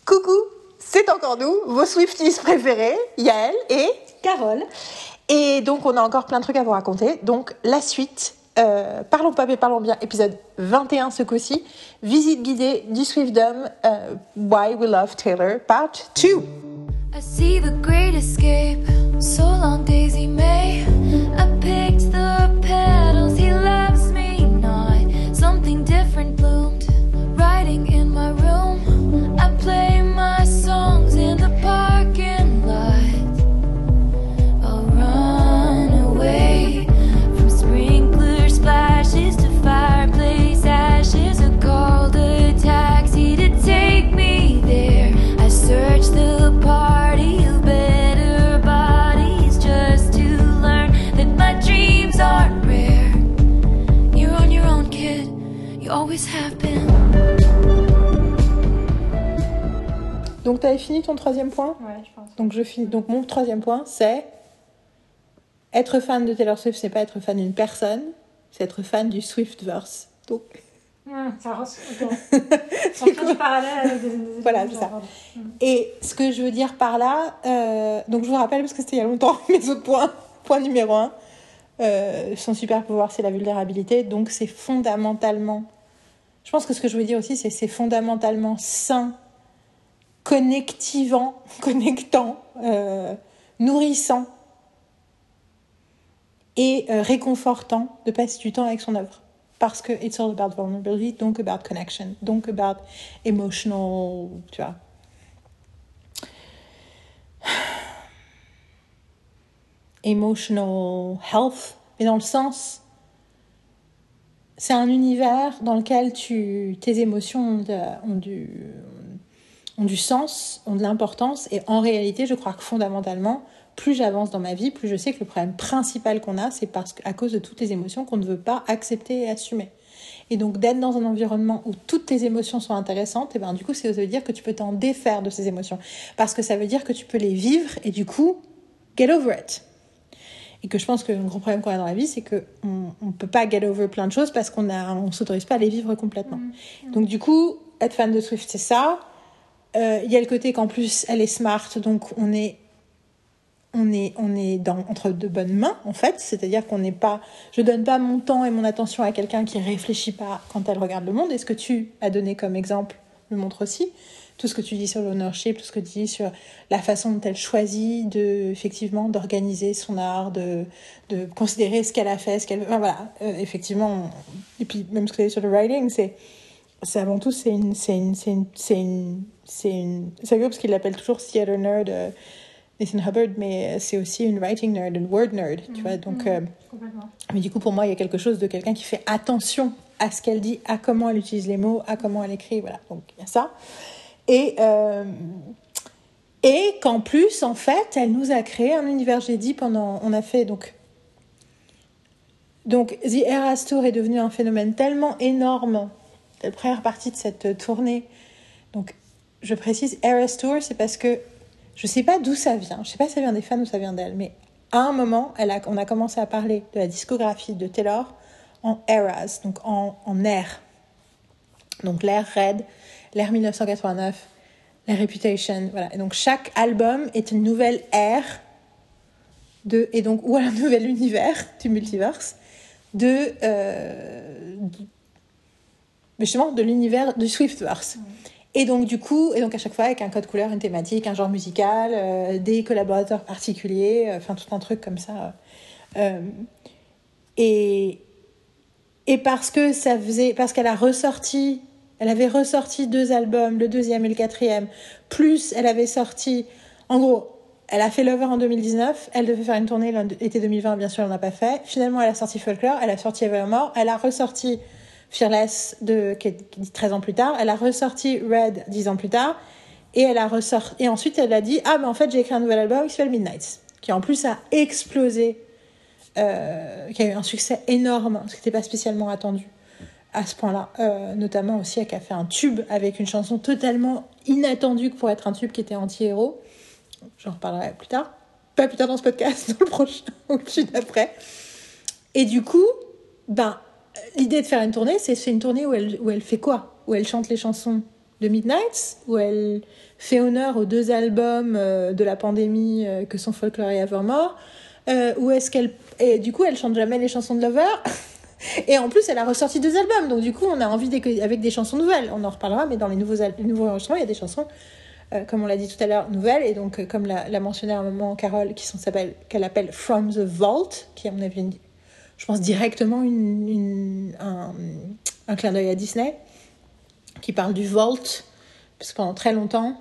Coucou, c'est encore nous, vos Swifties préférés, Yael et Carole. Et donc, on a encore plein de trucs à vous raconter. Donc, la suite, Parlons Pop et Parlons Bien, épisode 21 ce coup-ci. Visite guidée du Swifdom, Why We Love Taylor, part 2. I see the great escape, so long Daisy May. I picked the petals, he loves me not. Something different bloomed, writing in my room. I play my songs in the parking lot. I'll run away from sprinkler splashes to fireplace ashes. I called a taxi to take me there. I searched the party of better bodies just to learn that my dreams aren't rare. You're on your own, kid. You always have been. Donc, t'avais fini ton troisième point ? Ouais, je pense. Donc, je finis. Donc, mon troisième point, c'est être fan de Taylor Swift, c'est pas être fan d'une personne, c'est être fan du Swiftverse. Donc, Ça reste. Ok. On fait du parallèle avec des voilà, c'est ça. Et ce que je veux dire par là, donc je vous rappelle, parce que c'était il y a longtemps, mes autres points. Point numéro 1, son super pouvoir, c'est la vulnérabilité. Donc, c'est fondamentalement. Je pense que ce que je voulais dire aussi, c'est fondamentalement sain, connectant, nourrissant et réconfortant de passer du temps avec son œuvre. Parce que it's all about vulnerability, donc about connection, donc about emotional, tu vois. Emotional health, mais dans le sens, c'est un univers dans lequel tes émotions ont du sens, ont de l'importance, et en réalité, je crois que fondamentalement, plus j'avance dans ma vie, plus je sais que le problème principal qu'on a, c'est à cause de toutes les émotions qu'on ne veut pas accepter et assumer. Et donc, d'être dans un environnement où toutes tes émotions sont intéressantes, et ben, du coup, ça veut dire que tu peux t'en défaire de ces émotions. Parce que ça veut dire que tu peux les vivre, et du coup, get over it. Et que je pense que le gros problème qu'on a dans la vie, c'est qu'on ne peut pas get over plein de choses parce qu'on ne s'autorise pas à les vivre complètement. Donc, du coup, être fan de Swift, c'est ça. Y a le côté qu'en plus, elle est smart, donc on est entre de bonnes mains, en fait. C'est-à-dire je donne pas mon temps et mon attention à quelqu'un qui réfléchit pas quand elle regarde le monde. Et ce que tu as donné comme exemple le montre aussi. Tout ce que tu dis sur l'ownership, tout ce que tu dis sur la façon dont elle choisit effectivement, d'organiser son art, de considérer ce qu'elle a fait, ce qu'elle veut. Enfin, voilà, effectivement. Et puis, même ce que tu as dit sur le writing, c'est avant tout, c'est rigolo parce qu'il l'appelle toujours theater nerd, Nathan Hubbard, mais c'est aussi une writing nerd, une word nerd, tu vois. Donc, complètement. Mais du coup, pour moi, il y a quelque chose de quelqu'un qui fait attention à ce qu'elle dit, à comment elle utilise les mots, à comment elle écrit, voilà. Donc, il y a ça. Et qu'en plus, en fait, elle nous a créé un univers. J'ai dit on a fait donc The Eras Tour est devenu un phénomène tellement énorme. La première partie de cette tournée. Donc, je précise, Eras Tour, c'est parce que je sais pas d'où ça vient. Je sais pas si ça vient des fans ou ça vient d'elle, mais à un moment, on a commencé à parler de la discographie de Taylor en eras, donc en ère. Donc l'ère Red, l'ère 1989, la Reputation, voilà. Et donc chaque album est une nouvelle ère ou un nouvel univers du multiverse justement de l'univers du Swiftverse. Et donc du coup, à chaque fois avec un code couleur, une thématique, un genre musical, des collaborateurs particuliers, enfin tout un truc comme ça. Et parce qu'elle avait ressorti 2 albums, le 2e et le 4e, plus elle avait sorti, en gros, elle a fait Lover en 2019, elle devait faire une tournée l'été 2020, bien sûr, elle n'a pas fait. Finalement, elle a sorti Folklore, elle a sorti Evermore, elle a ressorti Fearless, qui est 13 ans plus tard, elle a ressorti Red 10 ans plus tard, et ensuite elle a dit, mais en fait, j'ai écrit un nouvel album qui s'appelle Midnights, qui en plus a explosé, qui a eu un succès énorme, ce qui n'était pas spécialement attendu à ce point-là, notamment aussi qui a fait un tube avec une chanson totalement inattendue pour être un tube qui était anti-héros. J'en reparlerai plus tard, pas plus tard dans ce podcast, dans le prochain ou le d'après. Et du coup, l'idée de faire une tournée, c'est une tournée où elle fait quoi ? Où elle chante les chansons de Midnights, où elle fait honneur aux 2 albums de la pandémie que sont Folklore et Evermore. Où est-ce qu'elle... Et du coup, elle chante jamais les chansons de Lover. Et en plus, elle a ressorti 2 albums. Donc du coup, on a envie avec des chansons nouvelles. On en reparlera, mais dans les nouveaux enregistrements, il y a des chansons, comme on l'a dit tout à l'heure, nouvelles. Et donc, comme l'a mentionné à un moment Carole, qu'elle appelle From the Vault, qui est, à mon avis, je pense directement un clin d'œil à Disney, qui parle du Vault, parce que pendant très longtemps,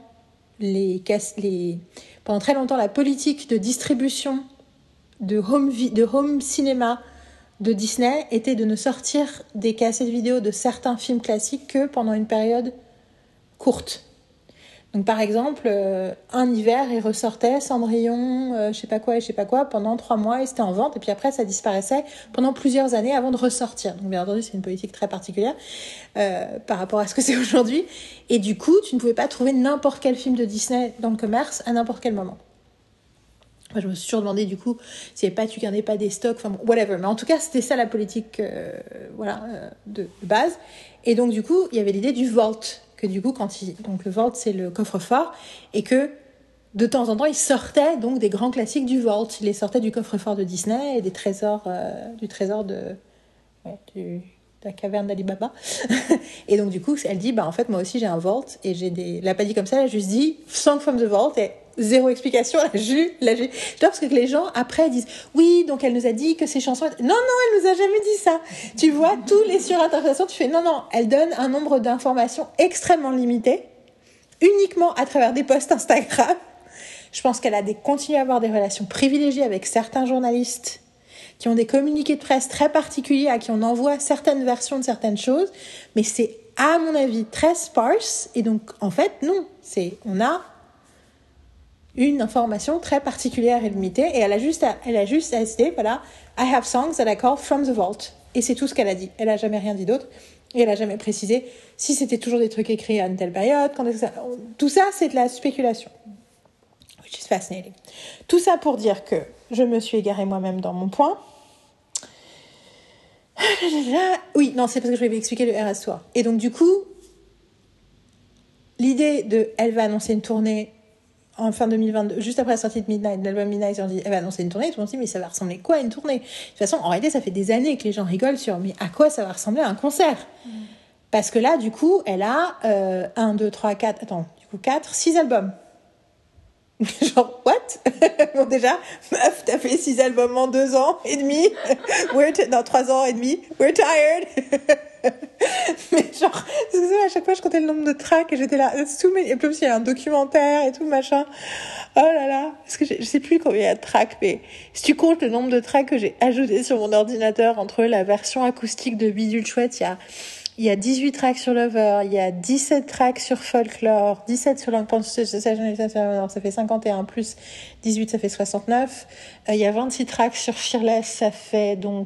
la politique de distribution de home cinéma de Disney était de ne sortir des cassettes vidéo de certains films classiques que pendant une période courte. Donc par exemple, un hiver, ils ressortaient Cendrillon, je sais pas quoi, pendant 3 mois, et c'était en vente, et puis après ça disparaissait pendant plusieurs années avant de ressortir. Donc bien entendu, c'est une politique très particulière par rapport à ce que c'est aujourd'hui. Et du coup, tu ne pouvais pas trouver n'importe quel film de Disney dans le commerce à n'importe quel moment. Moi, je me suis toujours demandé du coup s'il n'y avait pas, tu gardais pas des stocks, enfin whatever. Mais en tout cas, c'était ça la politique de base. Et donc du coup, il y avait l'idée du vault. Que du coup, donc le vault, c'est le coffre-fort, et que de temps en temps, il sortait donc des grands classiques du vault. Il les sortait du coffre-fort de Disney et des trésors, du trésor de la caverne d'Ali Baba. Et donc du coup, elle dit, en fait, moi aussi j'ai un vault, et elle l'a pas dit comme ça, elle a juste dit Song from the Vault, et zéro explication, elle a juste. J'adore parce que les gens après disent oui, donc elle nous a dit que ces chansons. Non, elle nous a jamais dit ça. Tu vois tous les surinterprétations, tu fais non, elle donne un nombre d'informations extrêmement limité, uniquement à travers des posts Instagram. Je pense qu'elle a continué à avoir des relations privilégiées avec certains journalistes qui ont des communiqués de presse très particuliers à qui on envoie certaines versions de certaines choses, mais c'est à mon avis très sparse, et donc en fait non, on a une information très particulière et limitée, et elle a juste à citer, voilà, I have songs that I call from the vault, et c'est tout ce qu'elle a dit. Elle a jamais rien dit d'autre, et elle a jamais précisé si c'était toujours des trucs écrits à une telle période, tout ça c'est de la spéculation, which is fascinating. Tout ça pour dire que je me suis égarée moi-même dans mon point. Oui, non, c'est parce que je vais expliquer le RS Tour. Et donc du coup, l'idée elle va annoncer une tournée en fin 2022, juste après la sortie de l'album Midnight, on dit, elle va annoncer une tournée, tout le monde dit, mais ça va ressembler quoi à une tournée? De toute façon, en réalité, ça fait des années que les gens rigolent sur, mais à quoi ça va ressembler à un concert? Parce que là, du coup, elle a 6 albums. Genre, what? Bon, déjà, meuf, t'as fait 6 albums en 2 ans et demi. 3 ans et demi. We're tired. Mais genre, à chaque fois, je comptais le nombre de tracks et j'étais là, et plus, il y a un documentaire et tout, machin. Oh là là. Parce que je sais plus combien il y a de tracks, mais si tu comptes le nombre de tracks que j'ai ajoutés sur mon ordinateur entre la version acoustique de Bidule Chouette, il y a 18 tracks sur Lover, il y a 17 tracks sur Folklore, 17 sur Long Pond, ça fait 51, plus 18, ça fait 69. Il y a 26 tracks sur Fearless, ça fait donc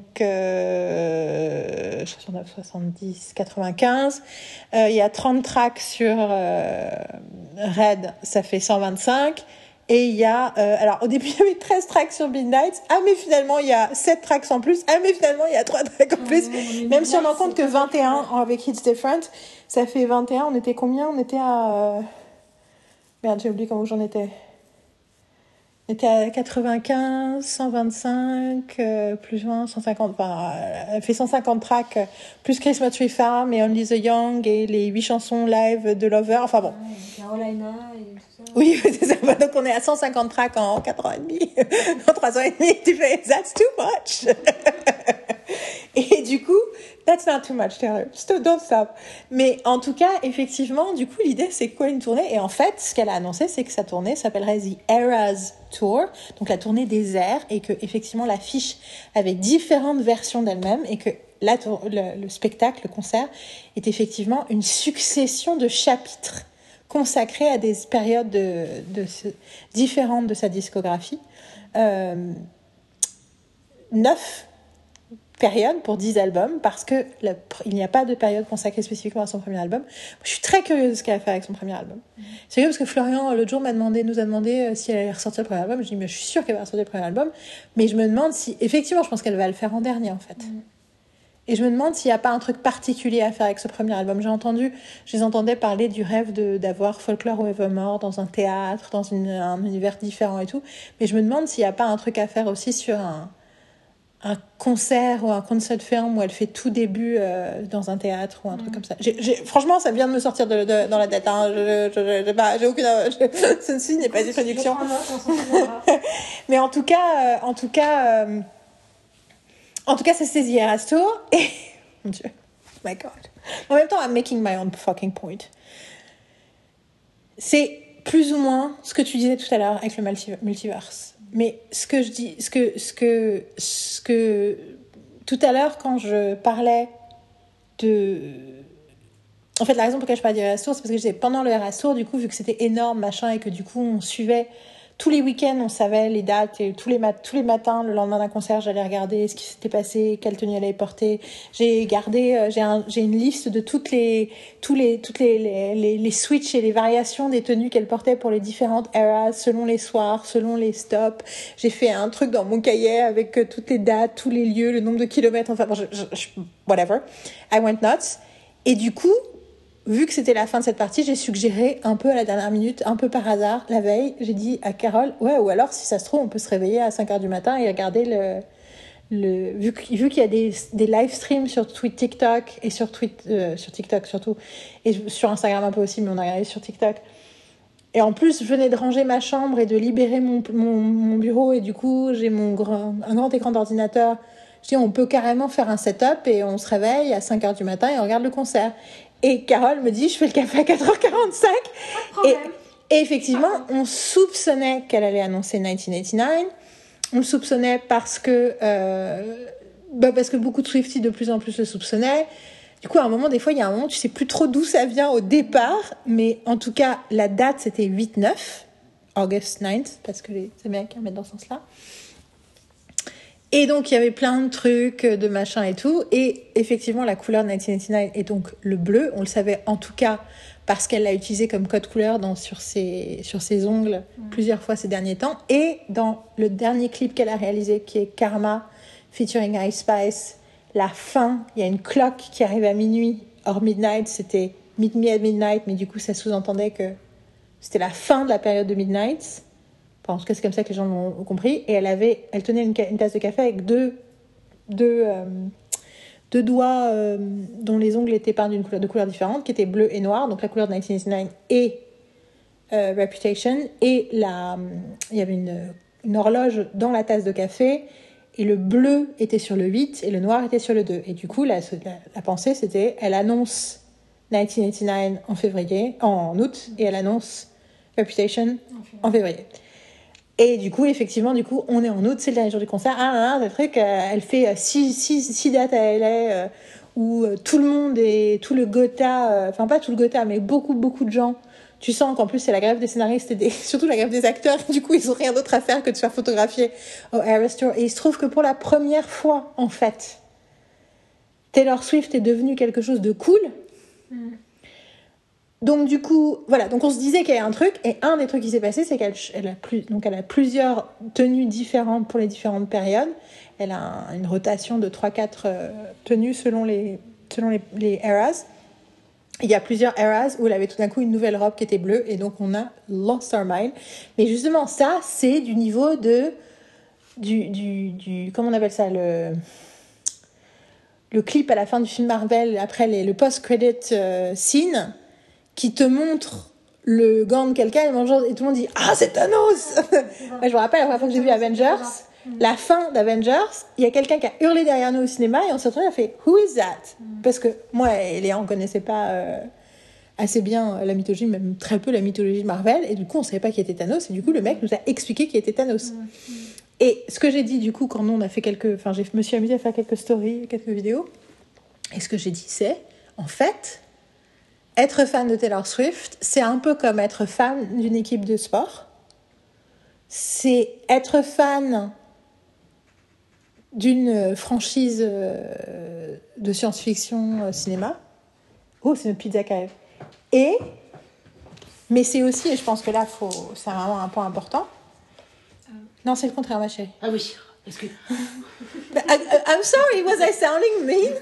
69, 70, 95. Il y a 30 tracks sur Red, ça fait 125. Et il y a, alors au début il y avait 13 tracks sur Midnight, mais finalement il y a 7 tracks en plus, mais finalement il y a 3 tracks en plus, même si on en compte que 21 avec It's Different, ça fait 21, on était combien? On était à... Merde, j'ai oublié comment j'en étais. On était à 95, 125, plus 20, 150, enfin, elle fait 150 tracks, plus Christmas Tree Farm et Only the Young et les 8 chansons live de Lover, enfin bon. Carolina et tout ça. Oui, c'est ça. Donc on est à 150 tracks en 4 ans et demi, en 3 ans et demi, tu fais, that's too much. Et du coup, that's not too much, Taylor. Don't stop. Mais en tout cas, effectivement, du coup, l'idée, c'est quoi une tournée? Et en fait, ce qu'elle a annoncé, c'est que sa tournée s'appellerait The Eras Tour, donc la tournée des airs, et que effectivement l'affiche avait différentes versions d'elle-même, et que le spectacle, le concert, est effectivement une succession de chapitres consacrés à des périodes différentes de sa discographie. 9 périodes pour 10 albums, parce que il n'y a pas de période consacrée spécifiquement à son premier album. Je suis très curieuse de ce qu'elle a fait avec son premier album. C'est vrai, parce que Florian, l'autre jour, nous a demandé si elle allait ressortir le premier album. Je dis, mais je suis sûre qu'elle va ressortir le premier album. Mais je me demande si, effectivement, je pense qu'elle va le faire en dernier, en fait. Et je me demande s'il n'y a pas un truc particulier à faire avec ce premier album. Je les entendais parler du rêve d'avoir Folklore ou Evermore dans un théâtre, dans un univers différent et tout. Mais je me demande s'il n'y a pas un truc à faire aussi sur un concert ou un concert film où elle fait tout début dans un théâtre ou un truc comme ça. Franchement, ça vient de me sortir dans la tête. Hein. J'ai aucune... Ceci n'est pas une traduction. Mais en tout cas, c'est ces Eras Tour. Et... Mon Dieu. My God. En même temps, I'm making my own fucking point. C'est plus ou moins ce que tu disais tout à l'heure avec le multiverse. Mais ce que je dis... Ce que... Tout à l'heure, quand je parlais de... En fait, la raison pour laquelle je parlais du Eras Tour, c'est parce que j'étais pendant le Eras Tour, du coup, vu que c'était énorme, machin, et que du coup, on suivait... Tous les week-ends, on savait les dates et tous les matins, le lendemain d'un concert, j'allais regarder ce qui s'était passé, quelle tenue elle avait portée. J'ai une liste de toutes les switches et les variations des tenues qu'elle portait pour les différentes eras, selon les soirs, selon les stops. J'ai fait un truc dans mon cahier avec toutes les dates, tous les lieux, le nombre de kilomètres, enfin, bon, whatever. I went nuts. Et du coup, vu que c'était la fin de cette partie, j'ai suggéré un peu à la dernière minute, un peu par hasard, la veille, j'ai dit à Carole, ouais, ou alors, si ça se trouve, on peut se réveiller à 5h du matin et regarder vu qu'il y a des live streams sur TikTok et sur TikTok surtout, et sur Instagram un peu aussi, mais on a regardé sur TikTok. Et en plus, je venais de ranger ma chambre et de libérer mon bureau, et du coup, j'ai un grand écran d'ordinateur. Je dis, on peut carrément faire un setup et on se réveille à 5h du matin et on regarde le concert. Et Carole me dit, je fais le café à 4h45. Et effectivement, on soupçonnait qu'elle allait annoncer 1989. On le soupçonnait parce que beaucoup de Swifties de plus en plus le soupçonnaient. Du coup, à un moment, des fois, il y a un moment, tu sais plus trop d'où ça vient au départ. Mais en tout cas, la date, c'était 8-9, August 9th, parce que les Américains mettent dans ce sens-là. Et donc, il y avait plein de trucs, de machin et tout. Et effectivement, la couleur de 1989 est donc le bleu. On le savait en tout cas parce qu'elle l'a utilisé comme code couleur sur ses ongles plusieurs fois ces derniers temps. Et dans le dernier clip qu'elle a réalisé, qui est Karma, featuring Ice Spice, la fin, il y a une cloque qui arrive à minuit. Or, midnight, c'était Meet Me at Midnight, mais du coup, ça sous-entendait que c'était la fin de la période de Midnight. Enfin, en tout cas, c'est comme ça que les gens l'ont compris. Et elle tenait une tasse de café avec deux doigts dont les ongles étaient peints de couleurs différentes, qui étaient bleu et noir, donc la couleur de 1989 et Reputation. Et il y avait une horloge dans la tasse de café, et le bleu était sur le 8 et le noir était sur le 2. Et du coup, la pensée, c'était, elle annonce 1989 en août, et elle annonce Reputation en février. Et du coup, effectivement, on est en août, c'est le dernier jour du concert. Ce truc, elle fait 6 dates à LA où tout le monde et tout le Gotha, enfin pas tout le Gotha, mais beaucoup de gens. Tu sens qu'en plus, c'est la grève des scénaristes et surtout la grève des acteurs. Du coup, ils ont rien d'autre à faire que de se faire photographier au Eras Tour. Et il se trouve que pour la première fois, en fait, Taylor Swift est devenue quelque chose de cool. Donc du coup, voilà, donc on se disait qu'il y avait un truc, et un des trucs qui s'est passé, c'est qu'elle a plusieurs tenues différentes pour les différentes périodes. Elle a une rotation de 3-4 tenues selon les eras. Il y a plusieurs eras où elle avait tout d'un coup une nouvelle robe qui était bleue, et donc on a lost our mind. Mais justement, ça, c'est du niveau du comment on appelle ça, le clip à la fin du film Marvel, après le post-credit scene, qui te montre le gant de quelqu'un, et tout le monde dit « Ah, c'est Thanos !» Moi, je me rappelle, la première fois que j'ai vu Avengers, la fin d'Avengers, il y a quelqu'un qui a hurlé derrière nous au cinéma, et on s'est retrouvé, on a fait « Who is that ?» Parce que moi et Léa, on ne connaissait pas assez bien la mythologie, même très peu la mythologie de Marvel, et du coup, on ne savait pas qui était Thanos, et du coup, le mec nous a expliqué qui était Thanos. Et ce que j'ai dit, du coup, quand nous, on a fait je me suis amusée à faire quelques stories, quelques vidéos, et ce que j'ai dit, c'est, en fait... Être fan de Taylor Swift, c'est un peu comme être fan d'une équipe de sport. C'est être fan d'une franchise de science-fiction cinéma. Oh, c'est notre pizza qui arrive. Mais c'est aussi, et je pense que là, c'est vraiment un point important. Non, c'est le contraire, ma chérie. Ah oui, est-ce que... I'm sorry, was I sounding mean?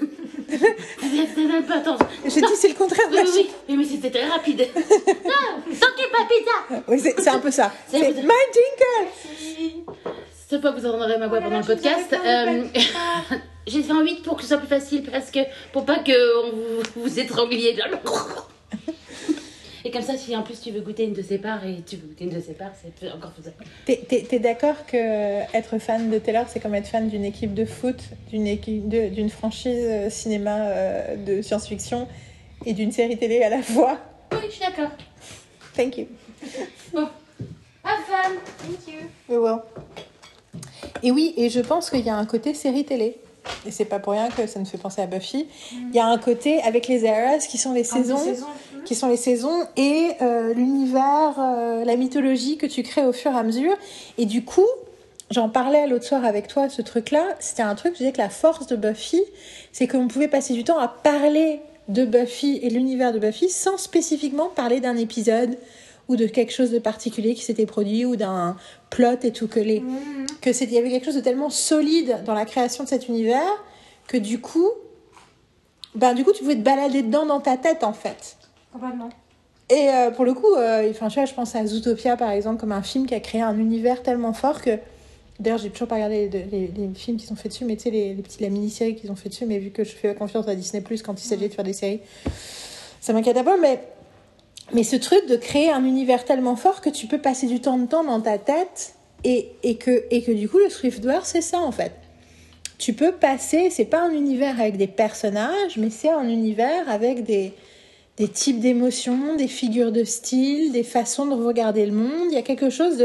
Attends. J'ai dit c'est le contraire de Oui, la oui, oui, mais c'était très rapide. Non, t'inquiète pas, pizza. Oui, c'est un peu ça. C'est C'est un peu- My Tinker. Cette fois, vous entendrez ma voix pendant le podcast. J'ai fait un 8 pour que ce soit plus facile, parce que pour pas que vous étrangliez. Et comme ça, si en plus tu veux goûter une de ses parts et tu veux goûter une de ses parts, c'est encore plus simple. T'es d'accord que être fan de Taylor, c'est comme être fan d'une équipe de foot, d'une franchise cinéma de science-fiction et d'une série télé à la fois? Oui, je suis d'accord. Thank you. Bon, have fun. Thank you. We will. Et oui, et je pense qu'il y a un côté série télé. Et c'est pas pour rien que ça me fait penser à Buffy. Il y a un côté avec les eras qui sont les saisons, et l'univers, la mythologie que tu crées au fur et à mesure. Et du coup, j'en parlais l'autre soir avec toi, ce truc-là. C'était un truc, je disais que la force de Buffy, c'est qu'on pouvait passer du temps à parler de Buffy et l'univers de Buffy sans spécifiquement parler d'un épisode ou de quelque chose de particulier qui s'était produit ou d'un plot et tout, il y avait quelque chose de tellement solide dans la création de cet univers que du coup tu pouvais te balader dedans dans ta tête en fait. Complètement. Et pour le coup, tu vois, je pense à Zootopia par exemple comme un film qui a créé un univers tellement fort que d'ailleurs j'ai toujours pas regardé les films qui sont faits dessus, mais tu sais la mini-série qu'ils ont fait dessus, mais vu que je fais confiance à Disney+ quand il s'agit de faire des séries, ça m'inquiète un peu, mais ce truc de créer un univers tellement fort que tu peux passer du temps dans ta tête et que du coup le Swiftverse c'est ça en fait. Tu peux passer, c'est pas un univers avec des personnages, mais c'est un univers avec des types d'émotions, des figures de style, des façons de regarder le monde. Il y a quelque chose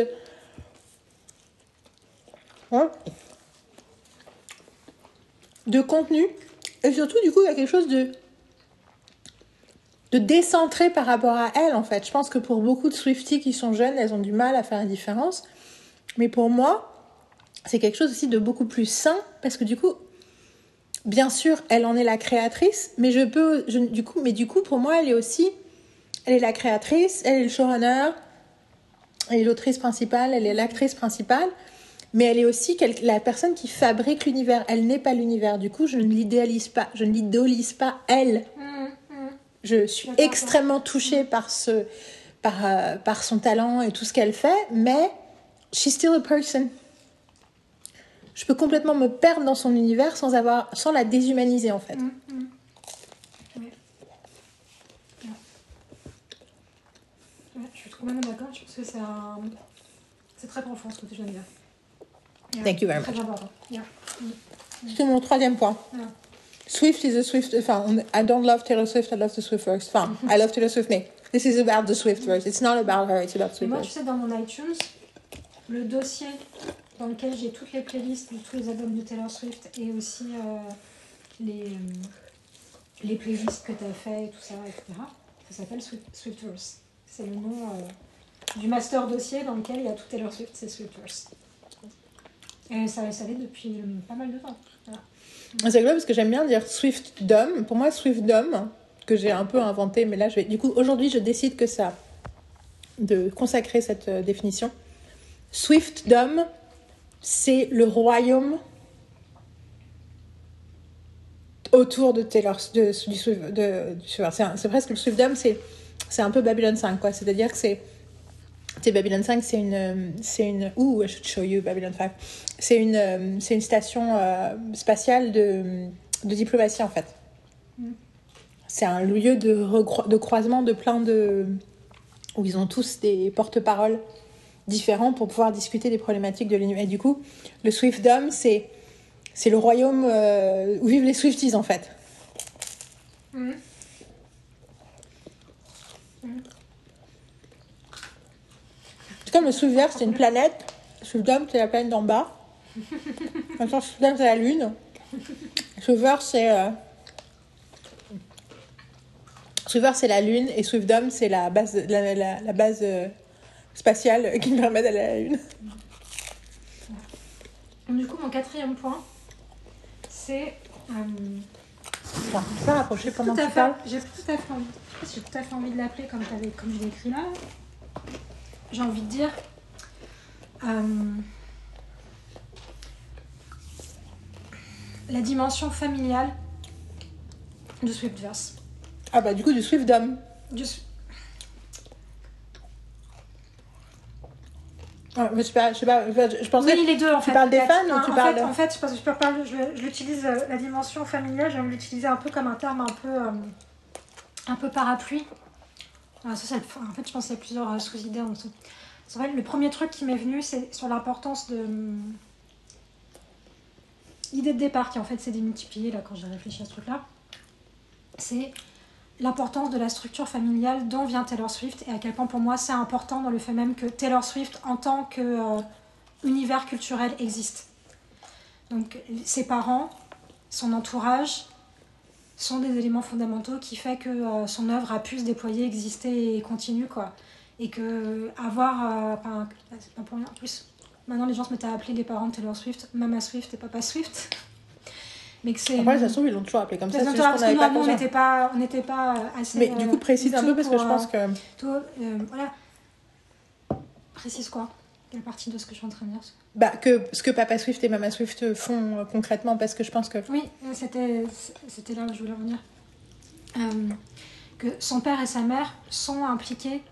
de contenu et surtout du coup il y a quelque chose de décentrer par rapport à elles, en fait. Je pense que pour beaucoup de Swifties qui sont jeunes, elles ont du mal à faire la différence. Mais pour moi, c'est quelque chose aussi de beaucoup plus sain, parce que du coup, bien sûr, elle en est la créatrice, mais du coup, pour moi, elle est la créatrice, elle est le showrunner, elle est l'autrice principale, elle est l'actrice principale, mais elle est aussi la personne qui fabrique l'univers. Elle n'est pas l'univers. Du coup, je ne l'idéalise pas, je ne l'idolise pas, elle. Je suis extrêmement touchée par son talent et tout ce qu'elle fait, mais she's still a person. Je peux complètement me perdre dans son univers sans la déshumaniser en fait. Ouais, je suis complètement d'accord. Je pense que c'est très profond ce que tu viens de dire. Thank you very Très much. important. C'est mon troisième point. Yeah. Swift is a Swift. I don't love Taylor Swift. I love the Swiftverse. I love Taylor Swift, mais this is about the Swiftverse. It's not about her. It's about Et moi, Swiftverse. tu sais, dans mon iTunes, le dossier dans lequel j'ai toutes les playlists de tous les albums de Taylor Swift et aussi les playlists que tu as fait et tout ça, etc. Ça s'appelle Swiftverse. C'est le nom du master dossier dans lequel il y a tout Taylor Swift, c'est Swiftverse. Et ça l'est depuis pas mal de temps. Voilà. C'est rigolo parce que j'aime bien dire Swiftdom. Pour moi, Swiftdom, que j'ai un peu inventé, mais là, du coup, aujourd'hui, je décide de consacrer cette définition. Swiftdom, c'est le royaume autour de Taylor, du Swift. C'est presque le Swiftdom, c'est un peu Babylon 5, quoi. C'est-à-dire que c'est Babylon 5, c'est une. Ooh, I should show you Babylon 5. C'est une station spatiale de diplomatie en fait. C'est un lieu de croisement de plein de. Où ils ont tous des porte-paroles différents pour pouvoir discuter des problématiques de l'univers. Et du coup, le Swiftdom, c'est le royaume où vivent les Swifties en fait. C'est comme le Swiftverse, c'est une planète. Le Swiftdom, c'est la planète d'en bas. Maintenant, le Swiftdom, c'est la Lune. Le Swiftverse, c'est la Lune. Et Swiftdom, c'est la base, la base spatiale qui me permet d'aller à la Lune. Du coup, mon quatrième point, c'est... Tu peux rapprocher pendant que tu parles. J'ai tout à fait envie de l'appeler comme je l'ai écrit là. J'ai envie de dire la dimension familiale Du Swiftverse. Ah bah du coup du Swiftdom. Du... Ouais, mais je pensais... Oui, les deux en tu fait. parles des peut-être. fans ou tu parles... En fait, je l'utilise, la dimension familiale, j'aime l'utiliser un peu comme un terme un peu parapluie. En fait, je pense qu'il y a plusieurs sous-idées en dessous. C'est vrai, le premier truc qui m'est venu, c'est sur l'importance de... L'idée de départ, qui en fait s'est démultipliée là, quand j'ai réfléchi à ce truc-là, c'est l'importance de la structure familiale dont vient Taylor Swift et à quel point pour moi c'est important dans le fait même que Taylor Swift en tant que univers culturel existe. Donc ses parents, son entourage sont des éléments fondamentaux qui fait que son œuvre a pu se déployer, exister et continue quoi. Et que avoir, c'est pas pour rien en plus. Maintenant les gens se mettent à appeler les parents de Taylor Swift Mama Swift et Papa Swift. Mais que c'est... Après, ça se trouve, ils l'ont toujours appelé comme ça. C'est juste qu'on n'avait pas on n'était pas assez... Mais du coup, précise un peu parce que je pense que... voilà. Précise quoi? Quelle partie de ce que je suis en train de dire? Bah, que ce que Papa Swift et Mama Swift font concrètement, parce que je pense que... Oui, c'était là où je voulais revenir. Que son père et sa mère sont impliqués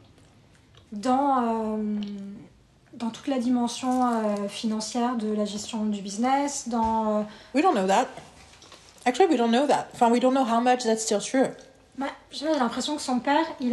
dans toute la dimension financière de la gestion du business, dans... We don't know that. Actually, we don't know that. Enfin, we don't know how much that's still true. Bah, j'ai l'impression que son père, il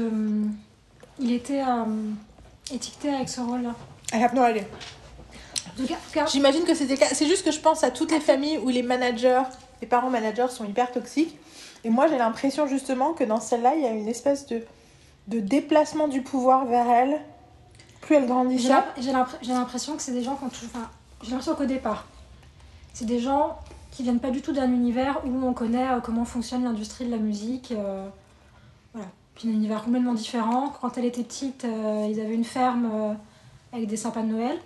était étiqueté avec ce rôle-là. I have no idea. En tout cas, J'imagine que c'était le cas. C'est juste que je pense à toutes les familles où les parents managers sont hyper toxiques. Et moi, j'ai l'impression justement que dans celle-là, il y a une espèce de déplacement du pouvoir vers elle. Plus elle grandissait. j'ai l'impression que c'est des gens qui ont toujours... Enfin, j'ai l'impression qu'au départ, c'est des gens qui viennent pas du tout d'un univers où on connaît comment fonctionne l'industrie de la musique. Voilà. Puis un univers complètement différent. Quand elle était petite, ils avaient une ferme avec des sapins de Noël.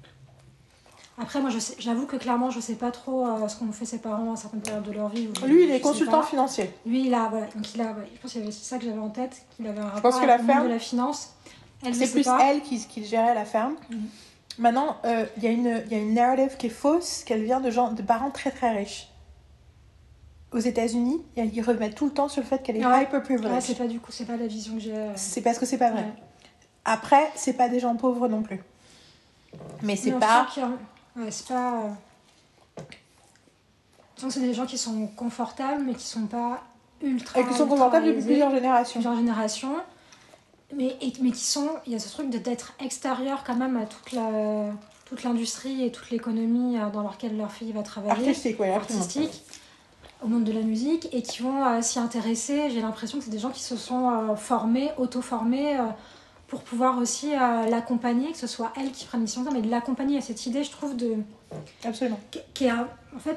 Après, moi, j'avoue que clairement, je sais pas trop ce qu'ont fait ses parents à certaines périodes de leur vie. Lui, il est consultant financier. Lui, il a, voilà. Donc, je pense qu'il y avait ça que j'avais en tête, qu'il avait un rapport avec le monde de la finance. C'est plus elle qui gérait la ferme. Maintenant, il y a une narrative qui est fausse, qu'elle vient de parents très très riches. Aux États-Unis, ils remettent tout le temps sur le fait qu'elle est hyper privileged. Ouais, c'est pas la vision que j'ai. C'est parce que c'est pas vrai. Ouais. Après, c'est pas des gens pauvres non plus. Mais c'est pas. C'est pas. Donc c'est des gens qui sont confortables, mais qui sont pas ultra. Et qui sont confortables depuis plusieurs générations. Mais qui sont... Il y a ce truc d'être extérieur quand même à toute l'industrie et toute l'économie dans laquelle leur fille va travailler. Artistique, au monde de la musique, et qui vont s'y intéresser. J'ai l'impression que c'est des gens qui se sont auto-formés pour pouvoir aussi l'accompagner, que ce soit elle qui prenne mission, mais de l'accompagner à cette idée, je trouve, de... Absolument. Qui est, en fait...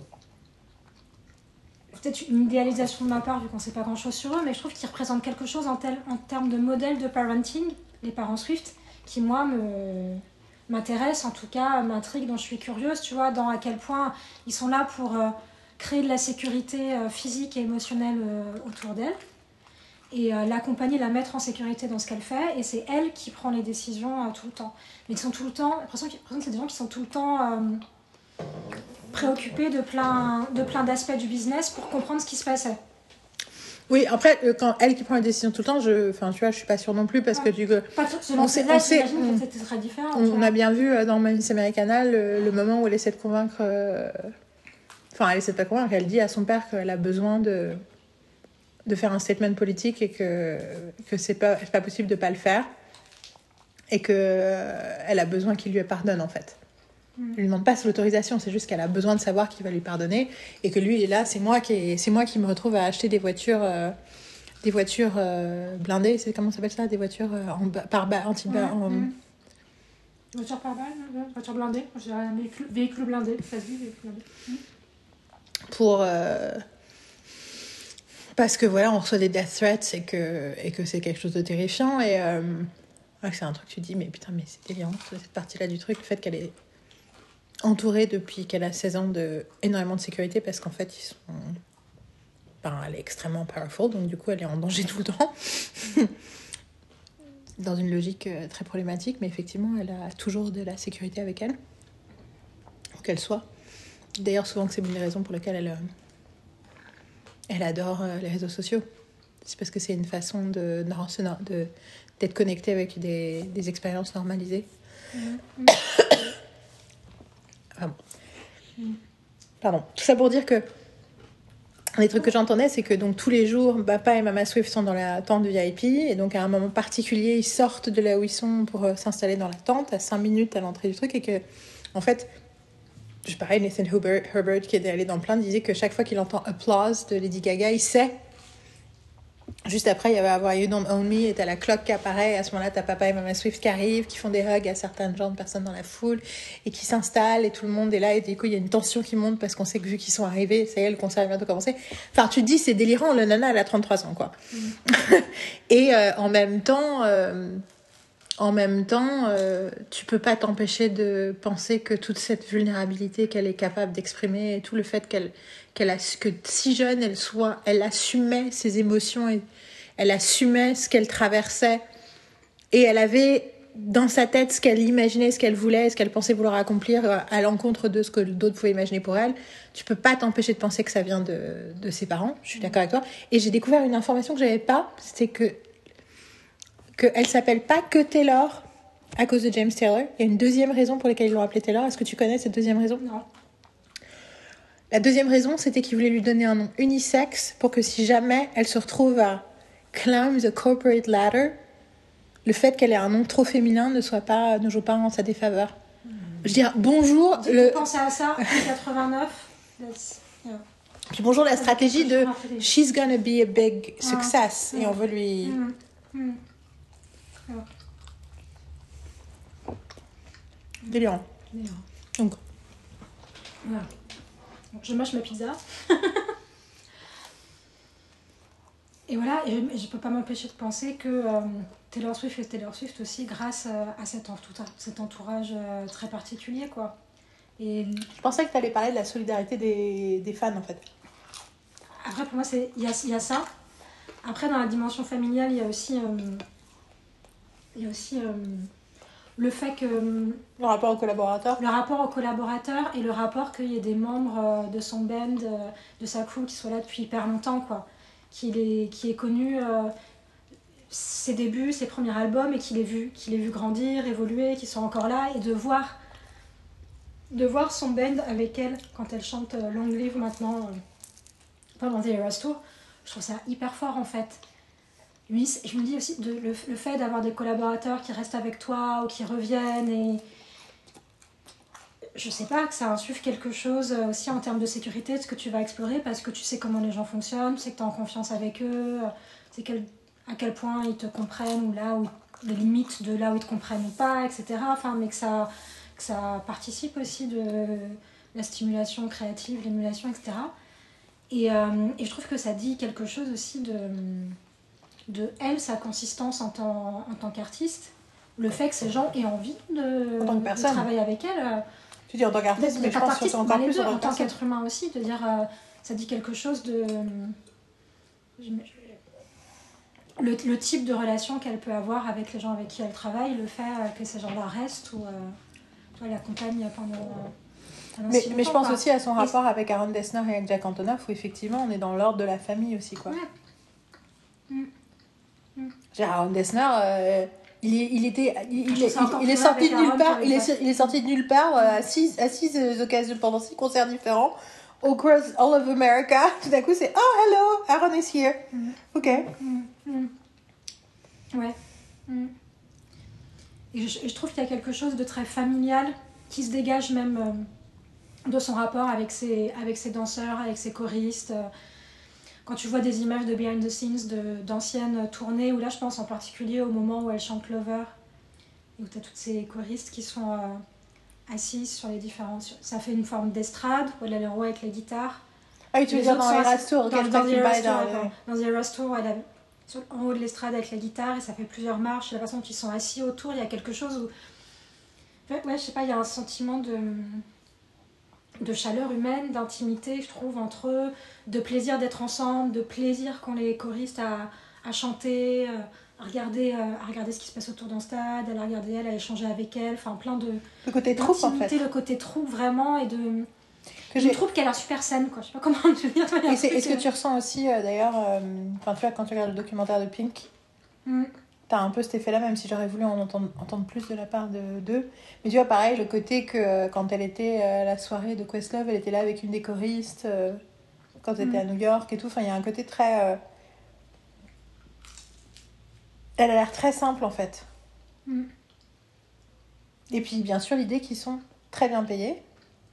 peut-être une idéalisation de ma part vu qu'on ne sait pas grand chose sur eux, mais je trouve qu'ils représentent quelque chose en termes de modèle de parenting, les parents Swift, qui moi m'intéresse, en tout cas m'intrigue, dont je suis curieuse, tu vois, dans à quel point ils sont là pour créer de la sécurité physique et émotionnelle autour d'elle et l'accompagner, la mettre en sécurité dans ce qu'elle fait, et c'est elle qui prend les décisions tout le temps. Mais ils sont tout le temps, j'ai l'impression que c'est des gens qui sont tout le temps préoccupés de plein d'aspects du business pour comprendre ce qui se passait. Oui, après, quand elle qui prend les décisions tout le temps, je suis pas sûre non plus parce que j'imagine que c'était très différent. On a bien vu dans Miss Americana le moment où elle essaie de convaincre... elle essaie de pas convaincre, elle dit à son père qu'elle a besoin de faire un statement politique et que c'est pas possible de pas le faire et qu'elle a besoin qu'il lui pardonne en fait. Elle lui demande pas l'autorisation, c'est juste qu'elle a besoin de savoir qu'il va lui pardonner et que lui il est là, c'est moi qui me retrouve à acheter des voitures blindées, c'est comment ça s'appelle ça, des voitures voiture par balle, voiture blindée, j'ai un véhicule blindé, véhicule blindé. Pour parce que voilà, on reçoit des death threats et que c'est quelque chose de terrifiant et c'est un truc que tu dis mais putain mais c'est délirant cette partie-là du truc, le fait qu'elle est entourée depuis qu'elle a 16 ans de énormément de sécurité parce qu'en fait elle est extrêmement powerful, donc du coup elle est en danger tout le temps dans une logique très problématique, mais effectivement elle a toujours de la sécurité avec elle où qu'elle soit. D'ailleurs souvent que c'est une des raisons pour lesquelles Elle adore les réseaux sociaux. C'est parce que c'est une façon d'être connectée avec des expériences normalisées. Pardon. Tout ça pour dire que les trucs que j'entendais, c'est que donc tous les jours, papa et maman Swift sont dans la tente VIP, et donc à un moment particulier, ils sortent de là où ils sont pour s'installer dans la tente, à 5 minutes à l'entrée du truc, et que, en fait, je pareil, Nathan Herbert, qui est allé dans plein, disait que chaque fois qu'il entend Applause de Lady Gaga, il sait. Juste après, il y va avoir You Don't Own Me, et t'as la cloque qui apparaît, et à ce moment-là, t'as papa et maman Swift qui arrivent, qui font des hugs à certaines gens de personnes dans la foule, et qui s'installent, et tout le monde est là, et du coup, il y a une tension qui monte, parce qu'on sait que vu qu'ils sont arrivés, ça y est, le concert vient de commencer. Enfin, tu te dis, c'est délirant, le nana, elle a 33 ans, quoi. Et en même temps, tu peux pas t'empêcher de penser que toute cette vulnérabilité qu'elle est capable d'exprimer, et tout le fait que si jeune elle assumait ses émotions, et elle assumait ce qu'elle traversait, et elle avait dans sa tête ce qu'elle imaginait, ce qu'elle voulait, ce qu'elle pensait vouloir accomplir à l'encontre de ce que d'autres pouvaient imaginer pour elle. Tu peux pas t'empêcher de penser que ça vient de ses parents. Je suis d'accord avec toi. Et j'ai découvert une information que j'avais pas, c'est qu'elle s'appelle pas que Taylor à cause de James Taylor. Il y a une deuxième raison pour laquelle ils l'ont appelée Taylor. Est-ce que tu connais cette deuxième raison? Non. La deuxième raison, c'était qu'ils voulaient lui donner un nom unisexe pour que si jamais elle se retrouve à climb the corporate ladder, le fait qu'elle ait un nom trop féminin ne joue pas en sa défaveur. Je veux dire, bonjour... J'ai pensé à ça en 89. Puis bonjour la stratégie de she's gonna be a big success, et on veut lui... Délirant. Donc. Voilà. Je mâche ma pizza. Et voilà, et je peux pas m'empêcher de penser que Taylor Swift est Taylor Swift aussi grâce à cet entourage très particulier, quoi. Et je pensais que tu allais parler de la solidarité des fans, en fait. Après, pour moi, il y a ça. Après, dans la dimension familiale, il y a aussi le fait que... Le rapport au collaborateur. Le rapport au collaborateur, et le rapport qu'il y ait des membres de son band, de sa crew, qui soient là depuis hyper longtemps, quoi. Qui ait connu ses débuts, ses premiers albums, et qu'il ait vu grandir, évoluer, qu'ils sont encore là, et de voir son band avec elle quand elle chante Long Live maintenant pendant The Eras Tour. Je trouve ça hyper fort, en fait. Oui, je me dis aussi le fait d'avoir des collaborateurs qui restent avec toi ou qui reviennent, et je sais pas, que ça insuffle quelque chose aussi en termes de sécurité, de ce que tu vas explorer, parce que tu sais comment les gens fonctionnent, tu sais que tu es en confiance avec eux, tu sais à quel point ils te comprennent, ou les limites de là où ils te comprennent ou pas, etc. Enfin, mais que ça participe aussi de la stimulation créative, l'émulation, etc. Et je trouve que ça dit quelque chose aussi de elle, sa consistance en tant qu'artiste, le fait que ces gens aient envie de travailler avec elle. Tu dis en tant qu'artiste, mais je pense surtout encore plus en tant qu'être humain aussi, de dire ça dit quelque chose de le type de relation qu'elle peut avoir avec les gens avec qui elle travaille, le fait que ces gens-là restent ou l'accompagnent pendant mais je pense aussi à son rapport avec Aaron Dessner et avec Jack Antonoff, où effectivement on est dans l'ordre de la famille aussi, quoi. Ouais. Aaron Dessner, il est sorti de nulle part. Il est sorti de nulle part à six occasions pendant 6 concerts différents. Across all of America. Tout d'un coup, c'est oh hello, Aaron is here. Ok. Ouais. Et je trouve qu'il y a quelque chose de très familial qui se dégage même de son rapport avec ses danseurs, avec ses choristes. Quand tu vois des images de behind the scenes d'anciennes tournées, où là je pense en particulier au moment où elle chante Lover, où tu as toutes ces choristes qui sont assises sur les différents... Ça fait une forme d'estrade, où elle a le roi avec la guitare. Ah oui, tu veux dire dans Eras Tour, dans The Eras Tour, elle a en haut de l'estrade avec la guitare, et ça fait plusieurs marches, et la façon dont ils sont assis autour, il y a quelque chose où... Ouais, je sais pas, il y a un sentiment de chaleur humaine, d'intimité, je trouve, entre eux, de plaisir d'être ensemble, de plaisir qu'ont les choristes à chanter, à regarder ce qui se passe autour d'un stade, à la regarder elle, à échanger avec elle, enfin plein de... Le côté troupe, en fait. Le côté troupe, vraiment, Que Je trouve qu'elle a l'air super saine, quoi. Je sais pas comment te dire. Et est-ce que tu ressens aussi, d'ailleurs, enfin, tu vois, quand tu regardes le documentaire de Pink, t'as un peu cet effet-là, même si j'aurais voulu entendre plus de la part d'eux. Mais tu vois, pareil, le côté que quand elle était à la soirée de Questlove, elle était là avec une des choristes, quand elle était à New York et tout. Enfin, il y a un côté très... Elle a l'air très simple, en fait. Et puis, bien sûr, l'idée qu'ils sont très bien payés.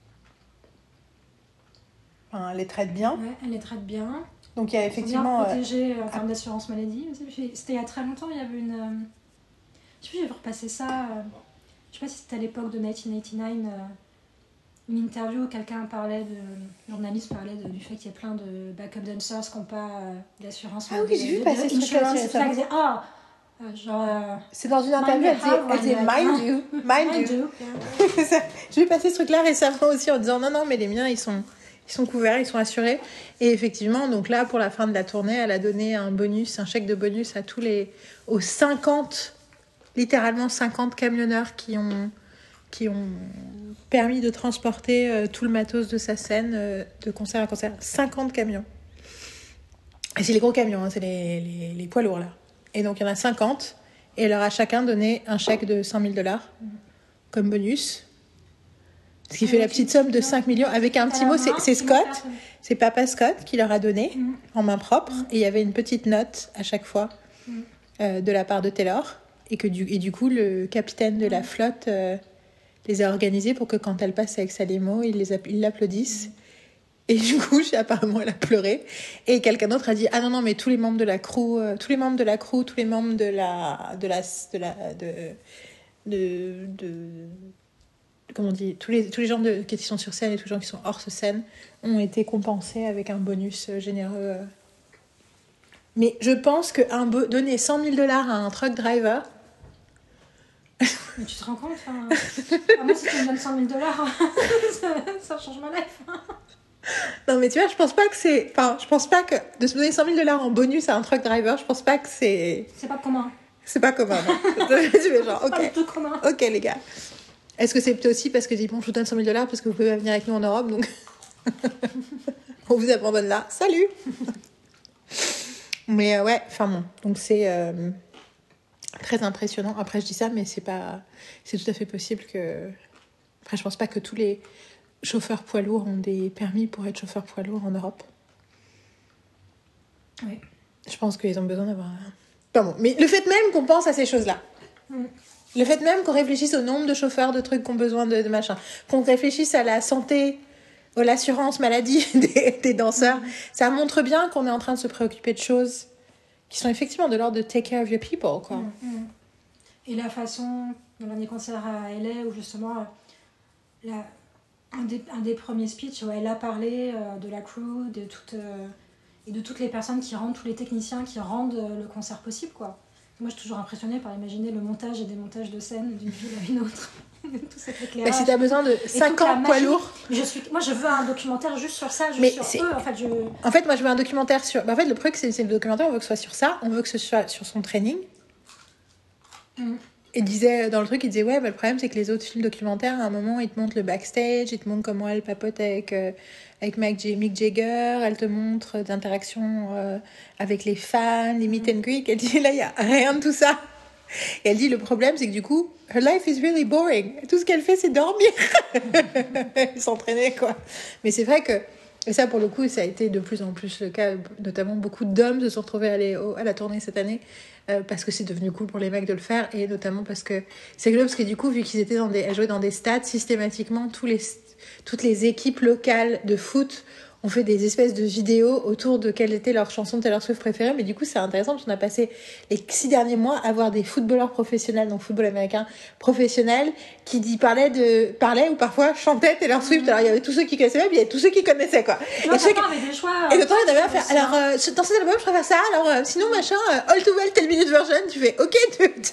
Enfin, elle les traite bien. Ouais, elle les traite bien. Donc, il y a effectivement... Bien protégée en termes d'assurance maladie. C'était il y a très longtemps, il y avait une... Je sais plus, j'avais repassé ça... Je sais pas si c'était à l'époque de 1989, une interview où quelqu'un parlait le journaliste parlait du fait qu'il y a plein de backup dancers qui n'ont pas d'assurance maladie. Ah oui, j'ai vu passer ce truc-là. Elle disait, c'est dans une interview, elle disait mind you. J'ai vu passer ce truc-là récemment aussi en disant non, mais les miens, ils sont couverts, ils sont assurés. Et effectivement, donc là, pour la fin de la tournée, elle a donné un chèque de bonus à aux 50, littéralement 50 camionneurs qui ont permis de transporter tout le matos de sa scène de concert à concert. 50 camions. Et c'est les gros camions, hein, c'est les poids lourds là. Et donc il y en a 50 et elle leur a chacun donné un chèque de $100,000 comme bonus. Ce qui fait la petite somme de 5 millions avec un petit mot. C'est Scott, c'est Papa Scott qui leur a donné en main propre. Et il y avait une petite note à chaque fois de la part de Taylor. Et du coup, le capitaine de la flotte les a organisés pour que quand elle passe avec sa limo, ils l'applaudissent. Et du coup, apparemment, elle a pleuré. Et quelqu'un d'autre a dit ah non mais tous les membres de la crew, tous les membres comment on dit, tous les gens qui sont sur scène et tous les gens qui sont hors scène ont été compensés avec un bonus généreux. Mais je pense que donner $100,000 à un truck driver. Mais tu te rends compte, moi si tu me donnes $100,000, ça change ma life. Non mais tu vois, je pense pas que de se donner $100,000 en bonus à un truck driver, je pense pas que c'est pas commun. C'est pas commun, non. Tu fais genre, pas du tout commun. Ok les gars. Est-ce que c'est peut-être aussi parce que je vous donne $100,000 parce que vous pouvez venir avec nous en Europe, donc on vous abandonne là. Salut. Mais ouais, enfin bon, donc c'est très impressionnant. Après je dis ça, mais c'est tout à fait possible que... Après je pense pas que tous les chauffeurs poids lourds ont des permis pour être chauffeurs poids lourds en Europe. Oui. Je pense qu'ils ont besoin d'avoir... Pas bon. Mais le fait même qu'on pense à ces choses-là, le fait même qu'on réfléchisse au nombre de chauffeurs, de trucs qui ont besoin de machin, qu'on réfléchisse à la santé, à l'assurance maladie des danseurs, ça montre bien qu'on est en train de se préoccuper de choses qui sont effectivement de l'ordre de take care of your people, quoi. Et la façon, dans le dernier concert à LA, où justement... Un des premiers speeches où elle a parlé de la crew, et de toutes les personnes qui rendent, tous les techniciens qui rendent le concert possible, quoi. Moi, je suis toujours impressionnée par imaginer le montage et démontage de scène d'une ville à une autre. Tout cet éclairage. Si t'as besoin de 50 poids lourds... Moi, je veux un documentaire juste sur ça, sur eux. En fait, moi, je veux un documentaire sur... En fait, le truc, c'est le documentaire, on veut que ce soit sur ça, on veut que ce soit sur son training. Il disait, dans le truc, il disait, ouais, le problème, c'est que les autres films documentaires, à un moment, ils te montrent le backstage, ils te montrent comment elle papote avec Mick Jagger, elle te montre des interactions avec les fans, les meet and greet. Elle dit, là, il n'y a rien de tout ça. Et elle dit, le problème, c'est que du coup, her life is really boring. Tout ce qu'elle fait, c'est dormir. S'entraîner, quoi. Mais c'est vrai que, et ça, pour le coup, ça a été de plus en plus le cas, notamment beaucoup d'hommes se sont retrouvés à la tournée cette année, parce que c'est devenu cool pour les mecs de le faire, et notamment parce que c'est cool, parce que du coup, vu qu'ils étaient à jouer dans des stades, systématiquement, toutes les équipes locales de foot ont fait des espèces de vidéos autour de quelle était leur chanson de Taylor Swift préférée. Mais du coup, c'est intéressant parce qu'on a passé les 6 derniers mois à voir des footballeurs professionnels, donc football américain professionnel, qui parlaient ou parfois chantaient Taylor Swift. Alors, il y avait tous ceux qui connaissaient, puis il y avait tous ceux qui connaissaient, quoi. Et le temps avait des choix. Et le temps, il y avait à faire. Alors, dans cet album, je préfère ça. Alors, sinon, machin, All Too Well 10 minute version, tu fais OK, dude.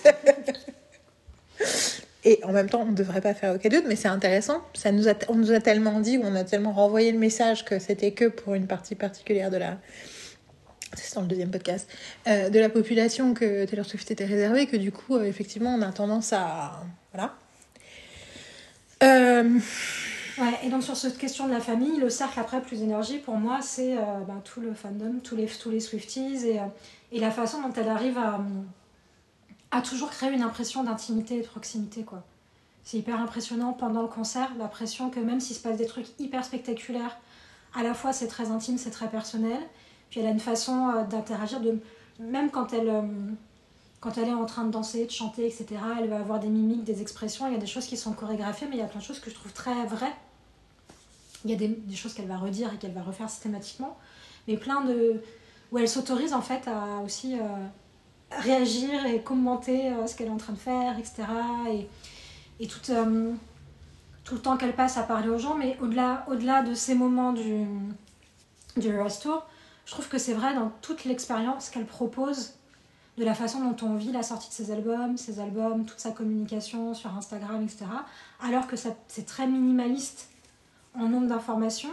Et en même temps, on ne devrait pas faire OK dude, mais c'est intéressant. On nous a tellement dit, ou on a tellement renvoyé le message que c'était que pour une partie particulière de la... C'est dans le deuxième podcast. De la population que Taylor Swift était réservée, que du coup, effectivement, on a tendance à... Voilà. Ouais, et donc sur cette question de la famille, le cercle après plus énergie, pour moi, c'est tout le fandom, tous les Swifties et la façon dont elle arrive à toujours créer une impression d'intimité et de proximité, quoi. C'est hyper impressionnant pendant le concert, l'impression que même s'il se passe des trucs hyper spectaculaires, à la fois c'est très intime, c'est très personnel, puis elle a une façon d'interagir, même quand elle est en train de danser, de chanter, etc., elle va avoir des mimiques, des expressions, il y a des choses qui sont chorégraphiées, mais il y a plein de choses que je trouve très vraies. Il y a des choses qu'elle va redire et qu'elle va refaire systématiquement, mais où elle s'autorise en fait à aussi réagir et commenter ce qu'elle est en train de faire, etc., et tout le temps qu'elle passe à parler aux gens, mais au-delà de ces moments du Eras Tour, je trouve que c'est vrai dans toute l'expérience qu'elle propose, de la façon dont on vit la sortie de ses albums, toute sa communication sur Instagram, etc. Alors que c'est très minimaliste en nombre d'informations,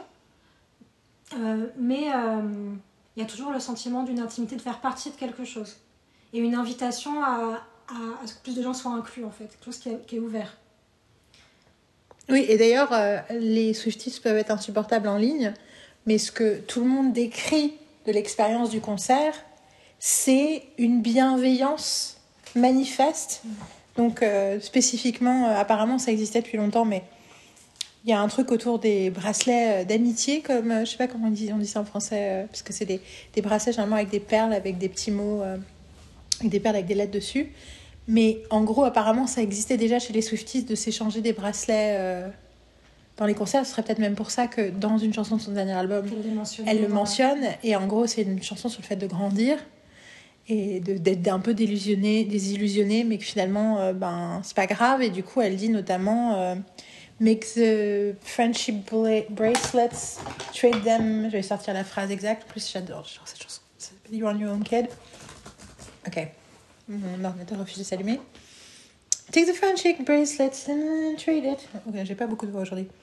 mais il y a toujours le sentiment d'une intimité, de faire partie de quelque chose. Et une invitation à ce que plus de gens soient inclus, en fait. Quelque chose qui est ouvert. Oui, et d'ailleurs, les Swifties peuvent être insupportables en ligne, mais ce que tout le monde décrit de l'expérience du concert, c'est une bienveillance manifeste. Donc, spécifiquement, apparemment, ça existait depuis longtemps, mais il y a un truc autour des bracelets d'amitié, comme, je sais pas comment on dit ça en français, parce que c'est des bracelets généralement avec des perles, avec des petits mots, avec des perles avec des lettres dessus. Mais en gros, apparemment, ça existait déjà chez les Swifties de s'échanger des bracelets dans les concerts. Ce serait peut-être même pour ça que dans une chanson de son dernier album, elle le mentionne. Et en gros, c'est une chanson sur le fait de grandir et d'être un peu désillusionné, mais que finalement, c'est pas grave. Et du coup, elle dit notamment make the friendship bracelets, trade them. Je vais sortir la phrase exacte. En plus, j'adore cette chanson. Ça s'appelle You're on Your Own Kid. Ok. Mon ordinateur refuse de s'allumer. Take the friendship bracelets and trade it. Ok, j'ai pas beaucoup de voix aujourd'hui.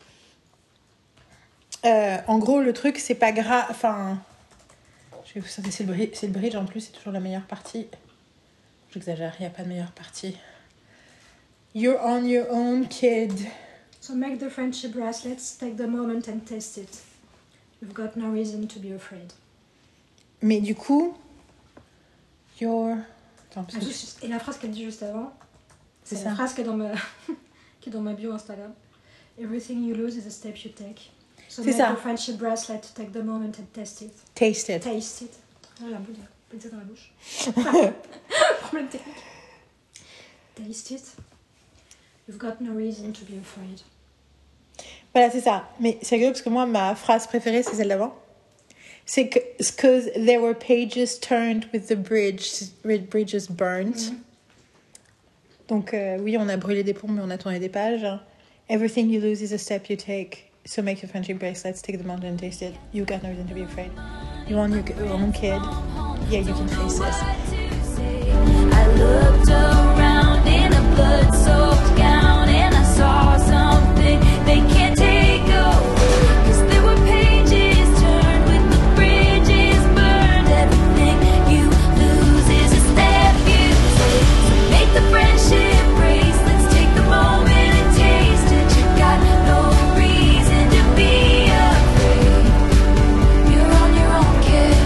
En gros, le truc, c'est pas grave. Enfin, je vais vous sortir, c'est le bridge en plus, c'est toujours la meilleure partie. J'exagère, il n'y a pas de meilleure partie. You're on your own, kid. So make the friendship bracelets, take the moment and taste it. You've got no reason to be afraid. Mais du coup, you're... Attends, et la phrase qu'elle dit juste avant, c'est la phrase qui est dans ma bio Instagram. Everything you lose is a step you take. So make a friendship bracelet, take the moment and taste it. Taste it. Taste it. Ah, la boule, ça dans la bouche. Problème technique. Taste it. You've got no reason to be afraid. Voilà, c'est ça. Mais c'est rigolo parce que moi, ma phrase préférée, c'est celle d'avant. C'est que because there were pages turned with the bridges burned. Mm-hmm. Donc oui, on a brûlé des ponts, mais on a tourné des pages. Everything you lose is a step you take. So make your friendship bracelets, take the mountain and taste it. You got no reason to be afraid. You want your own kid. Yeah, you can face this. I looked around in a blood-soaked gown and I saw something they can't take away. 'Cause there were pages turned with the bridges burned. Everything you lose is a step you take. So make the friendship bracelets, take the moment and taste it. You got no reason to be afraid. You're on your own, kid.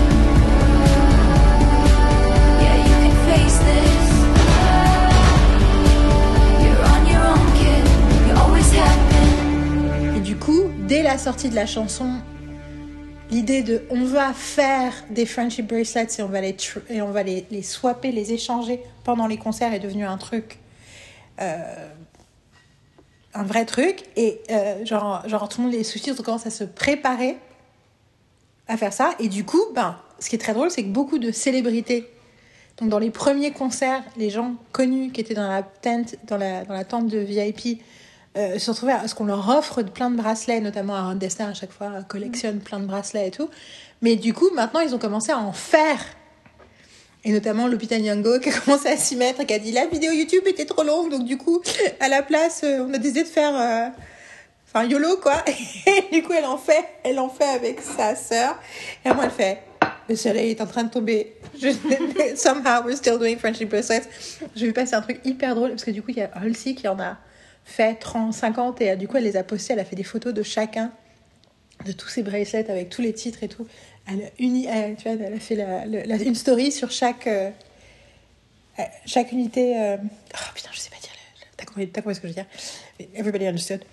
Yeah, you can face this. You're on your own, kid. You always have been. Et du coup, dès la sortie de la chanson, l'idée de on va faire des friendship bracelets et on va les swapper, les échanger pendant les concerts est devenu un truc, un vrai truc. Et genre tout le monde, les Swifties ont commencé à se préparer à faire ça. Et du coup, ce qui est très drôle, c'est que beaucoup de célébrités, donc dans les premiers concerts, les gens connus qui étaient dans la tente de VIP, se retrouvaient à ce qu'on leur offre plein de bracelets, notamment Aaron Dessner à chaque fois collectionne plein de bracelets et tout. Mais du coup, maintenant, ils ont commencé à en faire. Et notamment Lupita Nyong'o qui a commencé à s'y mettre et qui a dit la vidéo YouTube était trop longue, donc du coup, à la place, on a décidé de faire... YOLO, quoi. Et du coup, elle en fait avec sa sœur. Et moi, elle fait... Le soleil est en train de tomber. Somehow, we're still doing friendship bracelets. Je vais passer un truc hyper drôle, parce que du coup, il y a Halsey qui en a fait 30, 50 et du coup, elle les a postées. Elle a fait des photos de chacun, de tous ces bracelets avec tous les titres et tout. Elle a fait une story sur chaque unité. Oh putain, je sais pas dire. T'as compris ce que je veux dire? Everybody understood.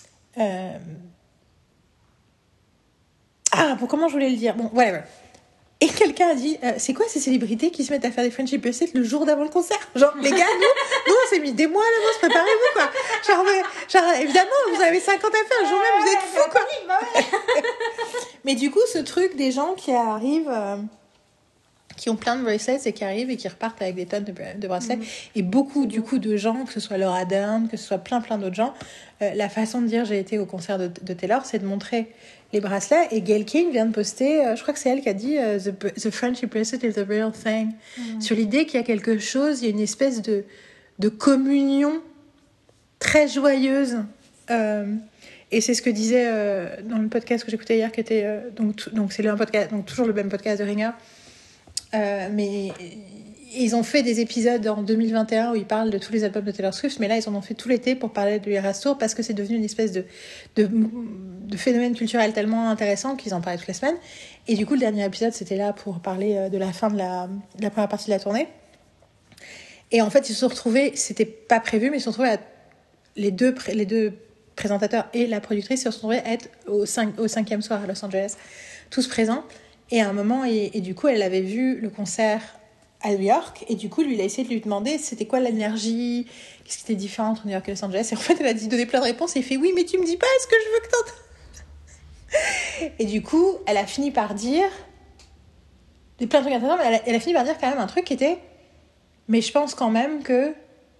Comment je voulais le dire? Bon, whatever. Et quelqu'un a dit, c'est quoi ces célébrités qui se mettent à faire des friendship bracelets le jour d'avant le concert? Genre, les gars, nous, on s'est mis des mois à l'avance, préparez-vous, quoi. Genre, évidemment, vous avez 50 à faire, le jour même, vous êtes fous, quoi. Mais du coup, ce truc des gens qui arrivent, qui ont plein de bracelets et qui arrivent et qui repartent avec des tonnes de bracelets. Et beaucoup, du coup, de gens, que ce soit Laura Dern, que ce soit plein d'autres gens, la façon de dire j'ai été au concert de Taylor, c'est de montrer les bracelets. Et Gayle King vient de poster, je crois que c'est elle qui a dit the friendship bracelet is the real thing. Sur l'idée qu'il y a quelque chose, il y a une espèce de communion très joyeuse. Et c'est ce que disait dans le podcast que j'écoutais hier, qui était donc c'est un podcast, donc toujours le même podcast de Ringer. Mais ils ont fait des épisodes en 2021 où ils parlent de tous les albums de Taylor Swift, mais là ils en ont fait tout l'été pour parler de l'Eras Tour parce que c'est devenu une espèce de phénomène culturel tellement intéressant qu'ils en parlaient toutes les semaines. Et du coup le dernier épisode c'était là pour parler de la fin de la première partie de la tournée. Et en fait ils se sont retrouvés, c'était pas prévu, mais ils se sont retrouvés les deux présentateurs et la productrice se sont retrouvés à être au 5e soir à Los Angeles, tous présents. Et à un moment, et du coup, elle avait vu le concert à New York, et du coup, lui, il a essayé de lui demander c'était quoi l'énergie, qu'est-ce qui était différent entre New York et Los Angeles. Et en fait, elle a donné plein de réponses, et il fait oui, mais tu me dis pas ce que je veux que t'entendes. Et du coup, elle a fini par dire plein de trucs intéressants, mais elle a fini par dire quand même un truc qui était mais je pense quand même que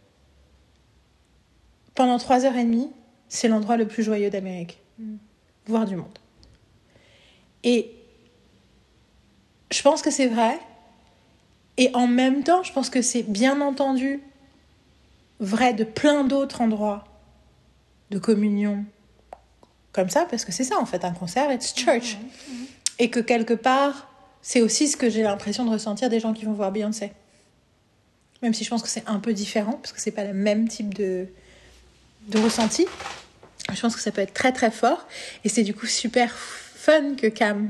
pendant 3h30, c'est l'endroit le plus joyeux d'Amérique, voire du monde. Et je pense que c'est vrai. Et en même temps, je pense que c'est bien entendu vrai de plein d'autres endroits de communion comme ça, parce que c'est ça en fait, un concert, it's church. Et que quelque part, c'est aussi ce que j'ai l'impression de ressentir des gens qui vont voir Beyoncé. Même si je pense que c'est un peu différent, parce que c'est pas le même type de ressenti. Je pense que ça peut être très très fort. Et c'est du coup super fun que Cam,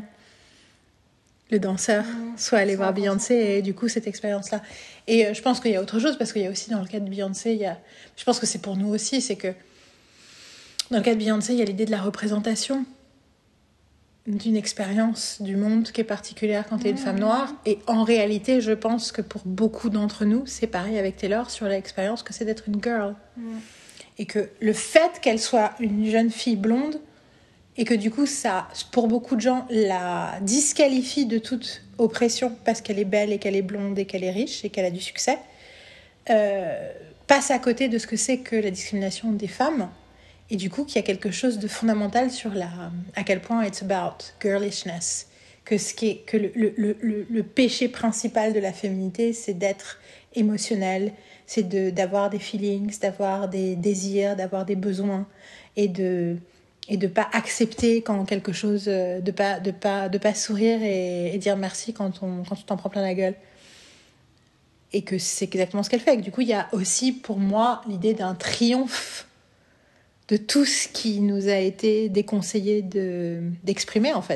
le danseur, soit allé voir Beyoncé et du coup cette expérience-là. Et je pense qu'il y a autre chose, parce qu'il y a aussi dans le cas de Beyoncé, je pense que c'est pour nous aussi, c'est que dans le cas de Beyoncé, il y a l'idée de la représentation d'une expérience du monde qui est particulière quand tu es une femme noire. Et en réalité, je pense que pour beaucoup d'entre nous, c'est pareil avec Taylor sur l'expérience que c'est d'être une girl. Et que le fait qu'elle soit une jeune fille blonde, et que du coup, ça, pour beaucoup de gens, la disqualifie de toute oppression parce qu'elle est belle et qu'elle est blonde et qu'elle est riche et qu'elle a du succès, passe à côté de ce que c'est que la discrimination des femmes. Et du coup, qu'il y a quelque chose de fondamental sur à quel point it's about girlishness. Que le péché principal de la féminité, c'est d'être émotionnel, c'est d'avoir des feelings, d'avoir des désirs, d'avoir des besoins et de pas accepter quand quelque chose, de pas sourire et dire merci quand tu t'en prends plein la gueule. Et que c'est exactement ce qu'elle fait. Et que du coup, il y a aussi pour moi l'idée d'un triomphe de tout ce qui nous a été déconseillé d'exprimer en fait.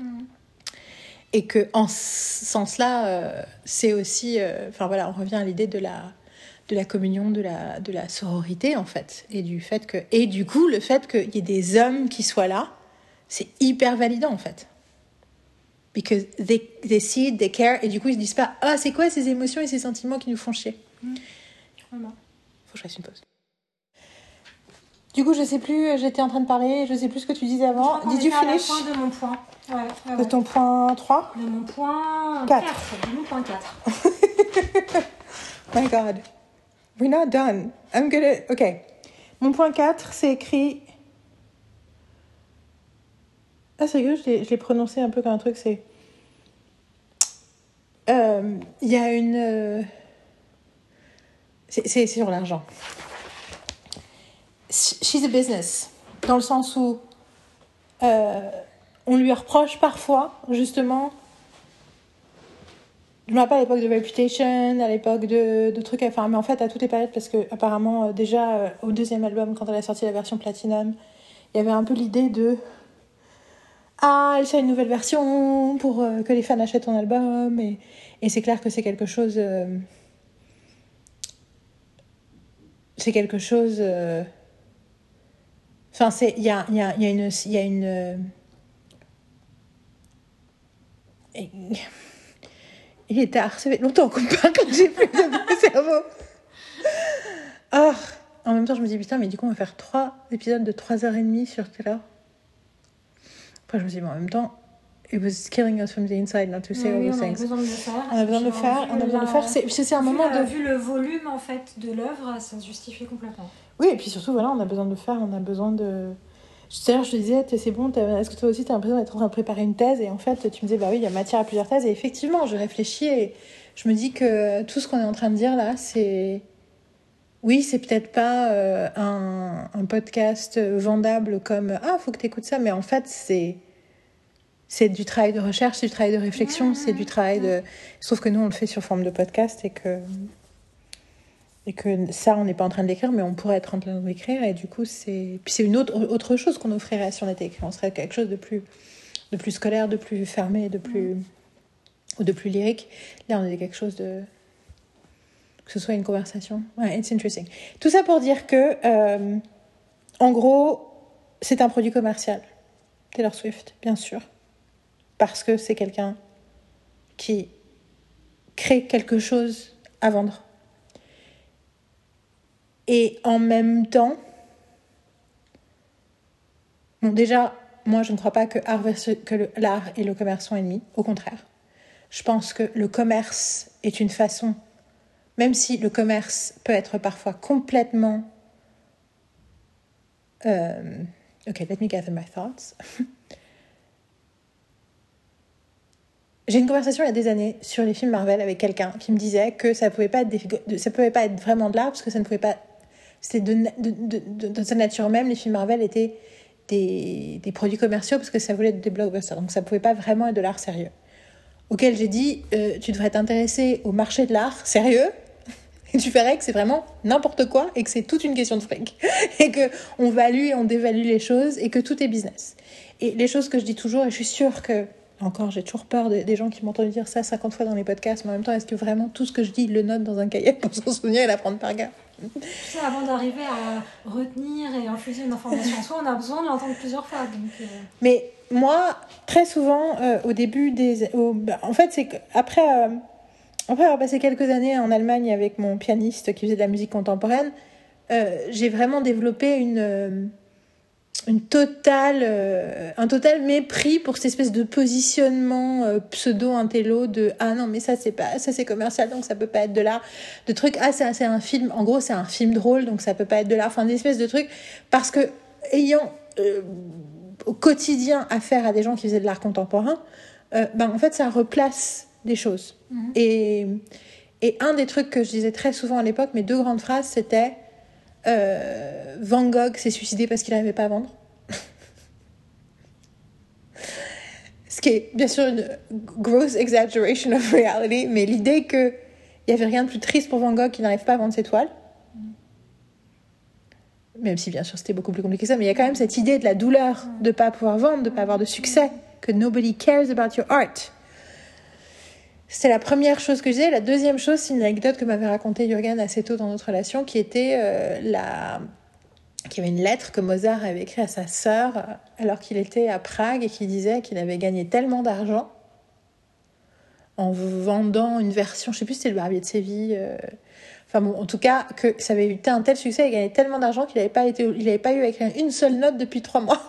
Et que en ce sens-là, c'est aussi, on revient à l'idée de la communion, de la sororité en fait, et du fait que, et du coup le fait qu'il y ait des hommes qui soient là, c'est hyper validant en fait, because they see it, they care, et du coup ils se disent pas c'est quoi ces émotions et ces sentiments qui nous font chier. Vraiment. Faut que je fasse une pause. Du coup je sais plus, j'étais en train de parler, je sais plus ce que tu disais avant. Did you finish? À la fin de mon point. Ouais. De ton point 3? De mon point 4. De mon point 4. My God. We're not done. OK. Mon point 4, c'est écrit... Ah, sérieux, je l'ai prononcé un peu comme un truc, c'est... Il y a une... C'est sur l'argent. She's a business. Dans le sens où on lui reproche parfois, justement... Je me rappelle à l'époque de Reputation, à l'époque de trucs, enfin, mais en fait à toutes les périodes, parce que apparemment déjà au deuxième album, quand elle a sorti la version Platinum, il y avait un peu l'idée de elle fait une nouvelle version pour que les fans achètent ton album, et c'est clair que c'est quelque chose enfin c'est il y a une il est tard, ça fait longtemps qu'on parle quand j'ai plus de cerveau. Oh, en même temps, je me dis, putain, mais du coup, on va faire 3 épisodes de 3h30 sur Taylor. Après, je me dis, mais en même temps, it was killing us from the inside not to say all those things. On a besoin de le faire. On a besoin de le faire. C'est un moment de... Vu le volume, en fait, de l'œuvre, ça se justifie complètement. Oui, et puis surtout, voilà, on a besoin de le faire, on a besoin de... C'est-à-dire, je te disais, c'est bon, est-ce que toi aussi, tu as l'impression d'être en train de préparer une thèse? Et en fait, tu me disais, bah oui, il y a matière à plusieurs thèses. Et effectivement, je réfléchis et je me dis que tout ce qu'on est en train de dire là, c'est... Oui, c'est peut-être pas un podcast vendable comme « Ah, faut que tu écoutes ça », mais en fait, c'est du travail de recherche, c'est du travail de réflexion, c'est du travail de... Sauf que nous, on le fait sur forme de podcast et que ça, on n'est pas en train de l'écrire, mais on pourrait être en train de l'écrire. Et du coup, c'est... Puis c'est une autre chose qu'on offrirait si on était écrit. On serait quelque chose de plus scolaire, de plus fermé, ou de plus lyrique. Là, on est quelque chose de... Que ce soit une conversation. Ouais, it's interesting. Tout ça pour dire que, en gros, c'est un produit commercial. Taylor Swift, bien sûr. Parce que c'est quelqu'un qui crée quelque chose à vendre. Et en même temps, bon, déjà, moi, je ne crois pas que l'art et le commerce sont ennemis. Au contraire. Je pense que le commerce est une façon... Même si le commerce peut être parfois complètement... Okay, let me gather my thoughts. J'ai une conversation il y a des années sur les films Marvel avec quelqu'un qui me disait que ça pouvait pas être vraiment de l'art parce que ça ne pouvait pas... C'était de sa nature même, les films Marvel étaient des produits commerciaux parce que ça voulait être des blockbusters. Donc ça ne pouvait pas vraiment être de l'art sérieux. Auquel j'ai dit, tu devrais t'intéresser au marché de l'art sérieux. Et tu verrais que c'est vraiment n'importe quoi et que c'est toute une question de fric. Et qu'on value et on dévalue les choses et que tout est business. Et les choses que je dis toujours, et je suis sûre que, encore, j'ai toujours peur des gens qui m'entendent dire ça 50 fois dans les podcasts, mais en même temps, est-ce que vraiment tout ce que je dis, ils le notent dans un cahier pour s'en souvenir et l'apprendre par cœur? Tu sais, avant d'arriver à retenir et infuser une information en soi, on a besoin de l'entendre plusieurs fois. Donc, Mais moi, très souvent, au début en fait, c'est qu'après... Après avoir passé quelques années en Allemagne avec mon pianiste qui faisait de la musique contemporaine, j'ai vraiment développé un total mépris pour cette espèce de positionnement pseudo-intello de ah non mais ça c'est commercial donc ça peut pas être de l'art, de trucs c'est un film, en gros c'est un film drôle donc ça peut pas être de l'art, enfin des espèces de trucs, parce que ayant au quotidien affaire à des gens qui faisaient de l'art contemporain, en fait ça replace des choses. Et un des trucs que je disais très souvent à l'époque, mes 2 grandes phrases, c'était Van Gogh s'est suicidé parce qu'il n'arrivait pas à vendre. Ce qui est bien sûr une gross exaggeration of reality, mais l'idée qu'il n'y avait rien de plus triste pour Van Gogh qui n'arrive pas à vendre ses toiles, même si bien sûr c'était beaucoup plus compliqué que ça, mais il y a quand même cette idée de la douleur de ne pas pouvoir vendre, de ne pas avoir de succès, que nobody cares about your art. C'était la première chose que je disais. La deuxième chose, c'est une anecdote que m'avait racontée Jürgen assez tôt dans notre relation, qui était qu'il y avait une lettre que Mozart avait écrite à sa sœur alors qu'il était à Prague et qui disait qu'il avait gagné tellement d'argent en vendant une version, je ne sais plus si c'était le Barbier de Séville, enfin bon, en tout cas, que ça avait été un tel succès, il gagnait tellement d'argent qu'il n'avait pas eu à écrire une seule note depuis 3 mois.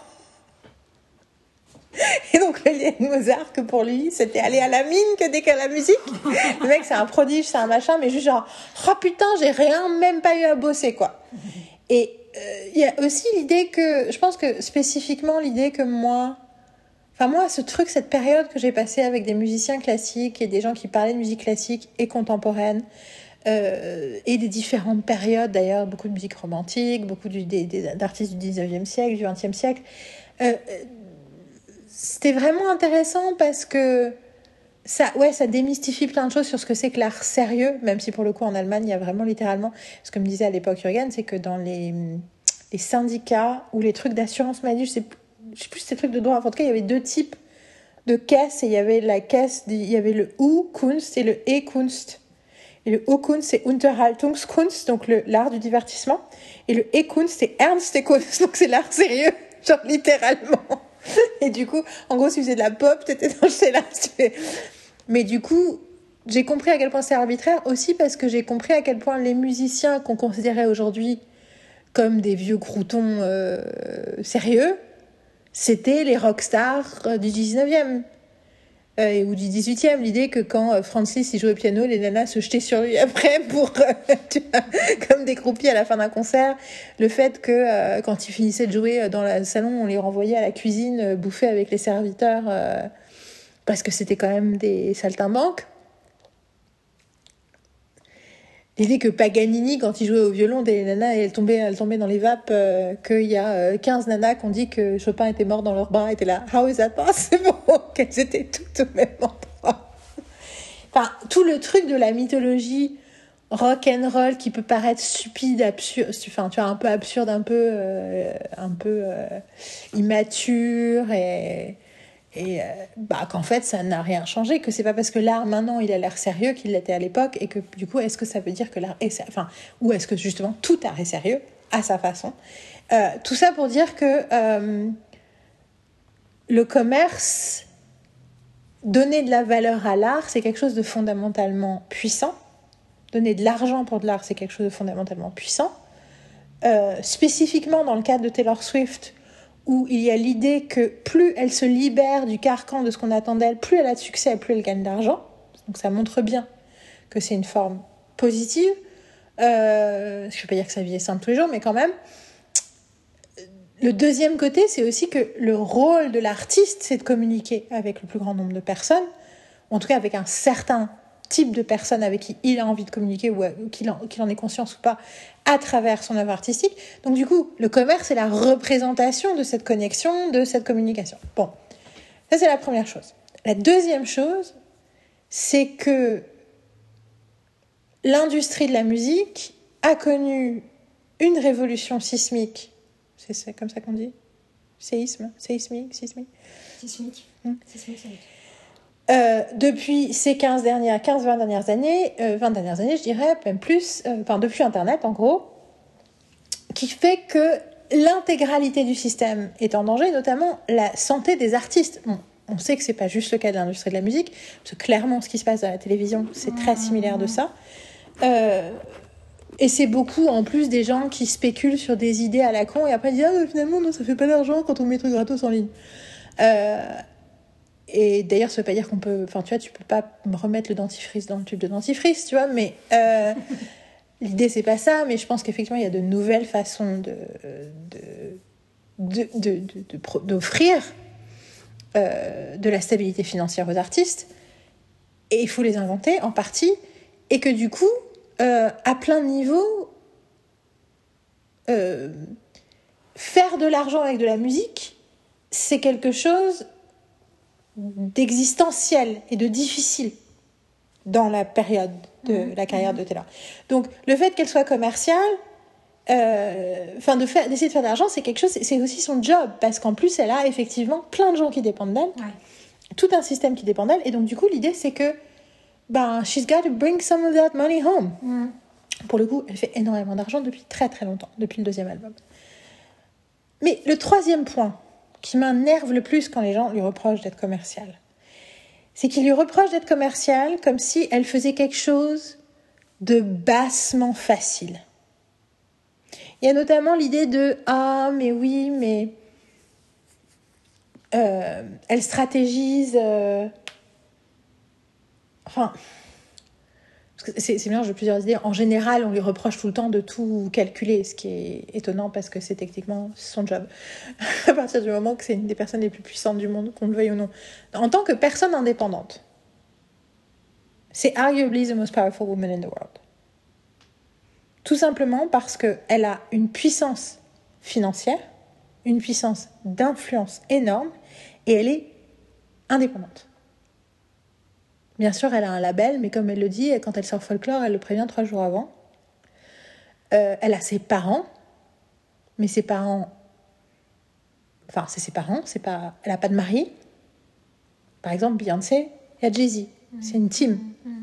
Et donc le lien de Mozart, que pour lui c'était aller à la mine que dès qu'à la musique. Le mec c'est un prodige, c'est un machin, mais juste genre oh putain j'ai même pas eu à bosser quoi. Et il y a aussi l'idée que, je pense que spécifiquement l'idée que moi ce truc, cette période que j'ai passée avec des musiciens classiques et des gens qui parlaient de musique classique et contemporaine, et des différentes périodes d'ailleurs, beaucoup de musique romantique, beaucoup d'artistes du 19e siècle, du 20e siècle, c'était vraiment intéressant parce que ça démystifie plein de choses sur ce que c'est que l'art sérieux, même si pour le coup en Allemagne il y a vraiment littéralement, ce que me disait à l'époque Jürgen, c'est que dans les syndicats ou les trucs d'assurance maladie, je sais plus si c'est trucs de droit, en tout cas il y avait 2 types de caisses, et il y avait il y avait le U-Kunst et le E-Kunst. Et le U-Kunst c'est Unterhaltungskunst, donc l'art du divertissement, et le E-Kunst c'est Ernste Kunst, donc c'est l'art sérieux, genre littéralement. Et du coup, en gros, si tu faisais de la pop, t'étais dans chez l'art. Mais du coup, j'ai compris à quel point c'est arbitraire, aussi parce que j'ai compris à quel point les musiciens qu'on considérait aujourd'hui comme des vieux croutons sérieux, c'était les rockstars du 19e ou du 18e. L'idée que quand Franz Liszt il jouait au piano, les nanas se jetaient sur lui après pour tu vois, comme des croupies à la fin d'un concert. Le fait que quand il finissait de jouer dans le salon, on les renvoyait à la cuisine bouffer avec les serviteurs parce que c'était quand même des saltimbanques. L'idée que Paganini, quand il jouait au violon, des nanas, elles tombaient dans les vapes, qu'il y a 15 nanas qui ont dit que Chopin était mort dans leurs bras, étaient là, how is that possible? Qu'elles étaient toutes au même endroit. Enfin, tout le truc de la mythologie rock and roll qui peut paraître stupide, absurde, enfin, tu vois, un peu absurde, un peu immature qu'en fait ça n'a rien changé, que c'est pas parce que l'art maintenant il a l'air sérieux qu'il l'était à l'époque, et que du coup est-ce que ça veut dire que l'art est ou est-ce que justement tout art est sérieux à sa façon. Tout ça pour dire que le commerce, donner de la valeur à l'art, c'est quelque chose de fondamentalement puissant. Donner de l'argent pour de l'art, c'est quelque chose de fondamentalement puissant. Spécifiquement dans le cadre de Taylor Swift, où il y a l'idée que plus elle se libère du carcan de ce qu'on attend d'elle, plus elle a de succès, plus elle gagne d'argent. Donc ça montre bien que c'est une forme positive. Je ne vais pas dire que sa vie est simple tous les jours, mais quand même. Le deuxième côté, c'est aussi que le rôle de l'artiste, c'est de communiquer avec le plus grand nombre de personnes, ou en tout cas avec un certain type de personnes avec qui il a envie de communiquer, ou qu'il en ait conscience ou pas, à travers son œuvre artistique. Donc du coup, le commerce est la représentation de cette connexion, de cette communication. Bon, ça c'est la première chose. La deuxième chose, c'est que l'industrie de la musique a connu une révolution sismique. C'est comme ça qu'on dit ? Séismique. Sismique. Depuis ces 20 dernières années, je dirais, même plus, depuis Internet en gros, qui fait que l'intégralité du système est en danger, notamment la santé des artistes. Bon, on sait que c'est pas juste le cas de l'industrie de la musique, parce que clairement ce qui se passe à la télévision, c'est très similaire de ça. Et c'est beaucoup en plus des gens qui spéculent sur des idées à la con et après disent finalement non, ça fait pas d'argent quand on met des trucs gratos en ligne. Et d'ailleurs, ça veut pas dire qu'on peut... Enfin, tu vois, tu peux pas remettre le dentifrice dans le tube de dentifrice, tu vois, mais l'idée, c'est pas ça, mais je pense qu'effectivement, il y a de nouvelles façons d'offrir de la stabilité financière aux artistes, et il faut les inventer, en partie, et que du coup, à plein de niveaux, faire de l'argent avec de la musique, c'est quelque chose d'existentiel et de difficile dans la période de la carrière de Taylor. Donc le fait qu'elle soit commerciale, d'essayer de faire de l'argent, c'est quelque chose, c'est aussi son job, parce qu'en plus elle a effectivement plein de gens qui dépendent d'elle, tout un système qui dépend d'elle, et donc du coup l'idée c'est que she's got to bring some of that money home. Pour le coup, elle fait énormément d'argent depuis très très longtemps, depuis le 2e album. Mais le 3e point qui m'énerve le plus quand les gens lui reprochent d'être commerciale, c'est qu'ils lui reprochent d'être commerciale comme si elle faisait quelque chose de bassement facile. Il y a notamment l'idée de elle stratégise... c'est mélange de plusieurs idées. En général, on lui reproche tout le temps de tout calculer, ce qui est étonnant parce que c'est techniquement son job. À partir du moment que c'est une des personnes les plus puissantes du monde, qu'on le veuille ou non. En tant que personne indépendante, c'est arguably the most powerful woman in the world. Tout simplement parce qu'elle a une puissance financière, une puissance d'influence énorme, et elle est indépendante. bien sûr, elle a un label, mais comme elle le dit, quand elle sort Folklore, elle le prévient 3 jours avant. Elle a ses parents, mais ses parents... Enfin, c'est ses parents, c'est pas... Elle n'a pas de mari. Par exemple, Beyoncé, il y a Jay-Z. C'est une team.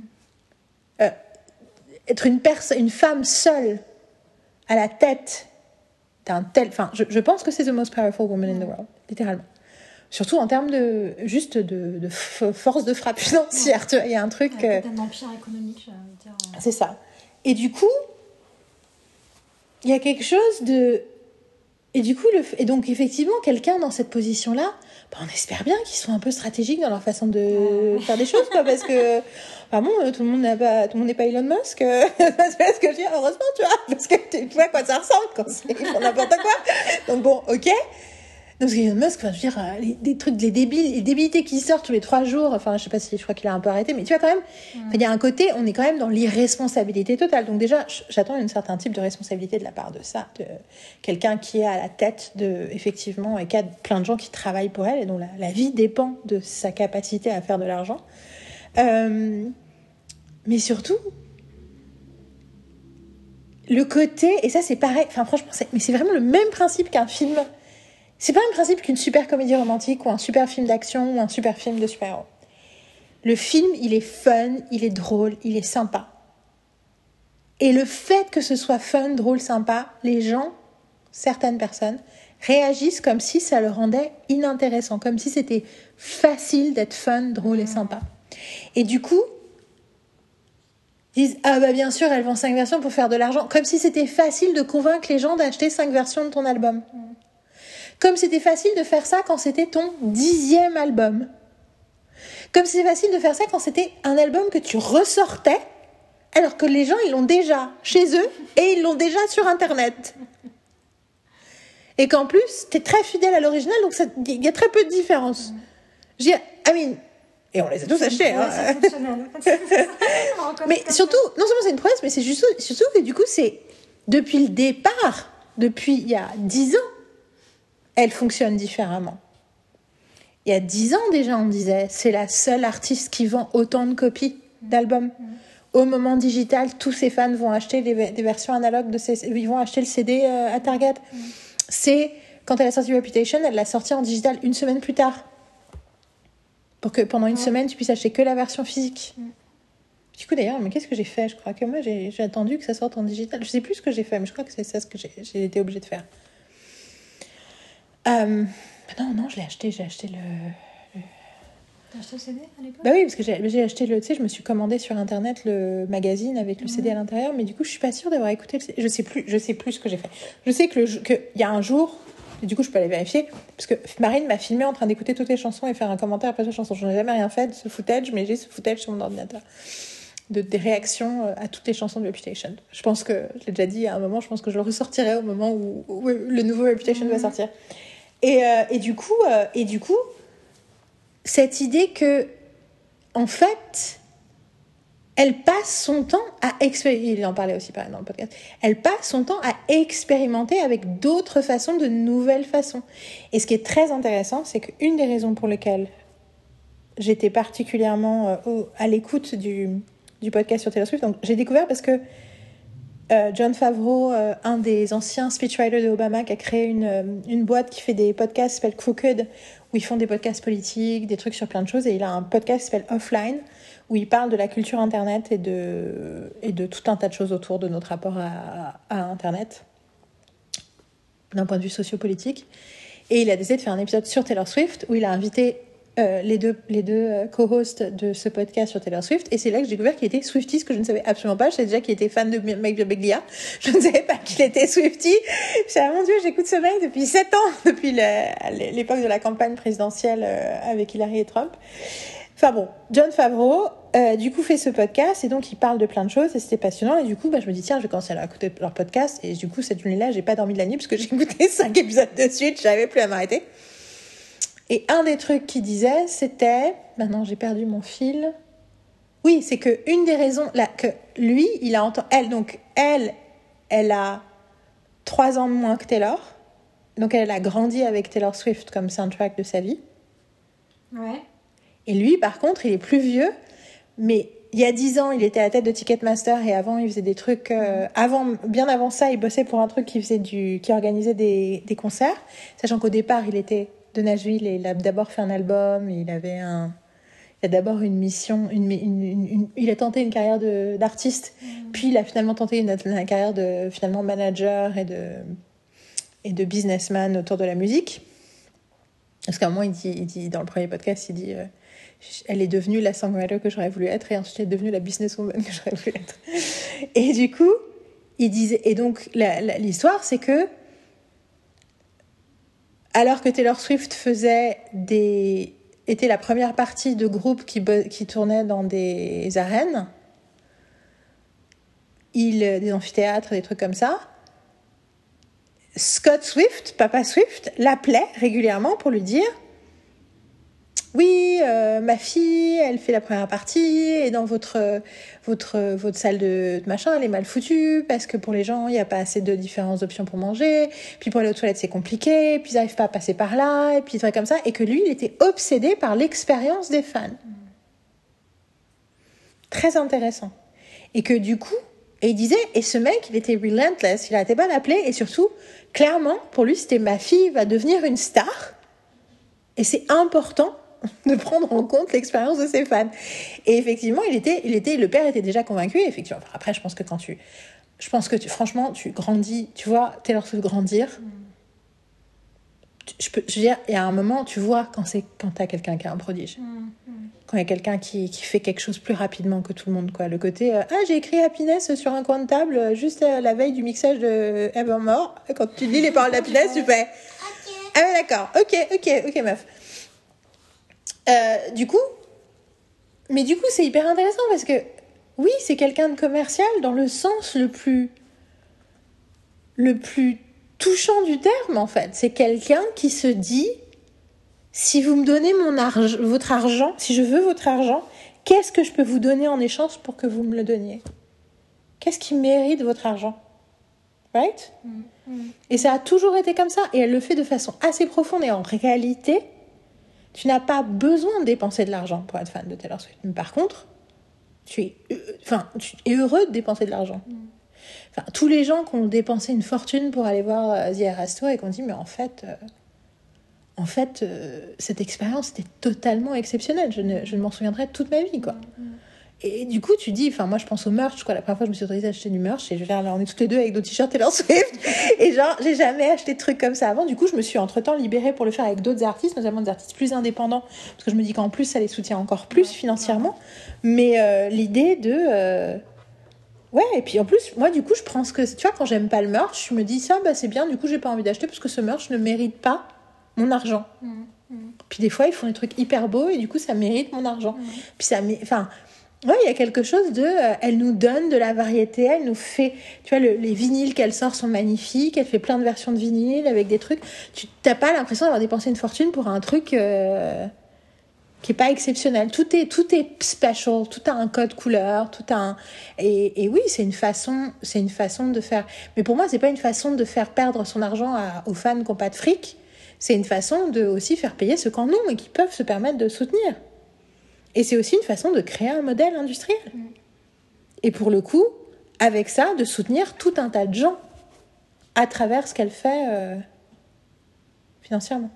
Être une femme seule à la tête d'un tel... Enfin, je pense que c'est the most powerful woman in the world, littéralement. Surtout en termes de force de frappe financière, tu vois, il y a un truc... Un empire économique, j'ai envie de dire. C'est ça. Et du coup, il y a quelque chose de... Et du coup, et donc effectivement, quelqu'un dans cette position-là, on espère bien qu'ils soient un peu stratégiques dans leur façon de faire des choses, quoi, parce que, tout le monde n'est pas Elon Musk. C'est ce que je dis, heureusement, tu vois, parce que tu vois à quoi ça ressemble quand ils font n'importe quoi. Donc bon, ok. Non, parce qu'Elon Musk, je veux dire, des trucs, les débilités qui sortent tous les 3 jours, enfin, je sais pas si, je crois qu'il a un peu arrêté, mais tu vois, quand même, il y a un côté, on est quand même dans l'irresponsabilité totale. Donc déjà, j'attends un certain type de responsabilité de la part de ça, de quelqu'un qui est à la tête effectivement, et qui a plein de gens qui travaillent pour elle, et dont la vie dépend de sa capacité à faire de l'argent. Mais surtout, le côté, et ça c'est pareil, enfin franchement, c'est vraiment le même principe qu'un film. C'est pas le même principe qu'une super comédie romantique ou un super film d'action ou un super film de super-héros. Le film, il est fun, il est drôle, il est sympa. Et le fait que ce soit fun, drôle, sympa, les gens, certaines personnes, réagissent comme si ça le rendait inintéressant, comme si c'était facile d'être fun, drôle et sympa. Et du coup, ils disent « Ah bah bien sûr, elles vendent 5 versions pour faire de l'argent », comme si c'était facile de convaincre les gens d'acheter 5 versions de ton album. Comme c'était facile de faire ça quand c'était ton 10e album. Comme c'était facile de faire ça quand c'était un album que tu ressortais, alors que les gens, ils l'ont déjà chez eux et ils l'ont déjà sur Internet. Et qu'en plus, t'es très fidèle à l'original, donc il y a très peu de différence. Je dis, et on les a tous achetés. Ouais, c'est fonctionnel. Mais surtout, non seulement c'est une prouesse, mais c'est surtout que du coup, c'est depuis le départ, depuis il y a 10 ans, elle fonctionne différemment. Il y a 10 ans déjà, on disait, c'est la seule artiste qui vend autant de copies d'albums. Au moment digital, tous ses fans vont acheter des versions analogues, ils vont acheter le CD à Target. C'est, quand elle a sorti Reputation, elle l'a sorti en digital 1 semaine plus tard. Pour que pendant 1 semaine, tu puisses acheter que la version physique. Du coup, d'ailleurs, mais qu'est-ce que j'ai fait ? Je crois que moi, j'ai attendu que ça sorte en digital. Je sais plus ce que j'ai fait, mais je crois que c'est ça ce que j'ai été obligée de faire. Non, je l'ai acheté. J'ai acheté le... T'as acheté le CD à l'époque ? Bah oui, parce que j'ai acheté le... Tu sais, je me suis commandé sur Internet le magazine avec le CD à l'intérieur, mais du coup, je suis pas sûre d'avoir écouté le CD. Je sais plus ce que j'ai fait. Je sais que y a un jour, et du coup, je peux aller vérifier, parce que Marine m'a filmé en train d'écouter toutes les chansons et faire un commentaire après chaque chanson. Je n'ai jamais rien fait de ce footage, mais j'ai ce footage sur mon ordinateur. Des réactions à toutes les chansons de Reputation. Je pense que, je l'ai déjà dit à un moment, je pense que je le ressortirai au moment où le nouveau Reputation va sortir. Et du coup, cette idée que, en fait, elle passe son temps à expérimenter. Il en parlait aussi pareil dans le podcast. Elle passe son temps à expérimenter avec d'autres façons, de nouvelles façons. Et ce qui est très intéressant, c'est qu'une des raisons pour lesquelles j'étais particulièrement à l'écoute du podcast sur Taylor Swift, donc j'ai découvert parce que Jon Favreau, un des anciens speechwriters de Obama, qui a créé une boîte qui fait des podcasts qui s'appelle Crooked, où ils font des podcasts politiques, des trucs sur plein de choses, et il a un podcast qui s'appelle Offline, où il parle de la culture Internet et de tout un tas de choses autour de notre rapport à Internet, d'un point de vue sociopolitique. Et il a décidé de faire un épisode sur Taylor Swift, où il a invité les deux co-hosts de ce podcast sur Taylor Swift, et c'est là que j'ai découvert qu'il était Swiftie, ce que je ne savais absolument pas. Je savais déjà qu'il était fan de Mike Birbiglia, je ne savais pas qu'il était Swiftie. Je disais, mon Dieu, j'écoute ce mec depuis 7 ans, depuis l'époque de la campagne présidentielle avec Hillary et Trump. Enfin bon, Jon Favreau du coup fait ce podcast, et donc il parle de plein de choses, et c'était passionnant, et du coup je me dis tiens, je vais commencer à écouter leur podcast, et du coup cette journée-là j'ai pas dormi de la nuit parce que j'ai écouté 5 épisodes de suite, j'avais plus à m'arrêter. Et un des trucs qu'il disait, c'était... Maintenant, j'ai perdu mon fil. Oui, c'est que une des raisons... que lui, il a entendu... Elle a 3 ans de moins que Taylor. Donc, elle a grandi avec Taylor Swift comme soundtrack de sa vie. Ouais. Et lui, par contre, il est plus vieux. Mais il y a 10 ans, il était à la tête de Ticketmaster et avant, il faisait des trucs... bien avant ça, il bossait pour un truc qui organisait des concerts. Sachant qu'au départ, il était de Nashville et il a d'abord fait un album. Il a d'abord une mission... il a tenté une carrière d'artiste. Puis il a finalement tenté une carrière de finalement manager et de businessman autour de la musique. Parce qu'à un moment, il dit dans le premier podcast, il dit... elle est devenue la songwriter que j'aurais voulu être et ensuite elle est devenue la businesswoman que j'aurais voulu être. Et du coup, il disait... Et donc, l'histoire, c'est que alors que Taylor Swift était la première partie de groupes qui tournaient dans des arènes, des amphithéâtres, des trucs comme ça, Scott Swift, Papa Swift, l'appelait régulièrement pour lui dire « Oui, ma fille, elle fait la première partie et dans votre salle de machin, elle est mal foutue parce que pour les gens, il n'y a pas assez de différentes options pour manger. Puis pour aller aux toilettes, c'est compliqué. Puis ils n'arrivent pas à passer par là. Et puis des trucs comme ça. » Et que lui, il était obsédé par l'expérience des fans. Très intéressant. Et que du coup, et il disait, et ce mec, il était relentless. Il n'arrêtait pas d'appeler. Et surtout, clairement, pour lui, c'était ma fille va devenir une star. Et c'est important de prendre en compte l'expérience de ses fans. Et effectivement, le père était déjà convaincu. Effectivement, après, je pense que franchement, tu grandis, tu vois Taylor Swift grandir. Je veux dire, il y a un moment, tu vois quand t'as quelqu'un qui est un prodige. Quand il y a quelqu'un qui fait quelque chose plus rapidement que tout le monde, quoi. Le côté, j'ai écrit Happiness sur un coin de table juste la veille du mixage de Evermore. Quand tu lis les paroles d'Happiness, tu fais ah ouais, d'accord, ok, meuf. Du coup, c'est hyper intéressant parce que oui, c'est quelqu'un de commercial dans le sens le plus touchant du terme, en fait. C'est quelqu'un qui se dit, si vous me donnez votre argent, si je veux votre argent, qu'est-ce que je peux vous donner en échange pour que vous me le donniez? Qu'est-ce qui mérite votre argent? Right? Et ça a toujours été comme ça. Et elle le fait de façon assez profonde. Et en réalité, tu n'as pas besoin de dépenser de l'argent pour être fan de Taylor Swift. Mais par contre, tu es heureux de dépenser de l'argent. Enfin, tous les gens qui ont dépensé une fortune pour aller voir The Eras Tour et qui ont dit, mais en fait, cette expérience était totalement exceptionnelle. Je ne m'en souviendrai toute ma vie, quoi. Et du coup, tu dis, enfin, moi, je pense au merch, quoi. La première fois, je me suis autorisée à acheter du merch, et je veux dire, là, on est toutes les deux avec nos t-shirts Taylor Swift, et genre, j'ai jamais acheté de trucs comme ça avant. Du coup, je me suis entre-temps libérée pour le faire avec d'autres artistes, notamment des artistes plus indépendants, parce que je me dis qu'en plus, ça les soutient encore plus financièrement. Mais l'idée de... Ouais, et puis en plus, moi, du coup, je prends ce que... Tu vois, quand j'aime pas le merch, je me dis, ça, c'est bien, du coup, j'ai pas envie d'acheter, parce que ce merch ne mérite pas mon argent. Puis des fois, ils font des trucs hyper beaux, et du coup, ça mérite mon argent. Puis ça... Enfin... Ouais, il y a quelque chose de... elle nous donne de la variété, elle nous fait... Tu vois, les vinyles qu'elle sort sont magnifiques, elle fait plein de versions de vinyles avec des trucs... Tu n'as pas l'impression d'avoir dépensé une fortune pour un truc qui est pas exceptionnel. Tout est special, tout a un code couleur, tout a un... Et oui, c'est une façon de faire... Mais pour moi, c'est pas une façon de faire perdre son argent aux fans qui n'ont pas de fric. C'est une façon de aussi faire payer ceux qui en ont et qui peuvent se permettre de soutenir. Et c'est aussi une façon de créer un modèle industriel. Et pour le coup, avec ça, de soutenir tout un tas de gens à travers ce qu'elle fait financièrement.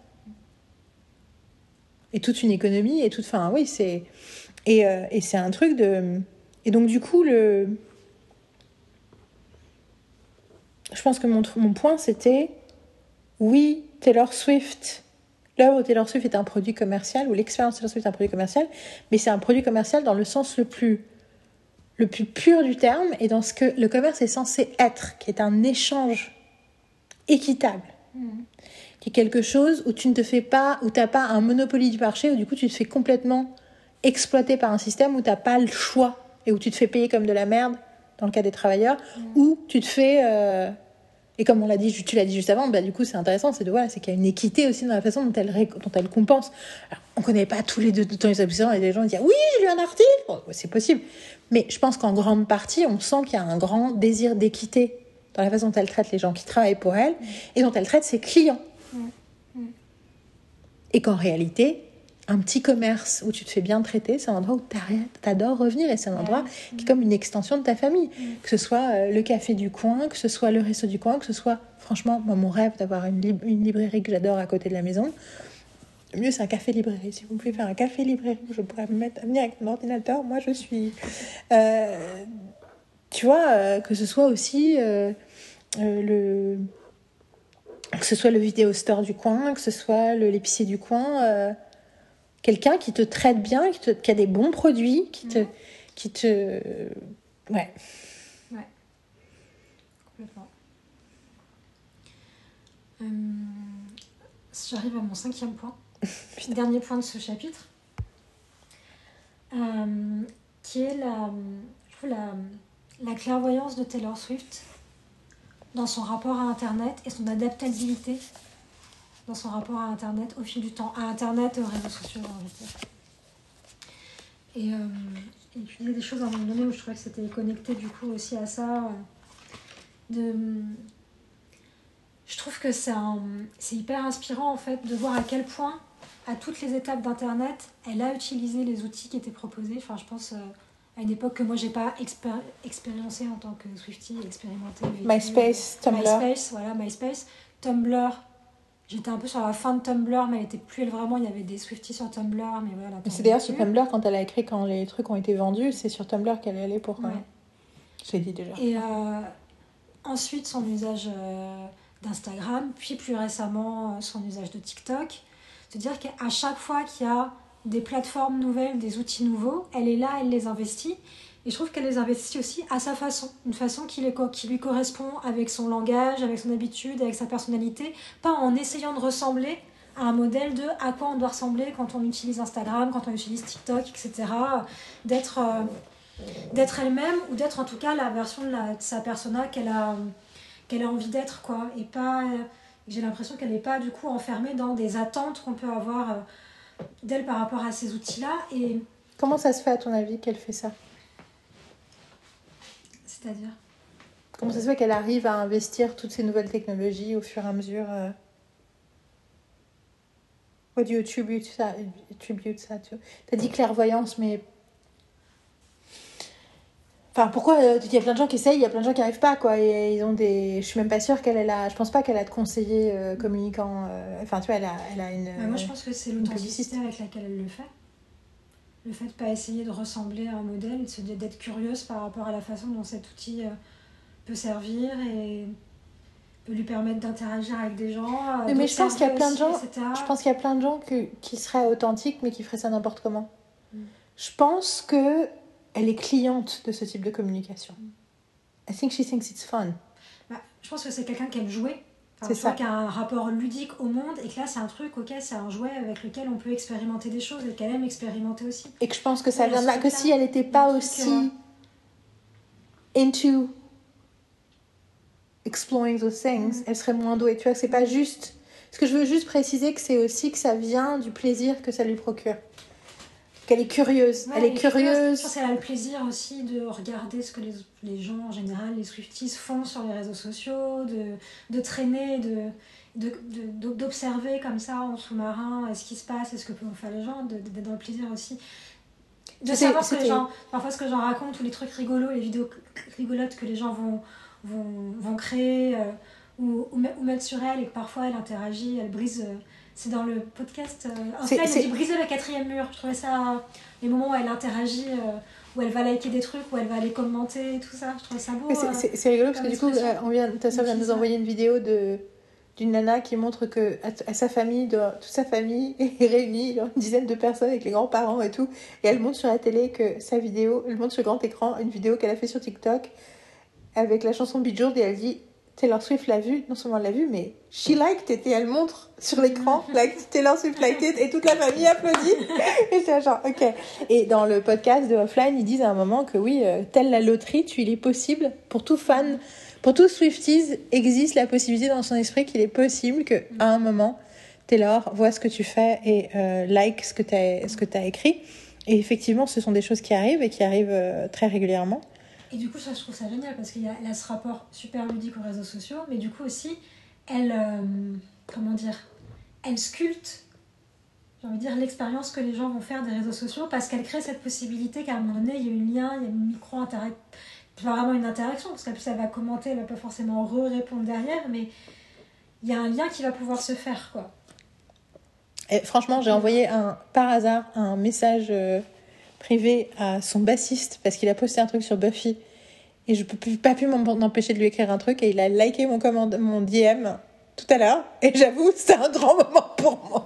Et toute une économie, et toute... Enfin, oui, c'est... Et c'est un truc de... Et donc, du coup, je pense que mon point, c'était... Oui, Taylor Swift... L'œuvre Taylor Swift est un produit commercial, ou l'expérience Taylor Swift est un produit commercial, mais c'est un produit commercial dans le sens le plus pur du terme, et dans ce que le commerce est censé être, qui est un échange équitable, qui est quelque chose où tu ne te fais pas, où tu n'as pas un monopole du marché, où du coup tu te fais complètement exploiter par un système où tu n'as pas le choix, et où tu te fais payer comme de la merde, dans le cas des travailleurs, où tu te fais... Et comme tu l'as dit juste avant, du coup c'est intéressant, c'est qu'il y a une équité aussi dans la façon dont elle compense. Alors, on ne connaît pas tous les deux dans les épisodes, et les gens disent oui, j'ai lu un article, bon, c'est possible. Mais je pense qu'en grande partie, on sent qu'il y a un grand désir d'équité dans la façon dont elle traite les gens qui travaillent pour elle et dont elle traite ses clients. Et qu'en réalité, un petit commerce où tu te fais bien traiter, c'est un endroit où t'adores revenir et c'est un endroit qui est comme une extension de ta famille. Que ce soit le café du coin, que ce soit le resto du coin, que ce soit, franchement, moi, mon rêve d'avoir une librairie que j'adore à côté de la maison. Le mieux, c'est un café-librairie. Si vous pouvez faire un café-librairie où je pourrais me mettre à venir avec mon ordinateur, moi, je suis... tu vois, que ce soit aussi que ce soit le vidéo store du coin, que ce soit l'épicier du coin, quelqu'un qui te traite bien, qui a des bons produits, qui te... Ouais. Ouais, complètement. J'arrive à mon 5e point, dernier point de ce chapitre, qui est la clairvoyance de Taylor Swift dans son rapport à Internet et son adaptabilité dans son rapport à Internet au fil du temps, à Internet et aux réseaux sociaux, en fait. Et tu disais des choses à un moment donné où je trouvais que c'était connecté du coup aussi à ça. Je trouve que c'est hyper inspirant en fait de voir à quel point, à toutes les étapes d'Internet, elle a utilisé les outils qui étaient proposés. Enfin, je pense à une époque que moi j'ai pas expérimenté en tant que Swiftie, expérimenté. MySpace, Tumblr. MySpace, Tumblr. J'étais un peu sur la fin de Tumblr, mais elle était plus vraiment. Il y avait des Swifties sur Tumblr, mais voilà. C'est d'ailleurs sur Tumblr, quand elle a écrit quand les trucs ont été vendus, c'est sur Tumblr qu'elle est allée pour. Je l'ai dit déjà. Et ensuite, son usage d'Instagram, puis plus récemment, son usage de TikTok. C'est-à-dire qu'à chaque fois qu'il y a des plateformes nouvelles, des outils nouveaux, elle est là, elle les investit. Et je trouve qu'elle les investit aussi à sa façon, une façon qui lui correspond avec son langage, avec son habitude, avec sa personnalité, pas en essayant de ressembler à un modèle de à quoi on doit ressembler quand on utilise Instagram, quand on utilise TikTok, etc. D'être elle-même ou d'être en tout cas la version de sa persona qu'elle a envie d'être, quoi. Et pas, j'ai l'impression qu'elle n'est pas du coup enfermée dans des attentes qu'on peut avoir d'elle par rapport à ces outils-là. Et comment ça se fait à ton avis qu'elle fait ça ? C'est-à-dire ? Comment ça se fait qu'elle arrive à investir toutes ces nouvelles technologies au fur et à mesure What do you attribute ça to? T'as dit clairvoyance, mais... Enfin, pourquoi il y a plein de gens qui essayent, il y a plein de gens qui n'y arrivent pas, quoi. Et ils ont des... Je suis même pas sûre je pense pas qu'elle a de conseiller communicant. Enfin, tu vois, elle a une... moi, je pense que c'est l'authenticité avec laquelle elle le fait. Le fait de ne pas essayer de ressembler à un modèle et d'être curieuse par rapport à la façon dont cet outil peut servir et peut lui permettre d'interagir avec des gens. Mais je pense qu'il y a plein de gens, etc. je pense qu'il y a plein de gens qui seraient authentiques mais qui feraient ça n'importe comment. Je pense que elle est cliente de ce type de communication. I think she thinks it's fun. Je pense que c'est quelqu'un qui aime jouer. C'est ça. Qui a un rapport ludique au monde et que là c'est un truc, c'est un jouet avec lequel on peut expérimenter des choses et qu'elle aime expérimenter aussi. Et que je pense que ça vient de là, que si elle n'était pas aussi into exploring those things, elle serait moins douée. Tu vois, c'est pas juste... Ce que je veux juste préciser, que c'est aussi que ça vient du plaisir que ça lui procure. Qu'elle est curieuse. Elle est curieuse. Je pense qu'elle a le plaisir aussi de regarder ce que les gens, en général, les Swifties, font sur les réseaux sociaux, de traîner, d'observer comme ça en sous-marin ce qui se passe et ce que peuvent faire les gens, d'être dans le plaisir aussi. De savoir ce que les gens, parfois ce que les gens racontent, ou les trucs rigolos, les vidéos rigolotes que les gens vont créer ou mettre sur elle et que parfois elle interagit, elle brise... C'est dans le podcast. En fait, elle dit briser le 4e mur. Je trouvais ça. Les moments où elle interagit, où elle va liker des trucs, où elle va les commenter, tout ça. Je trouvais ça beau. C'est rigolo parce que du coup, ta soeur vient de nous envoyer une vidéo d'une nana qui montre que à sa famille, toute sa famille est réunie, une dizaine de personnes avec les grands-parents et tout. Et elle montre sur la télé que sa vidéo, elle montre sur grand écran une vidéo qu'elle a fait sur TikTok avec la chanson Bejeweled et elle dit. Taylor Swift l'a vu, non seulement elle l'a vu, mais she liked it et elle montre sur l'écran, like Taylor Swift liked it et toute la famille applaudit. Et c'est genre, ok. Et dans le podcast de Offline, ils disent à un moment que oui, telle la loterie, il est possible, pour tout fan, pour tout Swifties, existe la possibilité dans son esprit qu'il est possible qu'à un moment, Taylor voit ce que tu fais et like ce que t'as écrit. Et effectivement, ce sont des choses qui arrivent et qui arrivent très régulièrement. Et du coup, ça, je trouve ça génial parce qu'il y a ce rapport super ludique aux réseaux sociaux, mais du coup aussi, elle sculpte, j'ai envie de dire, l'expérience que les gens vont faire des réseaux sociaux, parce qu'elle crée cette possibilité qu'à un moment donné, il y a un lien, il y a une micro-interaction, pas vraiment une interaction, parce qu'en plus elle va commenter, elle va pas forcément répondre derrière, mais il y a un lien qui va pouvoir se faire, quoi. Et franchement, j'ai envoyé par hasard un message privé à son bassiste parce qu'il a posté un truc sur Buffy et je peux pas pu m'empêcher de lui écrire un truc et il a liké mon DM tout à l'heure et j'avoue c'était un grand moment pour moi.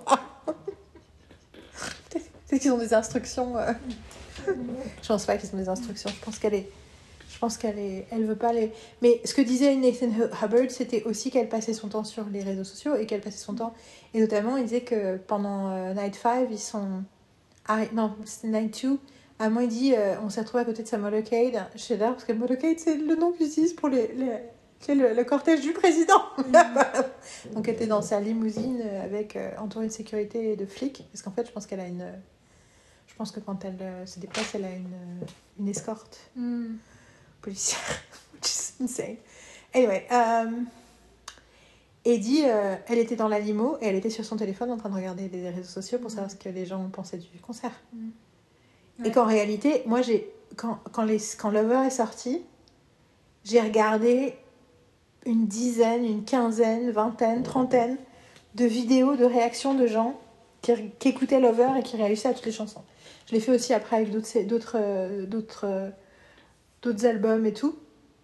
Peut-être qu'ils ont des instructions. Je pense pas qu'ils ont des instructions. Je pense qu'elle veut pas les. Mais ce que disait Nathan Hubbard, c'était aussi qu'elle passait son temps sur les réseaux sociaux et qu'elle passait son temps. Et notamment, il disait que pendant Night 5, ils sont. Non, c'était Night 2. À un moment, il dit on s'est retrouvé à côté de sa motorcade. Je sais là, parce que le motorcade, c'est le nom qu'ils utilisent pour le cortège du président. Donc, elle était dans sa limousine avec entourée de sécurité et de flics. Parce qu'en fait, je pense qu'elle a une. Je pense que quand elle se déplace, elle a une escorte. Policière, which is insane. Anyway, et dit, elle était dans la limo et elle était sur son téléphone en train de regarder les réseaux sociaux pour savoir ce que les gens pensaient du concert. Ouais. Et qu'en réalité, moi, quand Lover est sorti, j'ai regardé une dizaine, une quinzaine, vingtaine, trentaine de vidéos de réactions de gens qui écoutaient Lover et qui réagissaient à toutes les chansons. Je l'ai fait aussi après avec d'autres albums et tout.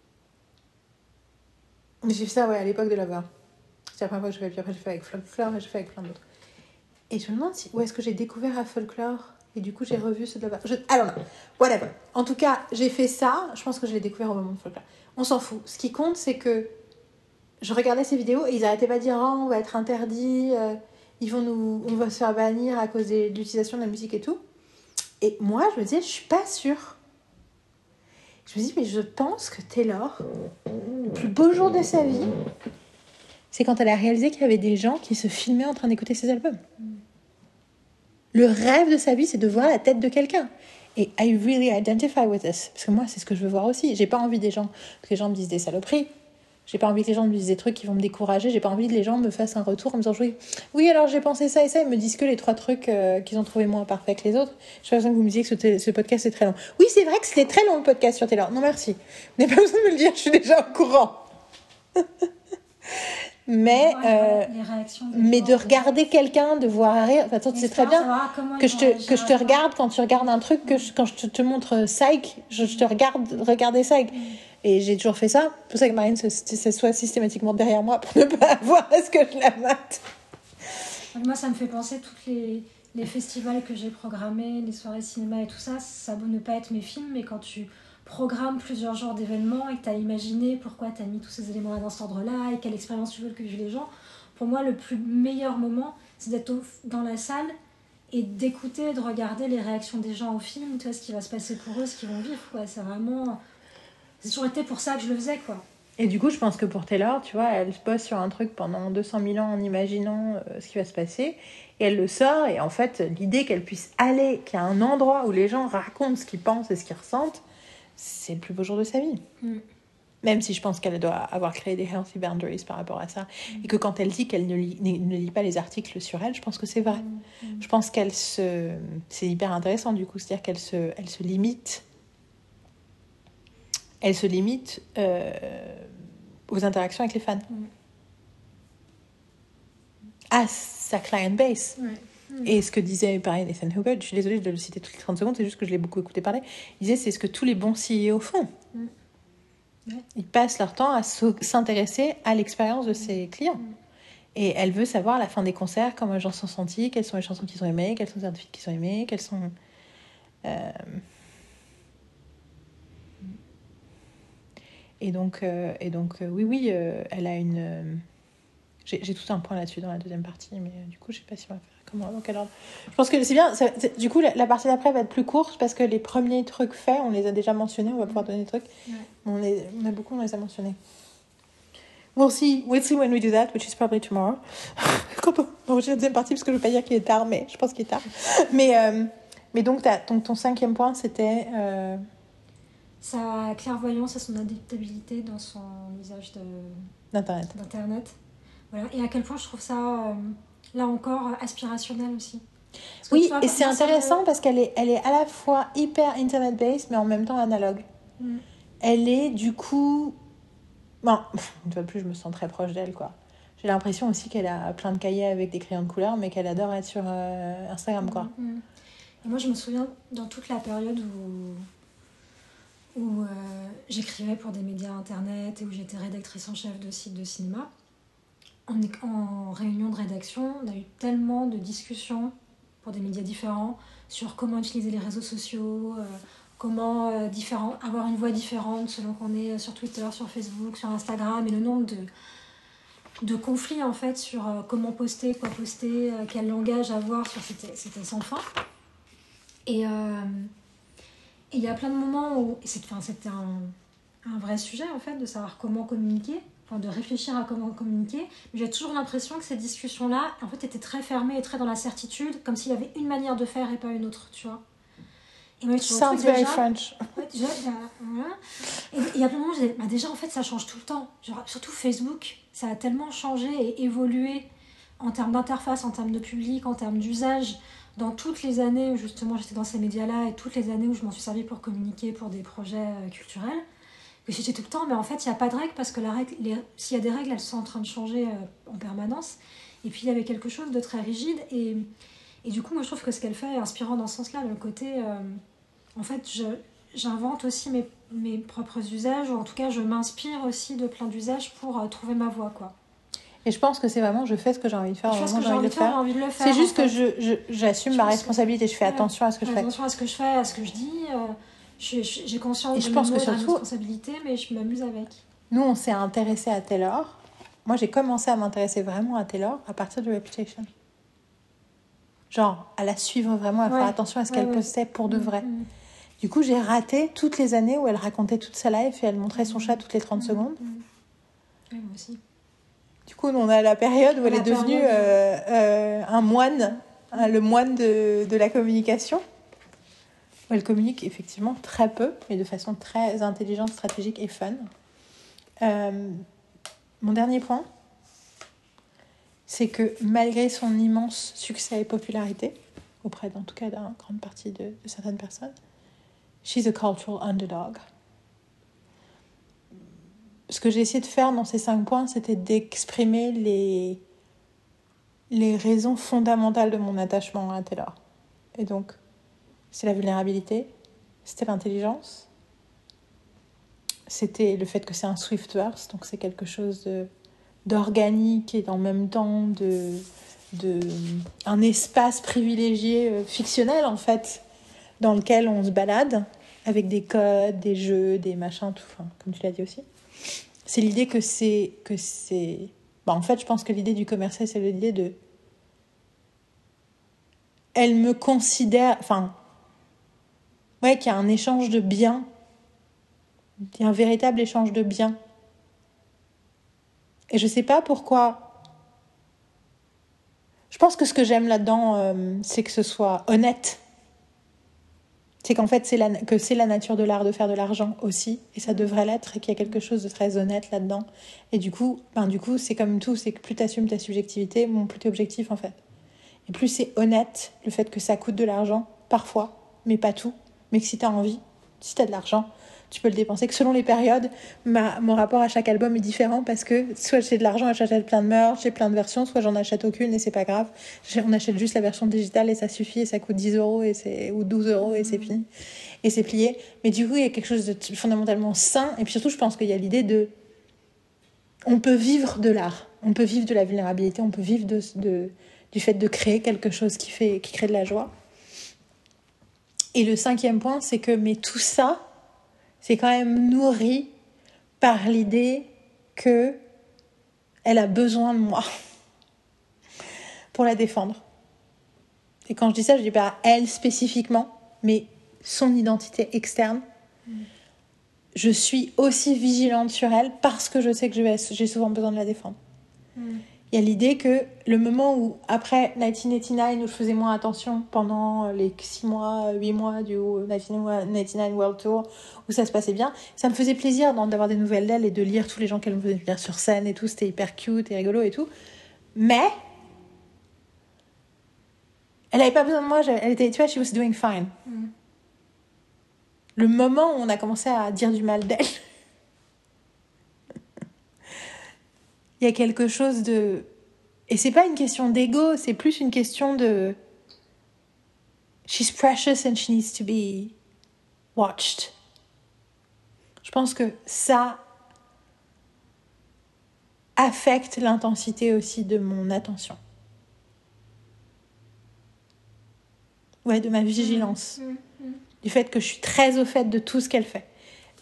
Mais j'ai fait ça à l'époque de Lover. C'est la première fois que je fais. Puis après j'ai fait avec Folklore et j'ai fait avec plein d'autres. Et je me demande où est-ce que j'ai découvert à Folklore et du coup j'ai revu ceux de Lover. I don't know. Whatever. En tout cas, j'ai fait ça. Je pense que je l'ai découvert au moment de Folklore. On s'en fout. Ce qui compte, c'est que je regardais ces vidéos et ils arrêtaient pas de dire on va être interdit, on va se faire bannir à cause de l'utilisation de la musique et tout. Et moi, je me disais, je suis pas sûre. Je me dis, mais je pense que Taylor, le plus beau jour de sa vie, c'est quand elle a réalisé qu'il y avait des gens qui se filmaient en train d'écouter ses albums. Le rêve de sa vie, c'est de voir la tête de quelqu'un. Et I really identify with this. Parce que moi, c'est ce que je veux voir aussi. J'ai pas envie que les gens me disent des saloperies. J'ai pas envie que les gens me disent des trucs qui vont me décourager. J'ai pas envie que les gens me fassent un retour en me disant oui, alors j'ai pensé ça et ça. Ils me disent que les 3 trucs qu'ils ont trouvé moins parfaits que les autres. Je suis pas besoin que vous me disiez que ce podcast est très long. Oui, c'est vrai que c'était très long le podcast sur Taylor. Non, merci. Vous n'avez pas besoin de me le dire, je suis déjà au courant. Mais de regarder quelqu'un, de voir rire. Enfin, c'est très bien que je te regarde quand tu regardes un truc, quand je te montre Psych, je te regarder Psych. Et j'ai toujours fait ça. C'est pour ça que Marine se soit systématiquement derrière moi pour ne pas voir à ce que je la mate. Moi, ça me fait penser tous les festivals que j'ai programmés, les soirées cinéma et tout ça. Ça peut ne pas être mes films, mais quand tu programmes plusieurs genres d'événements et que tu as imaginé pourquoi tu as mis tous ces éléments dans cet ordre-là et quelle expérience tu veux que vivent les gens, pour moi, le meilleur moment, c'est d'être dans la salle et d'écouter, de regarder les réactions des gens au film, tu vois, ce qui va se passer pour eux, ce qu'ils vont vivre, quoi. C'est vraiment... C'est toujours été pour ça que je le faisais, quoi. Et du coup, je pense que pour Taylor, tu vois, elle se bosse sur un truc pendant 200 000 ans en imaginant ce qui va se passer. Et elle le sort. Et en fait, l'idée qu'elle puisse aller, qu'il y a un endroit où les gens racontent ce qu'ils pensent et ce qu'ils ressentent, c'est le plus beau jour de sa vie. Même si je pense qu'elle doit avoir créé des healthy boundaries par rapport à ça. Et que quand elle dit qu'elle ne lit pas les articles sur elle, je pense que c'est vrai. Je pense c'est hyper intéressant, du coup. C'est-à-dire qu'elle se limite... Elle se limite aux interactions avec les fans. À sa client base. Et ce que disait, pareil, Nathan Hubbard, je suis désolée de le citer toutes les 30 secondes, c'est juste que je l'ai beaucoup écouté parler, il disait c'est ce que tous les bons CEO font. Ils passent leur temps à s'intéresser à l'expérience de ses clients. Et elle veut savoir à la fin des concerts comment les gens se sont sentis, quelles sont les chansons qu'ils ont aimées, quels sont les outfits qu'ils ont aimés, quels sont... Et donc, oui, elle a une... J'ai tout un point là-dessus dans la deuxième partie, mais du coup, je sais pas si on va faire comment, dans quel ordre. Je pense que c'est bien. Du coup, la partie d'après va être plus courte parce que les premiers trucs faits, on les a déjà mentionnés. On va pouvoir donner des trucs. On les a mentionnés. We'll see when we do that, which is probably tomorrow. Quand on enregistre la deuxième partie, parce que je veux pas dire qu'il est tard, mais je pense qu'il est tard. Mais donc, ton 5e point, c'était... sa clairvoyance et son adaptabilité dans son usage d'Internet. Voilà. Et à quel point je trouve ça, là encore, aspirationnel aussi. Parce que Oui, toi, et c'est moi, ça me- intéressant parce qu'elle est à la fois hyper internet-based, mais en même temps analogue. Mm. Elle est du coup... Bon, une fois de plus, je me sens très proche d'elle, quoi. J'ai l'impression aussi qu'elle a plein de cahiers avec des crayons de couleur, mais qu'elle adore être sur Instagram, quoi. Et moi, je me souviens, dans toute la période où j'écrivais pour des médias internet et où j'étais rédactrice en chef de sites de cinéma, en réunion de rédaction, on a eu tellement de discussions pour des médias différents sur comment utiliser les réseaux sociaux, comment avoir une voix différente selon qu'on est sur Twitter, sur Facebook, sur Instagram, et le nombre de conflits en fait sur comment poster, quoi poster, quel langage avoir, c'était sans fin. Et il y a plein de moments où c'était un vrai sujet en fait de savoir comment communiquer, enfin de réfléchir à comment communiquer. Mais j'ai toujours l'impression que ces discussions-là en fait étaient très fermées et très dans la certitude, comme s'il y avait une manière de faire et pas une autre, tu vois. Et moi, Sounds very French. Ouais, déjà, voilà. Et il y a plein de moments où je disais, déjà en fait ça change tout le temps. Genre, surtout Facebook, ça a tellement changé et évolué en termes d'interface, en termes de public, en termes d'usage. Dans toutes les années où justement j'étais dans ces médias-là et toutes les années où je m'en suis servi pour communiquer pour des projets culturels, que j'étais tout le temps, mais en fait il n'y a pas de règles parce que s'il y a des règles, elles sont en train de changer en permanence. Et puis il y avait quelque chose de très rigide et du coup moi je trouve que ce qu'elle fait est inspirant dans ce sens-là, le côté en fait j'invente aussi mes propres usages, ou en tout cas je m'inspire aussi de plein d'usages pour trouver ma voie, quoi. Et je pense que c'est vraiment, je fais ce que j'ai envie de faire, Je fais ce que j'ai envie de j'ai envie de le faire. C'est juste en que fait. j'assume ma responsabilité, je fais attention à ce que je fais. Attention à ce que je fais, à ce que je dis. J'ai conscience Et de je mes pense mots, que de la surtout, responsabilité, mais je m'amuse avec. nous, on s'est intéressé à Taylor. Moi, j'ai commencé à m'intéresser vraiment à Taylor à partir de Reputation. Genre, à la suivre vraiment, à faire attention à ce qu'elle postait pour de vrai. Du coup, j'ai raté toutes les années où elle racontait toute sa life et elle montrait son chat toutes les 30 secondes. Oui, moi aussi. Du coup, on a la période où elle est devenue un moine, le moine de la communication. Où elle communique effectivement très peu, mais de façon très intelligente, stratégique et fun. Mon dernier point, c'est que malgré son immense succès et popularité, auprès en tout cas d'une grande partie de certaines personnes, she's a cultural underdog. Ce que j'ai essayé de faire dans ces 5 points, c'était d'exprimer les raisons fondamentales de mon attachement à Taylor. Et donc, c'est la vulnérabilité, c'était l'intelligence, c'était le fait que c'est un Swiftverse, donc c'est quelque chose d'organique et en même temps un espace privilégié fictionnel en fait, dans lequel on se balade avec des codes, des jeux, des machins, tout, enfin, comme tu l'as dit aussi. C'est l'idée que c'est... en fait, je pense que l'idée du commercial, c'est l'idée de... Elle me considère... Enfin, ouais, qu'il y a un échange de biens. Il y a un véritable échange de biens. Et je sais pas pourquoi... Je pense que ce que j'aime là-dedans, c'est que ce soit honnête. C'est qu'en fait, c'est la nature de l'art de faire de l'argent aussi, et ça devrait l'être, et qu'il y a quelque chose de très honnête là-dedans. Et du coup, c'est comme tout, c'est que plus tu assumes ta subjectivité, plus tu es objectif en fait. Et plus c'est honnête, le fait que ça coûte de l'argent, parfois, mais pas tout, mais que si tu as envie, si tu as de l'argent, tu peux le dépenser, que selon les périodes, mon rapport à chaque album est différent, parce que soit j'ai de l'argent et j'achète plein de merch, j'ai plein de versions, soit j'en achète aucune et c'est pas grave. On achète juste la version digitale et ça suffit, et ça coûte 10 € ou 12 € et c'est fini. Et c'est plié. Mais du coup, il y a quelque chose de fondamentalement sain, et puis surtout, je pense qu'il y a l'idée de... On peut vivre de l'art, on peut vivre de la vulnérabilité, on peut vivre du fait de créer quelque chose qui crée de la joie. Et le 5e point, c'est que tout ça, c'est quand même nourri par l'idée qu'elle a besoin de moi pour la défendre. Et quand je dis ça, je dis pas elle spécifiquement, mais son identité externe. Je suis aussi vigilante sur elle parce que je sais que j'ai souvent besoin de la défendre. Il y a l'idée que le moment où, après 1989, où je faisais moins attention pendant les 6 mois, 8 mois du 1999 World Tour, où ça se passait bien, ça me faisait plaisir d'avoir des nouvelles d'elle et de lire tous les gens qu'elle me faisait lire sur scène et tout, c'était hyper cute et rigolo et tout. Mais Elle avait pas besoin de moi, elle était, tu vois, she was doing fine. Le moment où on a commencé à dire du mal d'elle, il y a quelque chose de... Et c'est pas une question d'ego, c'est plus une question de... She's precious and she needs to be watched. Je pense que ça affecte l'intensité aussi de mon attention. Ouais, de ma vigilance. Du fait que je suis très au fait de tout ce qu'elle fait.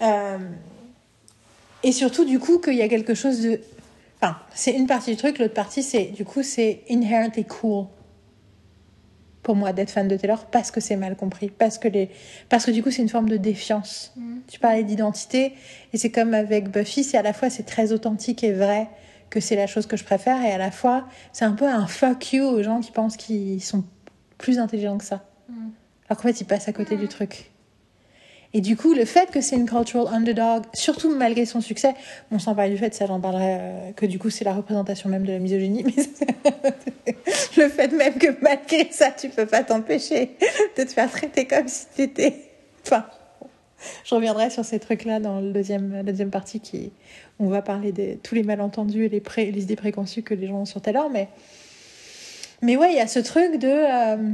Et surtout, du coup, qu'il y a quelque chose de... Enfin, c'est une partie du truc, l'autre partie, c'est inherently cool pour moi d'être fan de Taylor, parce que c'est mal compris, parce que du coup, c'est une forme de défiance. Tu parlais d'identité, et c'est comme avec Buffy, c'est à la fois, c'est très authentique et vrai, que c'est la chose que je préfère, et à la fois, c'est un peu un fuck you aux gens qui pensent qu'ils sont plus intelligents que ça. Alors qu'en fait, ils passent à côté du truc. Et du coup, le fait que c'est une cultural underdog, surtout malgré son succès, on s'en parle du fait, ça j'en parlerai, que du coup c'est la représentation même de la misogynie, mais le fait même que malgré ça, tu peux pas t'empêcher de te faire traiter comme si t'étais... Enfin, je reviendrai sur ces trucs-là dans la deuxième partie où on va parler de tous les malentendus et les idées préconçues que les gens ont sur Taylor, mais ouais, il y a ce truc de...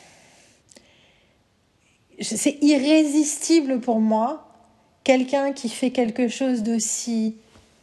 c'est irrésistible pour moi, quelqu'un qui fait quelque chose d'aussi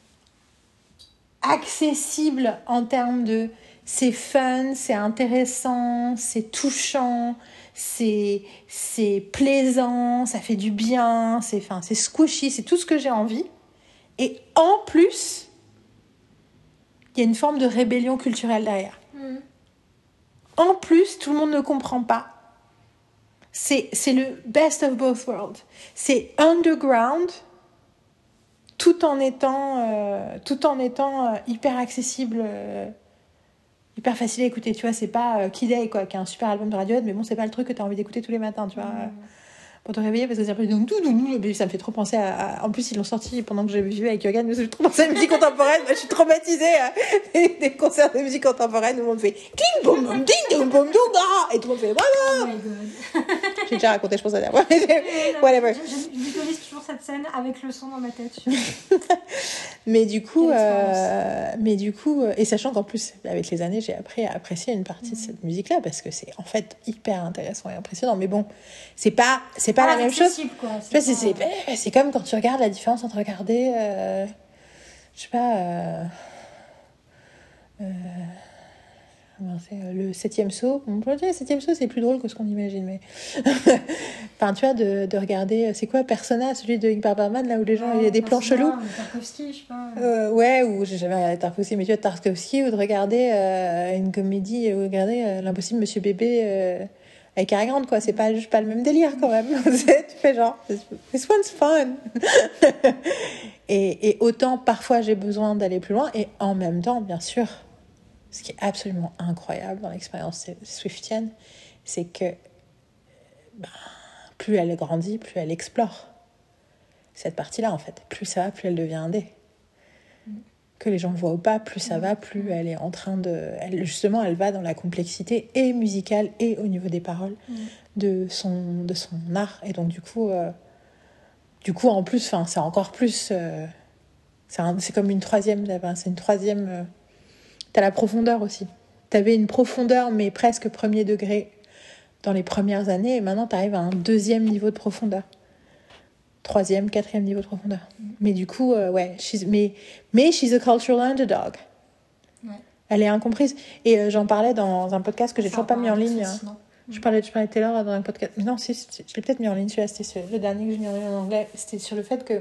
accessible en termes de c'est fun, c'est intéressant, c'est touchant, c'est plaisant, ça fait du bien, c'est squishy, c'est tout ce que j'ai envie. Et en plus, il y a une forme de rébellion culturelle derrière. En plus, tout le monde ne comprend pas. C'est le best of both worlds. C'est underground, tout en étant hyper accessible, hyper facile à écouter. Tu vois, c'est pas Kid A, quoi, qui a un super album de Radiohead, mais bon, c'est pas le truc que t'as envie d'écouter tous les matins, tu vois, pour te réveiller, parce que c'est un peu ça me fait trop penser à... En plus, ils l'ont sorti pendant que j'ai vécu avec Yogan, mais ça me fait trop penser à la musique contemporaine. Moi, je suis traumatisée des concerts de musique contemporaine où tout le monde fait ding boum boum ding boum boum ah, et tout le monde fait voilà. Oh my god. J'ai déjà raconté, je pense, la dernière fois. Whatever. Je visualise toujours cette scène avec le son dans ma tête. mais du coup, et sachant qu'en plus, avec les années, j'ai appris à apprécier une partie de cette musique-là, parce que c'est en fait hyper intéressant et impressionnant. Mais bon, c'est pas la même chose. Quoi. C'est comme quand tu regardes la différence entre regarder, je sais pas, le 7e saut. On peut dire le 7e saut, c'est plus drôle que ce qu'on imagine, mais enfin, tu vois, de regarder, c'est quoi Persona, celui de Ingmar Bergman, là où les gens, il y a des plans chelous. Tarkovsky, je sais pas. Ouais, ou j'ai jamais regardé Tarkovsky, mais tu vois, Tarkovsky, ou de regarder une comédie, ou de regarder l'impossible Monsieur Bébé avec Cary Grant, quoi. C'est pas juste pas le même délire, quand même. Tu fais genre, this one's fun. et autant, parfois, j'ai besoin d'aller plus loin, et en même temps, bien sûr, ce qui est absolument incroyable dans l'expérience swiftienne, c'est que plus elle grandit, plus elle explore cette partie-là, en fait. Plus ça va, plus elle devient indé. Que les gens voient ou pas, plus ça va, plus elle est en train de... Justement, elle va dans la complexité et musicale et au niveau des paroles de son art. Et donc, du coup, en plus, c'est encore plus... c'est comme une troisième... C'est une troisième... T'as la profondeur aussi. T'avais une profondeur, mais presque premier degré dans les premières années, et maintenant t'arrives à un deuxième niveau de profondeur. 3e, 4e niveau de profondeur. Mais du coup, ouais, mais she's a cultural underdog. Ouais. Elle est incomprise. Et j'en parlais dans un podcast que j'ai toujours pas mis en ligne. Je parlais de Taylor dans un podcast. Non, je l'ai peut-être mis en ligne, celui-là, c'était le dernier que j'ai mis en ligne en anglais. C'était sur le fait que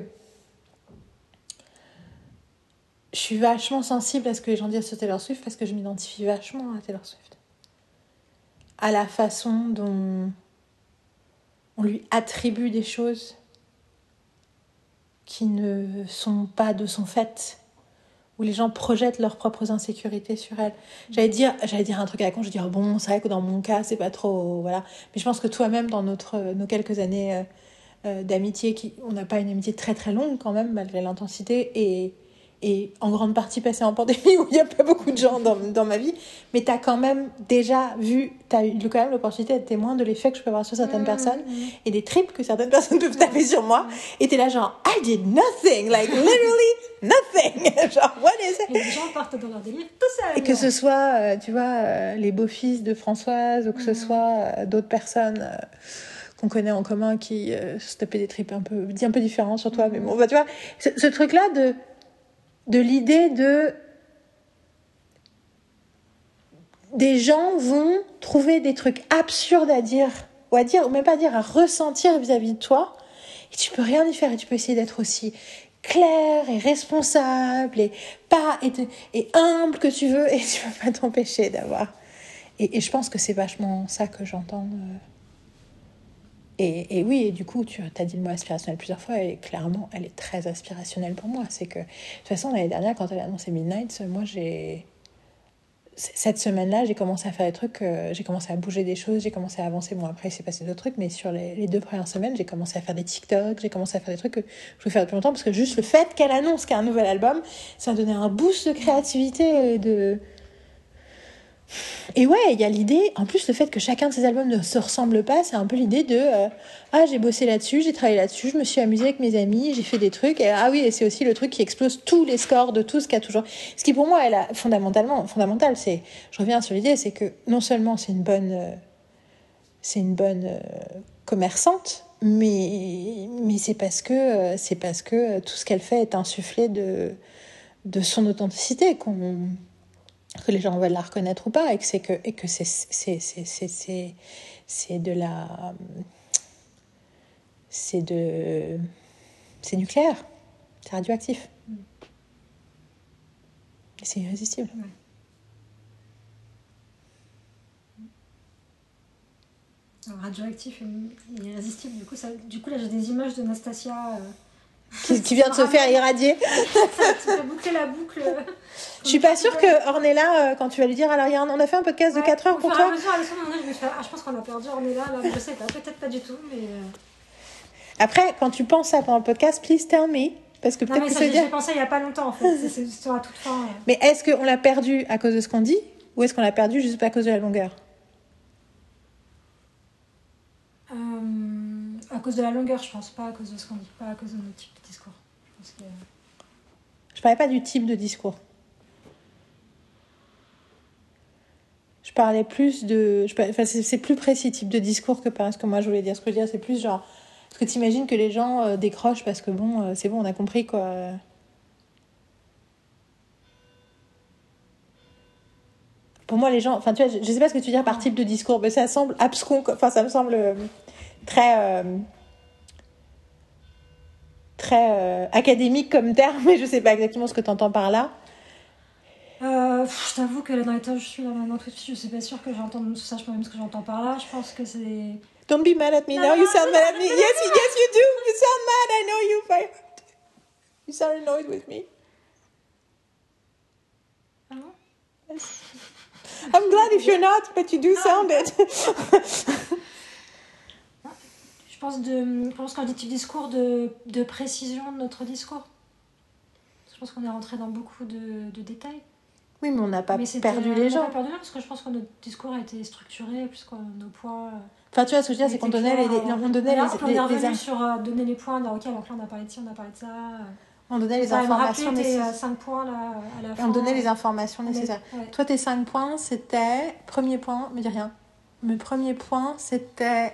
je suis vachement sensible à ce que les gens disent sur Taylor Swift, parce que je m'identifie vachement à Taylor Swift. À la façon dont on lui attribue des choses qui ne sont pas de son fait, où les gens projettent leurs propres insécurités sur elle. J'allais dire un truc à la con, je vais dire bon, c'est vrai que dans mon cas, c'est pas trop... Voilà. Mais je pense que toi-même, dans nos quelques années d'amitié, on n'a pas une amitié très très longue quand même, malgré l'intensité, et en grande partie passé en pandémie où il n'y a pas beaucoup de gens dans ma vie, mais tu as quand même déjà vu, tu as eu quand même l'opportunité d'être témoin de l'effet que je peux avoir sur certaines personnes et des tripes que certaines personnes peuvent taper sur moi. Et tu es là genre, I did nothing, like literally nothing. Genre, what is it? Et les gens partent dans leur délire tout seuls. Et que ce soit, tu vois, les beaux-fils de Françoise ou que ce soit d'autres personnes qu'on connaît en commun qui se tapaient des tripes un peu différents sur toi. Mais bon, bah, tu vois, ce truc-là de l'idée de des gens vont trouver des trucs absurdes à dire ou même pas dire, à ressentir vis-à-vis de toi, et tu peux rien y faire, et tu peux essayer d'être aussi clair et responsable et humble que tu veux, et tu peux pas t'empêcher d'avoir. Et je pense que c'est vachement ça que j'entends. Et oui, et du coup, tu as dit le mot aspirationnel plusieurs fois, et clairement, elle est très aspirationnelle pour moi. C'est que, de toute façon, l'année dernière, quand elle a annoncé Midnight, moi, cette semaine-là, j'ai commencé à faire des trucs, j'ai commencé à bouger des choses, j'ai commencé à avancer. Bon, après, il s'est passé d'autres trucs, mais sur les 2 premières semaines, j'ai commencé à faire des TikTok, j'ai commencé à faire des trucs que je voulais faire depuis longtemps, parce que juste le fait qu'elle annonce qu'il y a un nouvel album, ça m'a donné un boost de créativité et de... Et ouais, il y a l'idée, en plus le fait que chacun de ces albums ne se ressemble pas, c'est un peu l'idée de j'ai bossé là-dessus, j'ai travaillé là-dessus, je me suis amusée avec mes amis, j'ai fait des trucs, et et c'est aussi le truc qui explose tous les scores de tout ce qu'il y a toujours. Ce qui pour moi est fondamental, c'est, je reviens sur l'idée, c'est que non seulement c'est une bonne commerçante, mais c'est parce que tout ce qu'elle fait est insufflé de son authenticité, que les gens veulent la reconnaître ou pas, et que c'est nucléaire, c'est radioactif, et c'est irrésistible. Ouais. Alors, radioactif et irrésistible, du coup là j'ai des images de Nastasia qui vient de se faire irradier. Tu vas boucler la boucle. Je suis pas sûre que Ornella, quand tu vas lui dire, alors on a fait un podcast de 4 heures pour toi. Je pense qu'on a perdu Ornella, là, je sais pas, peut-être pas du tout, mais... Après, quand tu penses ça pendant le podcast, please tell me, parce que peut-être que j'y ai pensé il y a pas longtemps, en fait, c'est sur la toute fin. Mais est-ce qu'on l'a perdu à cause de ce qu'on dit, ou est-ce qu'on l'a perdu juste à cause de la longueur? À cause de la longueur, je pense, pas à cause de ce qu'on dit, pas à cause de notre type de discours. Je parlais pas du type de discours. Je parlais plus c'est plus précis type de discours que ce que moi je voulais dire. Ce que je veux dire, c'est plus genre, parce que t'imagines que les gens décrochent parce que bon, c'est bon, on a compris quoi. Pour moi, les gens, enfin tu vois, je sais pas ce que tu veux dire par type de discours, mais ça semble abscon, enfin ça me semble très académique comme terme, mais je sais pas exactement ce que t'entends par là. Je t'avoue que là dans l'état où je suis là maintenant tout de suite, je suis pas sûre que j'entends sache moi-même ce que j'entends par là. Je pense que c'est... Don't be mad at me now. You sound mad at me. Yes, you do. You sound mad. I know you. You sound annoyed with me. Ah non? Yes. I'm glad if you're not, but you do sound it. Je pense qu'on dit du discours de précision de notre discours. Je pense qu'on est rentré dans beaucoup de détails. Oui, mais on n'a pas perdu les gens. On n'a pas perdu parce que je pense que notre discours a été structuré, plus que nos points... Enfin, tu vois, ce que je veux dire, c'est qu'on donnait les sur donner les points, ok, donc là on a parlé de ci, on a parlé de ça... On donnait les informations nécessaires. 5 points là, à la fin. On donnait les informations nécessaires. Ouais. Toi, tes 5 points, c'était... Premier point, me dis rien. Mon premier point, c'était...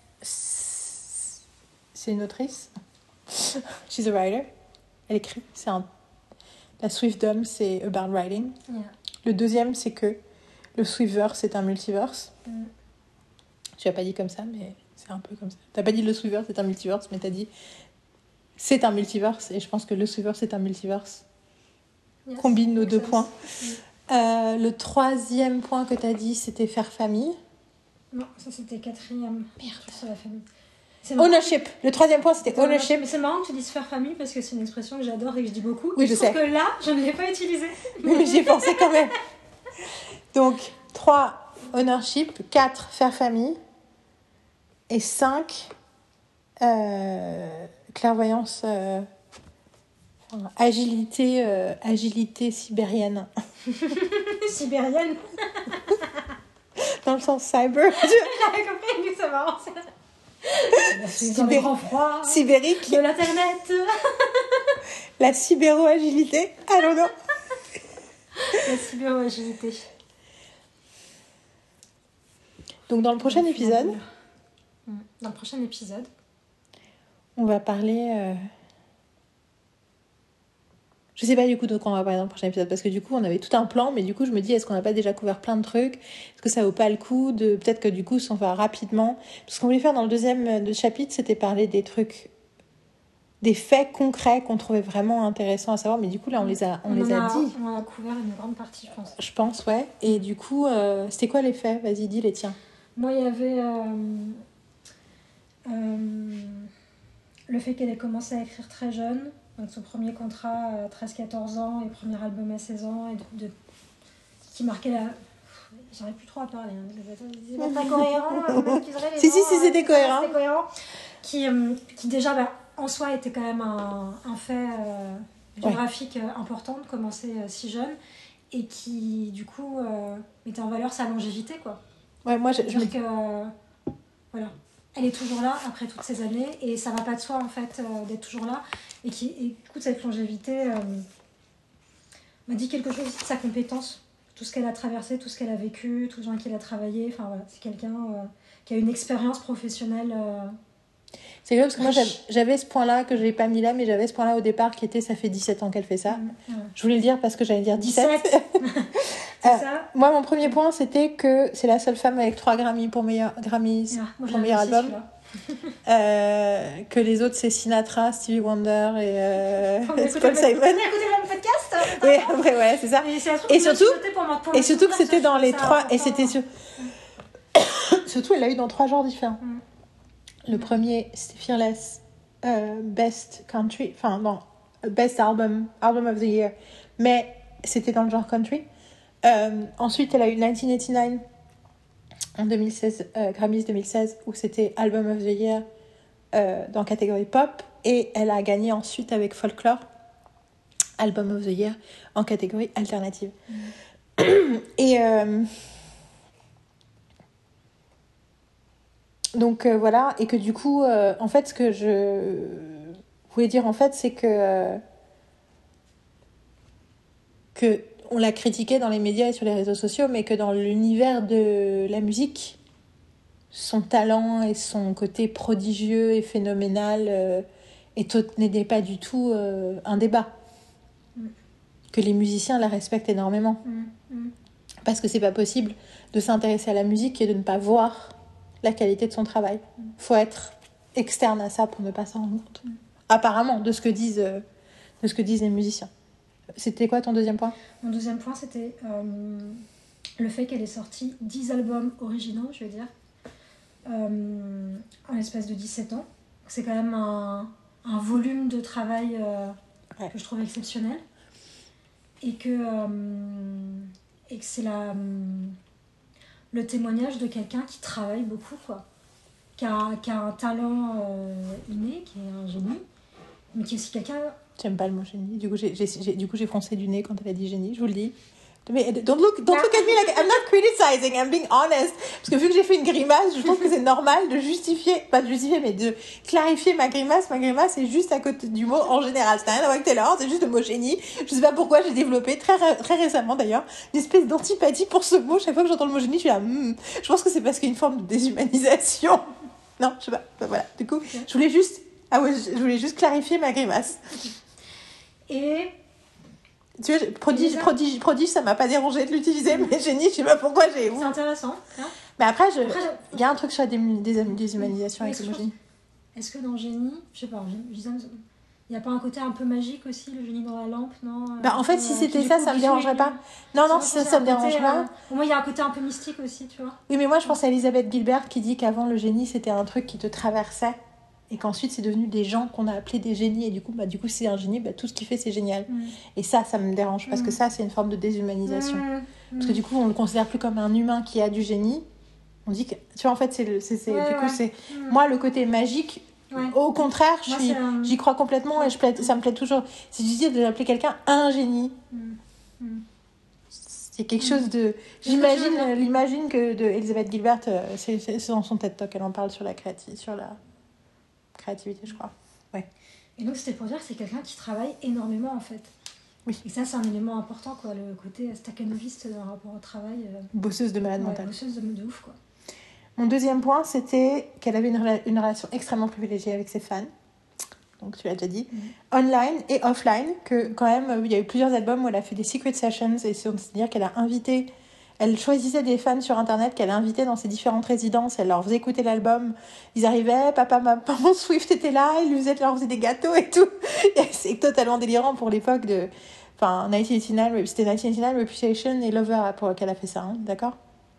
C'est une autrice. She's a writer. Elle écrit. La Swiftdom, c'est about writing. Yeah. Le deuxième, c'est que le Swiftverse, c'est un multiverse. Tu l'as pas dit comme ça, mais c'est un peu comme ça. T'as pas dit le Swiftverse, c'est un multiverse, mais t'as dit c'est un multiverse. Et je pense que le Swiftverse, c'est un multiverse. Yes, combine nos 2 points. Le troisième point que t'as dit, c'était faire famille. Non, ça c'était 4e. Merde. Sur la famille. Ownership. Le troisième point, c'était ownership. Mais c'est marrant que tu dises faire famille parce que c'est une expression que j'adore et que je dis beaucoup. Oui, je sais. Sauf que là, je ne l'ai pas utilisée. Mais j'y ai pensé quand même. Donc, 3, ownership. 4, faire famille. Et 5, clairvoyance Agilité sibérienne. Sibérienne. Dans le sens cyber. J'avais compris, mais c'est marrant. Dans le grand froid Sibérique. de l'internet. La cybéro-agilité. Ah non, non. La cyber-agilité. Donc dans le prochain épisode, Dans le prochain épisode, on va parler... Je sais pas du coup de quoi on va parler dans le prochain épisode, parce que du coup on avait tout un plan, mais du coup je me dis, est-ce qu'on n'a pas déjà couvert plein de trucs? Est-ce que ça vaut pas le coup de... Peut-être que du coup, si on va rapidement... Parce qu'on voulait faire dans le deuxième chapitre, c'était parler des trucs, des faits concrets qu'on trouvait vraiment intéressants à savoir, mais du coup là on les a dit. On a couvert une grande partie, je pense. Je pense, ouais. Et du coup, c'était quoi les faits? Vas-y, dis les tiens. Moi, il y avait le fait qu'elle ait commencé à écrire très jeune. Donc son premier contrat à 13-14 ans et premier album à 16 ans, et qui marquait la... J'arrive plus trop à parler, c'est pas très cohérent. Si, c'était cohérent. C'était cohérent. Qui déjà, en soi, était quand même un fait biographique important de commencer si jeune, et qui, du coup, mettait en valeur sa longévité, quoi. Ouais, moi, je me dis que... voilà. Elle est toujours là après toutes ces années, et ça va pas de soi en fait d'être toujours là, et du coup cette longévité m'a dit quelque chose aussi de sa compétence, tout ce qu'elle a traversé, tout ce qu'elle a vécu, tout le gens qui a travaillé. Enfin voilà, c'est quelqu'un qui a une expérience professionnelle. C'est vrai parce que moi j'avais ce point-là que je n'ai pas mis là, mais j'avais ce point-là au départ qui était ça fait 17 ans qu'elle fait ça. Je voulais le dire parce que j'allais dire 17. C'est ça. Moi mon premier point c'était que c'est la seule femme avec 3 Grammys pour meilleur album. Que les autres c'est Sinatra, Stevie Wonder et Paul Simon. On a écouté le même podcast. Oui, après ouais, c'est ça. Et surtout que c'était dans les 3 et c'était surtout elle l'a eu dans 3 genres différents. Le premier, c'était Fearless, Best Country, enfin non, Best Album of the Year, mais c'était dans le genre country. Ensuite, elle a eu 1989 en 2016, Grammys 2016, où c'était Album of the Year dans catégorie pop, et elle a gagné ensuite avec Folklore, Album of the Year en catégorie alternative. Et donc voilà, et que du coup, en fait, ce que je voulais dire, en fait, c'est que on l'a critiqué dans les médias et sur les réseaux sociaux, mais que dans l'univers de la musique, son talent et son côté prodigieux et phénoménal n'était pas du tout un débat. Que les musiciens la respectent énormément. Parce que c'est pas possible de s'intéresser à la musique et de ne pas voir la qualité de son travail. Faut être externe à ça pour ne pas s'en rendre compte. Apparemment, de ce que disent les musiciens. C'était quoi ton deuxième point ? Mon deuxième point, c'était le fait qu'elle ait sorti 10 albums originaux, je veux dire, en l'espace de 17 ans. C'est quand même un volume de travail que je trouve exceptionnel. Et que c'est le témoignage de quelqu'un qui travaille beaucoup, quoi. Qui a un talent inné, qui est un génie, mais qui est aussi quelqu'un... J'aime pas le mot génie. Du coup, j'ai froncé du nez quand elle a dit génie, je vous le dis. Mais don't look at me like I'm not criticizing, I'm being honest. Parce que vu que j'ai fait une grimace, je trouve que c'est normal de mais de clarifier ma grimace. Ma grimace est juste à côté du mot en général. Ça n'a rien à voir avec Taylor, c'est juste le mot génie. Je sais pas pourquoi j'ai développé très récemment d'ailleurs une espèce d'antipathie pour ce mot. Chaque fois que j'entends le mot génie, je suis là. Je pense que c'est parce qu'il y a une forme de déshumanisation. Non, je sais pas. Voilà. Du coup, je voulais juste clarifier ma grimace. Et tu vois, prodige, ça m'a pas dérangé de l'utiliser, mais génie, je sais pas pourquoi j'ai... C'est intéressant. Hein, mais après, il y a un truc sur la déshumanisation avec le mot génie. Est-ce que dans génie, je sais pas, il n'y a pas un côté un peu magique aussi, le génie dans la lampe, non ? En fait, si c'était ça me dérangerait pas. Non, ça me dérange pas. Pour moi, il y a un côté un peu mystique aussi, tu vois. Oui, mais moi, je pense à Elisabeth Gilbert qui dit qu'avant, le génie, c'était un truc qui te traversait. Et qu'ensuite, c'est devenu des gens qu'on a appelés des génies. Et du coup, c'est un génie, tout ce qu'il fait, c'est génial. Et ça me dérange. Parce que ça, c'est une forme de déshumanisation. Parce que du coup, on le considère plus comme un humain qui a du génie. On dit que... Tu vois, en fait, du coup, c'est... Moi, le côté magique, Ouais. Au contraire, Moi, c'est un- j'y crois complètement et ça me plaît toujours. C'est difficile d'appeler quelqu'un un génie. C'est quelque chose de... J'imagine que de Elizabeth Gilbert, c'est dans son TED Talk, elle en parle sur la créativité, je crois. Et donc, c'était pour dire que c'est quelqu'un qui travaille énormément, en fait. Oui. Et ça, c'est un élément important, quoi, le côté staccanoviste dans le rapport au travail. Bosseuse de malade mentale. Bosseuse de ouf, quoi. Mon deuxième point, c'était qu'elle avait une relation extrêmement privilégiée avec ses fans. Donc, tu l'as déjà dit. Online et offline, que quand même, il y a eu plusieurs albums où elle a fait des secret sessions, et c'est-à-dire qu'elle a invité... Elle choisissait des fans sur Internet qu'elle a invités dans ses différentes résidences. Elle leur faisait écouter l'album. Ils arrivaient, maman Swift était là, leur faisait des gâteaux et tout. Et c'est totalement délirant pour l'époque de... Enfin, 1989, c'était 1989, Reputation et Lover pour qu'elle a fait ça, hein, d'accord ?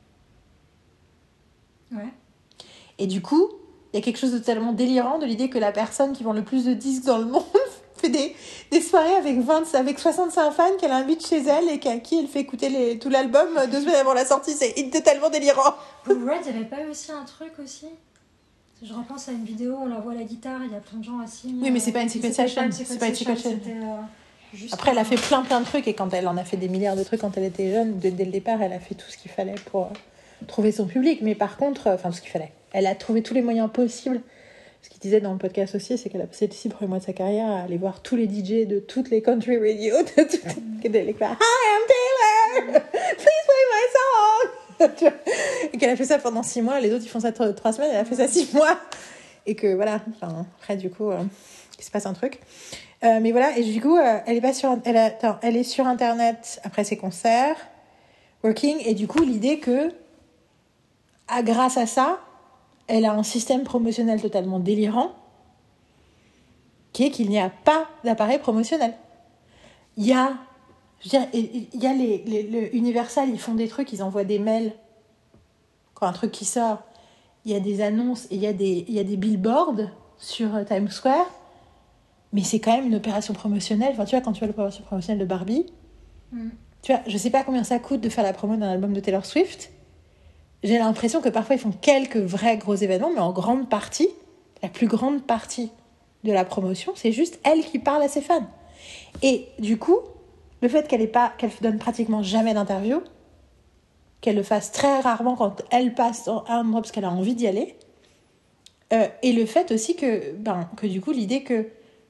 Ouais. Et du coup, il y a quelque chose de tellement délirant de l'idée que la personne qui vend le plus de disques dans le monde fait des soirées avec 65 fans qu'elle invite chez elle et à qui elle fait écouter tout l'album 2 semaines avant la sortie. C'est totalement délirant. Pour Red, il n'y avait pas eu aussi un truc aussi ? Je repense à une vidéo, on la voit à la guitare, il y a plein de gens assis. Oui, mais c'est pas une secret session. C'est pas une secret session. Après, elle a fait plein de trucs et quand elle en a fait des milliards de trucs quand elle était jeune, dès le départ, elle a fait tout ce qu'il fallait pour trouver son public. Mais par contre, enfin, ce qu'il fallait. Elle a trouvé tous les moyens possibles. Ce qu'il disait dans le podcast aussi, c'est qu'elle a passé les 6 premiers mois de sa carrière à aller voir tous les DJ de toutes les country radio, et d'aller faire Hi, I'm Taylor! Please play my song! Et qu'elle a fait ça pendant 6 mois. Les autres, ils font ça 3 semaines. Elle a fait ça 6 mois. Et que voilà. Enfin, après, du coup, il se passe un truc. Mais voilà. Et du coup, elle est sur Internet après ses concerts, working. Et du coup, l'idée que, grâce à ça, elle a un système promotionnel totalement délirant qui est qu'il n'y a pas d'appareil promotionnel. Il y a les Universal, ils font des trucs, ils envoient des mails quand un truc qui sort. Il y a des annonces et il y a des billboards sur Times Square, mais c'est quand même une opération promotionnelle. Enfin, tu vois, quand tu vois l'opération promotionnelle de Barbie, tu vois, je sais pas combien ça coûte de faire la promo d'un album de Taylor Swift. J'ai l'impression que parfois ils font quelques vrais gros événements, mais en grande partie, la plus grande partie de la promotion, c'est juste elle qui parle à ses fans. Et du coup, le fait qu'elle donne pratiquement jamais d'interview, qu'elle le fasse très rarement quand elle passe à un endroit parce qu'elle a envie d'y aller, et le fait aussi que du coup, l'idée que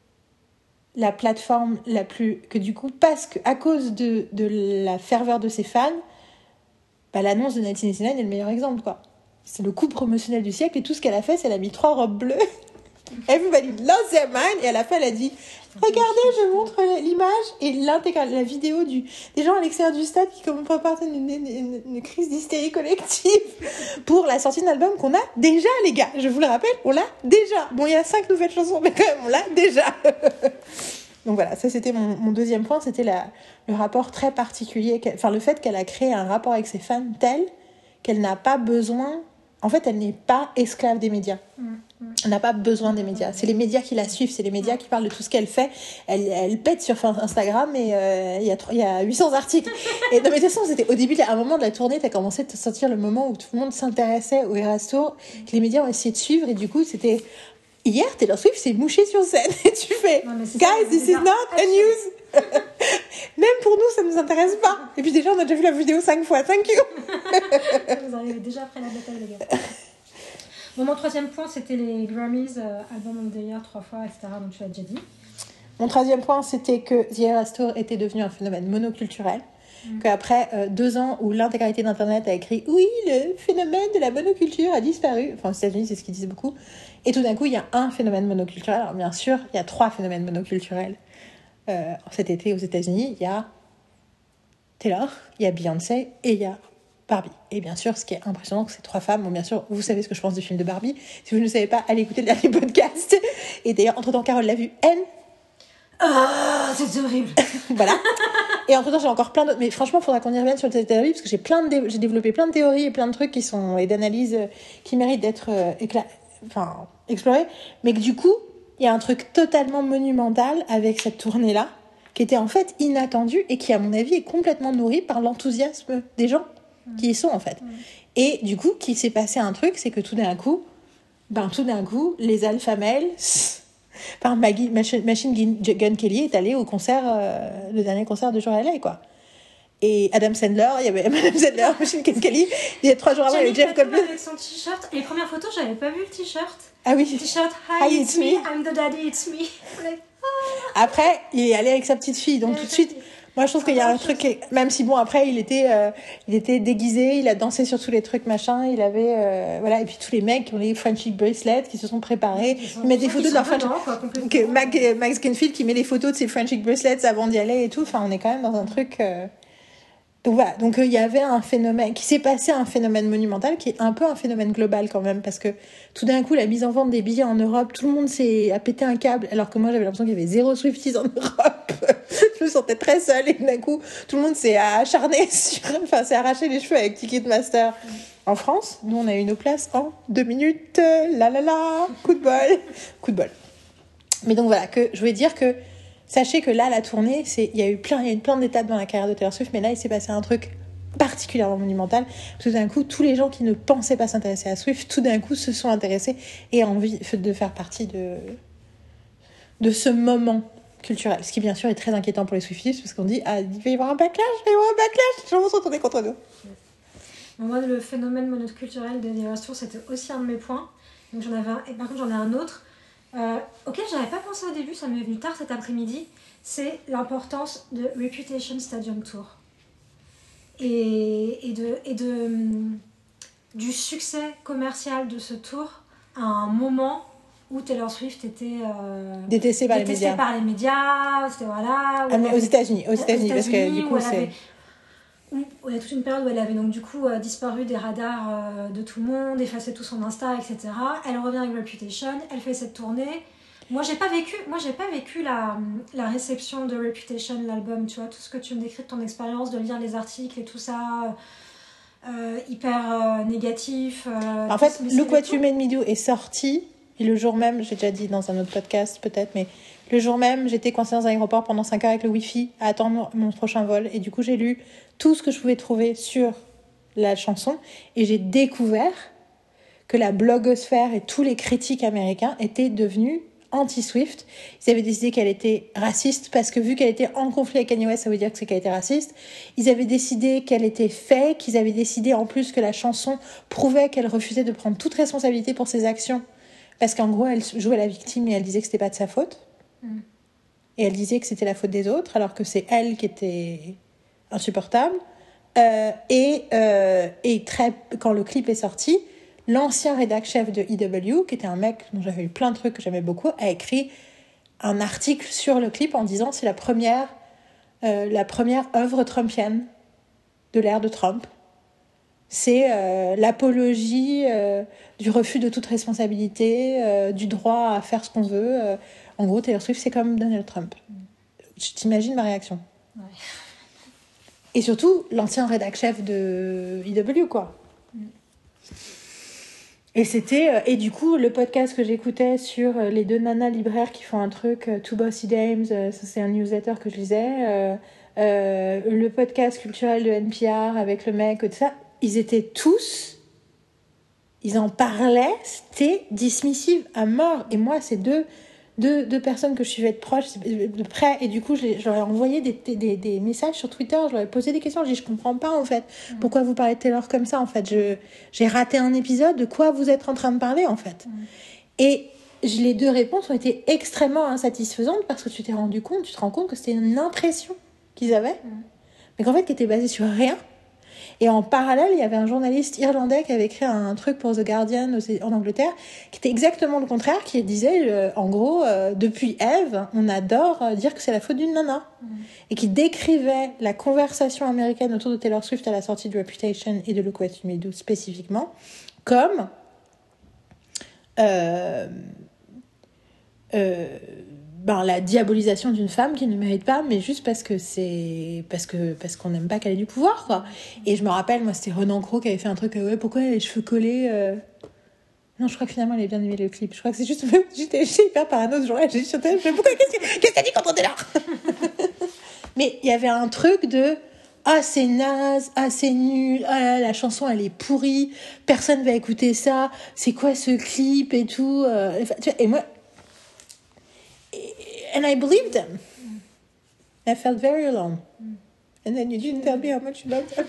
la plateforme que du coup, parce qu'à cause de la ferveur de ses fans, l'annonce de 1989 est le meilleur exemple, quoi. C'est le coup promotionnel du siècle et tout ce qu'elle a fait, c'est qu'elle a mis 3 robes bleues. Everybody lost their mind. Et à la fin, elle a dit regardez, je montre l'image et la vidéo des gens à l'extérieur du stade qui préparent une crise d'hystérie collective pour la sortie d'un album qu'on a déjà, les gars. Je vous le rappelle, on l'a déjà. Bon, il y a 5 nouvelles chansons, mais quand même, on l'a déjà. Donc voilà, ça c'était mon deuxième point, c'était le rapport très particulier, le fait qu'elle a créé un rapport avec ses fans tel qu'elle n'a pas besoin, en fait elle n'est pas esclave des médias. Elle n'a pas besoin des médias, c'est les médias qui la suivent, c'est les médias qui parlent de tout ce qu'elle fait. Elle pète sur Instagram et il y a 800 articles. Et non mais de toute façon, c'était au début, à un moment de la tournée, t'as commencé à sentir le moment où tout le monde s'intéressait au Eras Tour, que les médias ont essayé de suivre et du coup c'était... Hier, Taylor Swift s'est mouchée sur scène et tu fais guys, this is not a news. Même pour nous, ça ne nous intéresse pas. Et puis déjà, on a déjà vu la vidéo 5 fois. Thank you. Vous arrivez déjà après la bataille, les gars. Bon, mon troisième point, c'était les Grammys, Album of the Year 3 fois, etc. Donc tu l'as déjà dit. Mon troisième point, c'était que The Eras Tour était devenu un phénomène monoculturel. Qu'après 2 ans où l'intégralité d'Internet a écrit « Oui, le phénomène de la monoculture a disparu ». Enfin, aux États-Unis, c'est ce qu'ils disent beaucoup. Et tout d'un coup, il y a un phénomène monoculturel. Alors, bien sûr, il y a 3 phénomènes monoculturels. Cet été, aux États-Unis, il y a Taylor, il y a Beyoncé et il y a Barbie. Et bien sûr, ce qui est impressionnant, c'est 3 femmes. Bon, bien sûr, vous savez ce que je pense du film de Barbie. Si vous ne le savez pas, allez écouter le dernier podcast. Et d'ailleurs, entre-temps, Carole l'a vu. Ah, c'est horrible. Voilà. Et entre-temps, j'ai encore plein d'autres... Mais franchement, il faudra qu'on y revienne sur cette théorie, parce que j'ai développé plein de théories et plein de trucs et d'analyses qui méritent d'être explorés. Mais que du coup, il y a un truc totalement monumental avec cette tournée-là, qui était en fait inattendue et qui, à mon avis, est complètement nourrie par l'enthousiasme des gens qui y sont, en fait. Et du coup, qu'il s'est passé un truc, c'est que tout d'un coup, tout d'un coup, les alpha males, Machine Gun Kelly est allée au concert, le dernier concert de Jour LA, quoi. Et Adam Sandler, il y avait Adam Sandler, Machine Gun Kelly, il y a 3 jours avant, il y avait Jeff Goldblum. Avec son t-shirt. Les premières photos, j'avais pas vu le t-shirt. Ah oui. Le t-shirt, hi, it's me, I'm the daddy, it's me. Après, il est allé avec sa petite fille, donc tout de suite... Moi, je trouve qu'il y a un truc, même si bon, après, il était déguisé, il a dansé sur tous les trucs, machin, il avait, voilà, et puis tous les mecs qui ont les friendship bracelets, qui se sont préparés, ils mettent des photos de leur friendship. Max Greenfield qui met les photos de ses friendship bracelets avant d'y aller et tout, enfin, on est quand même dans un truc, donc voilà, donc il y avait un phénomène, qui s'est passé un phénomène monumental, qui est un peu un phénomène global quand même, parce que tout d'un coup, la mise en vente des billets en Europe, tout le monde a pété un câble, alors que moi, j'avais l'impression qu'il y avait 0 Swifties en Europe. Je me sentais très seule, et d'un coup, tout le monde s'est acharné s'est arraché les cheveux avec Ticketmaster. En France, nous, on a eu nos places en 2 minutes, coup de bol. Mais donc voilà, que je voulais dire que sachez que là, la tournée, il y a eu plein d'étapes dans la carrière de Taylor Swift, mais là, il s'est passé un truc particulièrement monumental. Tout d'un coup, tous les gens qui ne pensaient pas s'intéresser à Swift, tout d'un coup, se sont intéressés et ont envie de faire partie de ce moment culturel. Ce qui, bien sûr, est très inquiétant pour les Swifties, parce qu'on dit, il va y avoir un backlash, les gens vont se retourner contre nous. Moi, le phénomène monoculturel de Taylor Swift, c'était aussi un de mes points. Donc j'en avais un, et par contre, j'en ai un autre. Auquel j'avais pas pensé au début, ça m'est venu tard cet après-midi, c'est l'importance de Reputation Stadium Tour et du succès commercial de ce tour à un moment où Taylor Swift était détestée par les médias, c'était voilà. Mais aux États-Unis, parce que du coup c'est. Il y a toute une période où elle avait donc du coup disparu des radars de tout le monde, effacé tout son Insta, etc. Elle revient avec Reputation, elle fait cette tournée. Moi j'ai pas vécu la réception de Reputation, l'album, tu vois, tout ce que tu me décris de ton expérience, de lire les articles et tout ça, hyper négatif. En fait, Look What You Made Me Do est sorti, et le jour même, j'ai déjà dit dans un autre podcast peut-être, mais le jour même, j'étais coincée dans un aéroport pendant 5 heures avec le Wi-Fi à attendre mon prochain vol, et du coup j'ai lu tout ce que je pouvais trouver sur la chanson, et j'ai découvert que la blogosphère et tous les critiques américains étaient devenus anti-Swift. Ils avaient décidé qu'elle était raciste, parce que vu qu'elle était en conflit avec Kanye West, ça veut dire que c'est qu'elle était raciste. Ils avaient décidé qu'elle était fake, ils avaient décidé en plus que la chanson prouvait qu'elle refusait de prendre toute responsabilité pour ses actions, parce qu'en gros, elle jouait la victime et elle disait que c'était pas de sa faute. Et elle disait que c'était la faute des autres, alors que c'est elle qui était insupportable. Et quand le clip est sorti, l'ancien rédac-chef de EW, qui était un mec dont j'avais lu plein de trucs que j'aimais beaucoup, a écrit un article sur le clip en disant que c'est la première œuvre trumpienne de l'ère de Trump. C'est l'apologie du refus de toute responsabilité, du droit à faire ce qu'on veut. En gros, Taylor Swift, c'est comme Donald Trump. T'imagines ma réaction? Ouais. Et surtout, l'ancien rédac-chef de EW, quoi. Et c'était... et du coup, le podcast que j'écoutais sur les 2 nanas libraires qui font un truc, Two Bossy Dames, ça c'est un newsletter que je lisais, le podcast culturel de NPR avec le mec, tout ça, ils étaient tous... Ils en parlaient, c'était dismissive à mort. Et moi, c'est deux personnes que je suivais de proche, de près, et du coup je leur ai envoyé des messages sur Twitter, je leur ai posé des questions, je dis je comprends pas en fait, pourquoi vous parlez de Taylor comme ça en fait, j'ai raté un épisode, de quoi vous êtes en train de parler en fait. Et les 2 réponses ont été extrêmement insatisfaisantes, parce que tu te rends compte que c'était une impression qu'ils avaient, mais qu'en fait qui était basée sur rien. Et en parallèle, il y avait un journaliste irlandais qui avait écrit un truc pour The Guardian en Angleterre, qui était exactement le contraire, qui disait, en gros, depuis Eve, on adore dire que c'est la faute d'une nana. Et qui décrivait la conversation américaine autour de Taylor Swift à la sortie de Reputation et de Look What You Made Me Do spécifiquement, comme... la diabolisation d'une femme qui ne mérite pas, mais juste parce qu'on n'aime pas qu'elle ait du pouvoir, quoi. Et je me rappelle, moi, c'était Renan Cros qui avait fait un truc, pourquoi elle a les cheveux collés Non, je crois que finalement, elle a bien aimé le clip. Je crois que c'est juste... J'étais hyper parano ce jour-là. J'ai dit sur télé, pourquoi qu'est-ce que t'as dit contre Taylor? Mais il y avait un truc de... ah c'est naze, ah c'est nul, ah là, la chanson elle est pourrie, personne va écouter ça, c'est quoi ce clip et tout, enfin, tu vois, et moi, and I believed them. I felt very alone. And then you didn't tell me how much you loved them.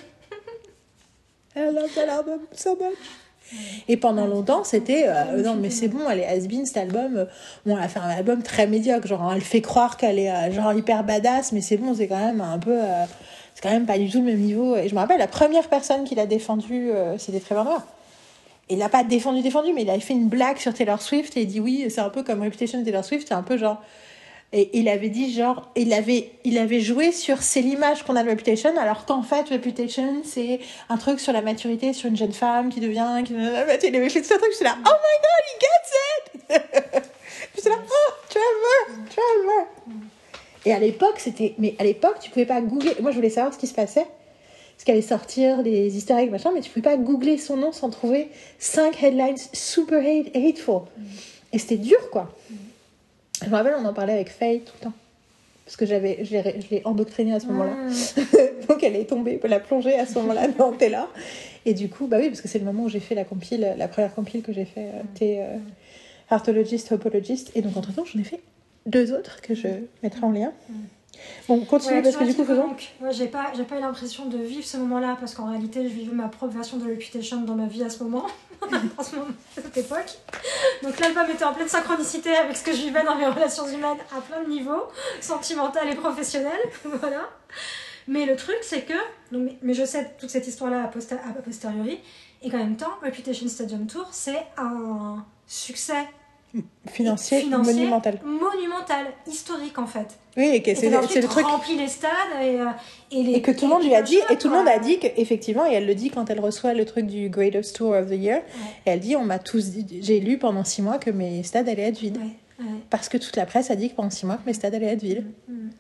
I love that album so much. Et pendant longtemps, c'était non, mais c'est bon, elle est has-been cet album. Bon, elle a fait un album très médiocre, genre elle fait croire qu'elle est genre hyper badass, mais c'est bon, c'est quand même un peu. C'est quand même pas du tout le même niveau. Et je me rappelle, la première personne qui l'a défendu, c'était Trevor Noah. Il l'a pas défendu, mais il avait fait une blague sur Taylor Swift et il dit oui, c'est un peu comme Reputation de Taylor Swift, c'est un peu genre. Et il avait dit genre, il avait joué sur c'est l'image qu'on a de Reputation, alors qu'en fait Reputation c'est un truc sur la maturité, sur une jeune femme qui devient, il avait fait tout un truc, j'étais là, oh my god, he gets it. J'étais là, oh Trevor. Et à l'époque tu pouvais pas googler. Moi je voulais savoir ce qui se passait, parce qu'elle allait sortir des easter eggs machin, mais tu pouvais pas googler son nom sans trouver 5 headlines super hateful. Et c'était dur quoi. Je me rappelle, on en parlait avec Faye tout le temps. Parce que je l'ai endoctrinée à ce moment-là. Donc elle est tombée, elle a plongé à ce moment-là dans Taylor. Et du coup, bah oui, parce que c'est le moment où j'ai fait la première compile que j'ai fait, Heartologist, Hopologist. Et donc entre-temps, j'en ai fait 2 autres que je mettrai en lien. Bon, continue parce que du coup, faisons. Moi, j'ai pas eu l'impression de vivre ce moment-là parce qu'en réalité, je vivais ma propre version de Reputation dans ma vie à ce moment. À cette époque. Donc l'album était en pleine synchronicité avec ce que je vivais dans mes relations humaines à plein de niveaux, sentimentales et professionnelles. Voilà. Mais le truc, c'est que. Mais je sais toute cette histoire-là a posteriori. Et qu'en même temps, Reputation Stadium Tour, c'est un succès. Financier monumental, historique en fait. Oui, et c'est le truc rempli les stades et que tout le monde lui a dit, et tout le monde a dit qu'effectivement, et elle le dit quand elle reçoit le truc du Greatest Tour of the Year, et elle dit, j'ai lu pendant 6 mois que mes stades allaient être vides, parce que toute la presse a dit que pendant 6 mois que mes stades allaient être vides.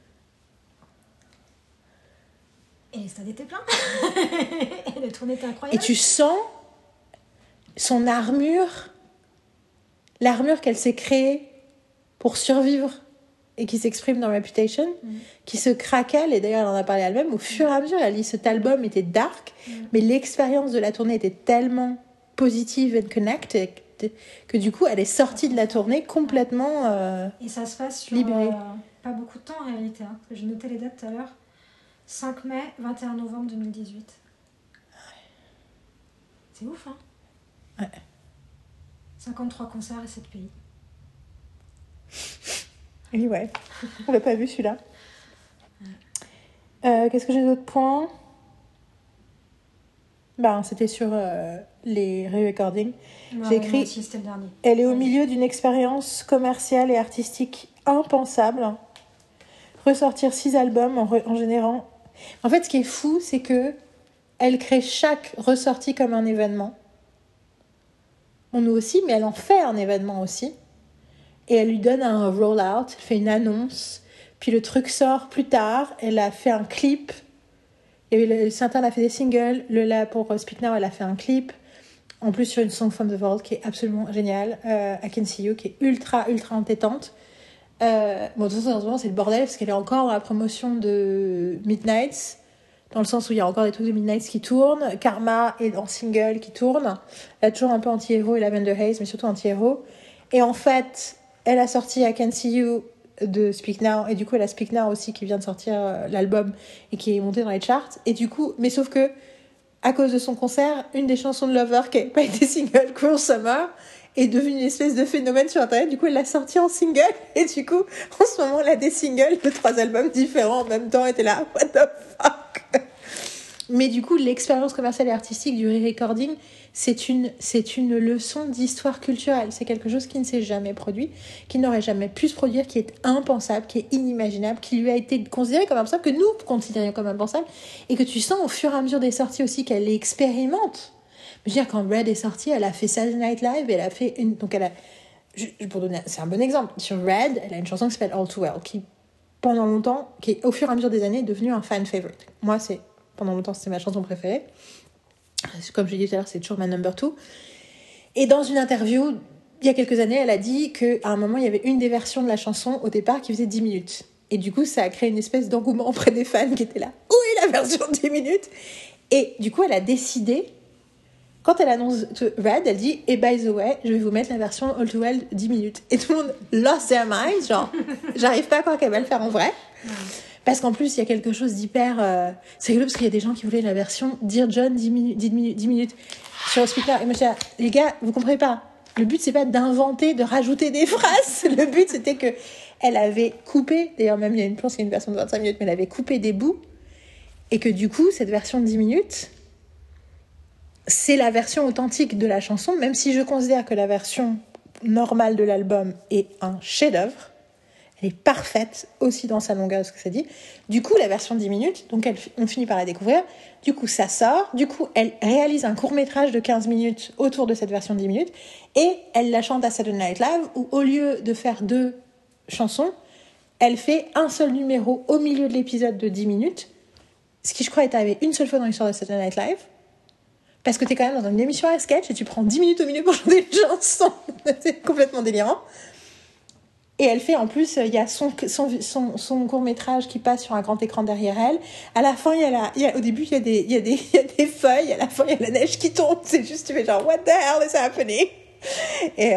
Et les stades étaient pleins. Et la tournée était incroyable. Et tu sens son l'armure qu'elle s'est créée pour survivre et qui s'exprime dans Reputation, qui se craquelle, et d'ailleurs elle en a parlé elle-même, au fur et à mesure, elle dit cet album était dark, mais l'expérience de la tournée était tellement positive and connected que du coup elle est sortie de la tournée complètement et ça se passe sur pas beaucoup de temps en réalité, hein, parce que j'ai noté les dates tout à l'heure. 5 mai, 21 novembre 2018. C'est ouf, hein. Ouais. 53 concerts et 7 pays. Oui, ouais. On l'a pas vu celui-là. Qu'est-ce que j'ai d'autres points ? C'était sur les re-recordings. J'ai écrit aussi, c'était le dernier. Elle est au milieu d'une expérience commerciale et artistique impensable. Ressortir 6 albums en générant. En fait, ce qui est fou, c'est que elle crée chaque ressortie comme un événement. Nous aussi, mais elle en fait un événement aussi. Et elle lui donne un roll-out, elle fait une annonce, puis le truc sort plus tard, elle a fait un clip, et Saint-Anne a fait des singles, pour Speak Now, elle a fait un clip, en plus sur une Song from the Vault qui est absolument géniale, I Can See You, qui est ultra, ultra entêtante. De toute façon, en ce moment, c'est le bordel, parce qu'elle est encore dans la promotion de Midnights, dans le sens où il y a encore des trucs de Midnights qui tournent. Karma est en single qui tourne. Elle a toujours un peu anti-héros et Lavender Haze, mais surtout anti-héros. Et en fait, elle a sorti I Can See You de Speak Now. Et du coup, elle a Speak Now aussi qui vient de sortir l'album et qui est monté dans les charts. Et du coup, mais sauf que, à cause de son concert, une des chansons de Lover qui n'a pas été single, Cruel Summer, est devenue une espèce de phénomène sur Internet. Du coup, elle l'a sortie en single. Et du coup, en ce moment, elle a des singles de 3 albums différents en même temps. Et t'es là, what the fuck? Mais du coup, l'expérience commerciale et artistique du re-recording, c'est une leçon d'histoire culturelle. C'est quelque chose qui ne s'est jamais produit, qui n'aurait jamais pu se produire, qui est impensable, qui est inimaginable, qui lui a été considéré comme impensable, que nous considérions comme impensable, et que tu sens au fur et à mesure des sorties aussi qu'elle expérimente. Je veux dire, quand Red est sortie, elle a fait Saturday Night Live, et elle a fait une... Donc elle a... c'est un bon exemple. Sur Red, elle a une chanson qui s'appelle All Too Well, qui, pendant longtemps, qui est au fur et à mesure des années, est devenue un fan favorite. Moi, pendant longtemps, c'était ma chanson préférée. Comme je l'ai dit tout à l'heure, c'est toujours ma number 2. Et dans une interview, il y a quelques années, elle a dit qu'à un moment, il y avait une des versions de la chanson, au départ, qui faisait 10 minutes. Et du coup, ça a créé une espèce d'engouement auprès des fans qui étaient là. Où est la version 10 minutes? Et du coup, elle a décidé, quand elle annonce Red, elle dit, et by the way, je vais vous mettre la version All Too Well 10 minutes. Et tout le monde lost their minds, genre, j'arrive pas à croire qu'elle va le faire en vrai. Parce qu'en plus, il y a quelque chose d'hyper... c'est rigolo parce qu'il y a des gens qui voulaient la version Dear John 10 minutes sur le speaker. Et moi, je dis, les gars, vous comprenez pas. Le but, c'est pas d'inventer, de rajouter des phrases. Le but, c'était que elle avait coupé, d'ailleurs même il y a une planche qui est une version de 25 minutes, mais elle avait coupé des bouts, et que du coup, cette version de 10 minutes, c'est la version authentique de la chanson, même si je considère que la version normale de l'album est un chef-d'œuvre, elle est parfaite aussi dans sa longueur, ce que ça dit. Du coup, la version 10 minutes, donc on finit par la découvrir, du coup ça sort, du coup elle réalise un court-métrage de 15 minutes autour de cette version de 10 minutes, et elle la chante à Saturday Night Live, où au lieu de faire 2 chansons, elle fait un seul numéro au milieu de l'épisode de 10 minutes, ce qui je crois est arrivé une seule fois dans l'histoire de Saturday Night Live, parce que t'es quand même dans une émission à sketch et tu prends 10 minutes au milieu pour chanter une chanson. C'est complètement délirant. Et elle fait, en plus, il y a son court-métrage qui passe sur un grand écran derrière elle. À la fin, au début, il y a des feuilles. À la fin, il y a la neige qui tombe. C'est juste, tu fais genre, what the hell is happening? Et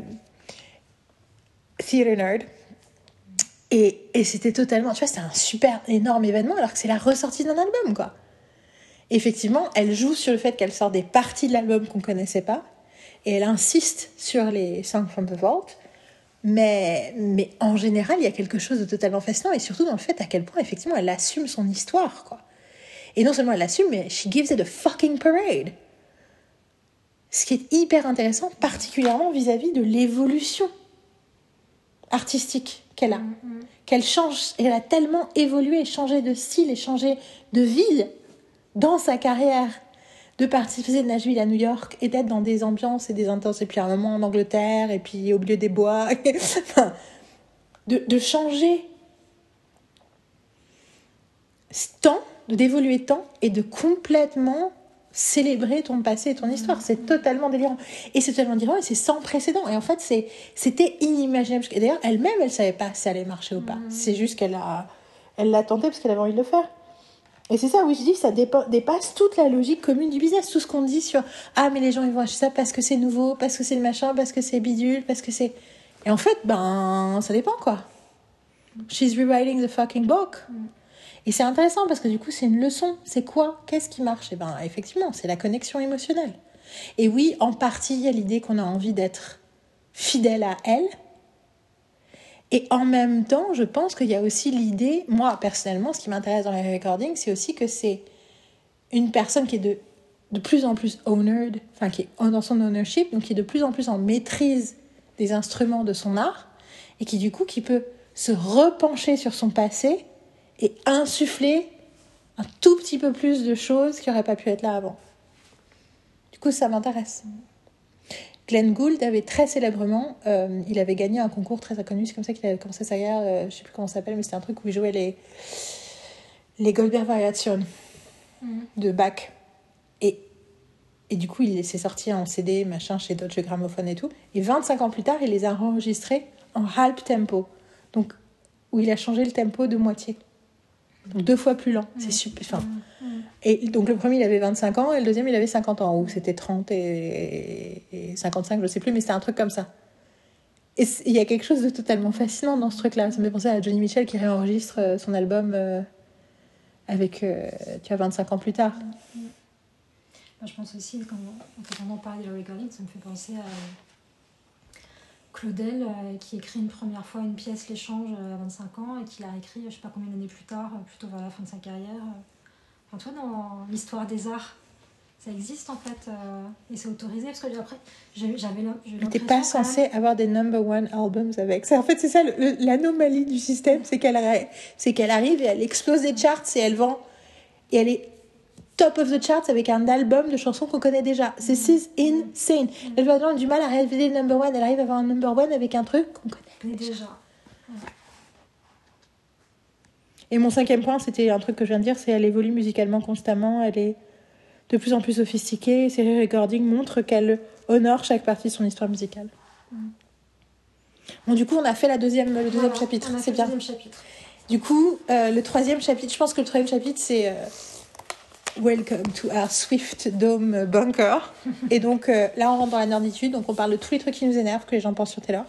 Theater Nerd. Et c'était totalement, tu vois, c'était un super énorme événement alors que c'est la ressortie d'un album, quoi. Effectivement, elle joue sur le fait qu'elle sort des parties de l'album qu'on connaissait pas. Et elle insiste sur les Songs from the Vault. Mais en général, il y a quelque chose de totalement fascinant, et surtout dans le fait à quel point, effectivement, elle assume son histoire, quoi. Et non seulement elle l'assume, mais she gives it a fucking parade. Ce qui est hyper intéressant, particulièrement vis-à-vis de l'évolution artistique qu'elle a. Qu'elle change, et elle a tellement évolué, changé de style et changé de ville dans sa carrière, de participer de Nashville à New York et d'être dans des ambiances et des intenses, et puis à un moment en Angleterre, et puis au milieu des bois, enfin, de changer tant, d'évoluer tant, et de complètement célébrer ton passé et ton histoire. C'est totalement délirant. Et c'est totalement délirant, et c'est sans précédent. Et en fait, c'était inimaginable. Et d'ailleurs, elle-même, elle savait pas si ça allait marcher ou pas. C'est juste qu'elle l'a tenté parce qu'elle avait envie de le faire. Et c'est ça, oui, je dis, ça dépasse toute la logique commune du business. Tout ce qu'on dit sur « Ah, mais les gens, ils vont acheter ça parce que c'est nouveau, parce que c'est le machin, parce que c'est bidule, parce que c'est... » Et en fait, ça dépend, quoi. She's rewriting the fucking book. Et c'est intéressant parce que du coup, c'est une leçon. C'est quoi? Qu'est-ce qui marche? Et effectivement, c'est la connexion émotionnelle. Et oui, en partie, il y a l'idée qu'on a envie d'être fidèle à elle. Et en même temps, je pense qu'il y a aussi l'idée, moi personnellement, ce qui m'intéresse dans les recordings, c'est aussi que c'est une personne qui est de plus en plus honored, enfin qui est dans son ownership, donc qui est de plus en plus en maîtrise des instruments de son art, et qui du coup qui peut se repencher sur son passé et insuffler un tout petit peu plus de choses qui n'auraient pas pu être là avant. Du coup, ça m'intéresse. Glenn Gould avait très célèbrement, il avait gagné un concours très connu, c'est comme ça qu'il avait commencé sa carrière, je sais plus comment ça s'appelle, mais c'était un truc où il jouait les Goldberg Variations de Bach. Et du coup, il s'est sorti en CD, machin, chez Deutsche Grammophon et tout. Et 25 ans plus tard, il les a enregistrés en half tempo. Donc, où il a changé le tempo de moitié. Donc 2 fois plus lent. C'est super. Enfin, et donc le premier, il avait 25 ans, et le deuxième, il avait 50 ans. Ou c'était 30 et 55, je sais plus, mais c'était un truc comme ça. Et il y a quelque chose de totalement fascinant dans ce truc-là. Ça me fait penser à Johnny Mitchell qui réenregistre son album avec, tu vois, 25 ans plus tard. Moi, je pense aussi, quand on parle de recording, ça me fait penser à Claudel qui écrit une première fois une pièce, L'échange, à 25 ans, et qui l'a réécrit, je sais pas combien d'années plus tard, plutôt vers la fin de sa carrière. Enfin, toi, dans l'histoire des arts, ça existe en fait, et c'est autorisé, parce que après, j'avais l'impression... T'es pas censé avoir des number one albums avec ça. En fait, c'est ça, l'anomalie du système, c'est qu'elle arrive et elle explose des charts, et elle vend, et elle est top of the charts avec un album de chansons qu'on connaît déjà. C'est insane. Elle va avoir du mal à réaliser le number one. Elle arrive à avoir un number one avec un truc qu'on connaît déjà. Et mon 5e point, c'était un truc que je viens de dire, c'est elle évolue musicalement constamment. Elle est de plus en plus sophistiquée. Ses recordings montrent qu'elle honore chaque partie de son histoire musicale. Bon, du coup, on a fait le deuxième chapitre. C'est bien. Deuxième chapitre. Du coup, le troisième chapitre, je pense que le troisième chapitre, c'est Welcome to our Swift Dome Bunker. Et donc, là, on rentre dans la nerditude. Donc, on parle de tous les trucs qui nous énervent, que les gens pensent sur Taylor.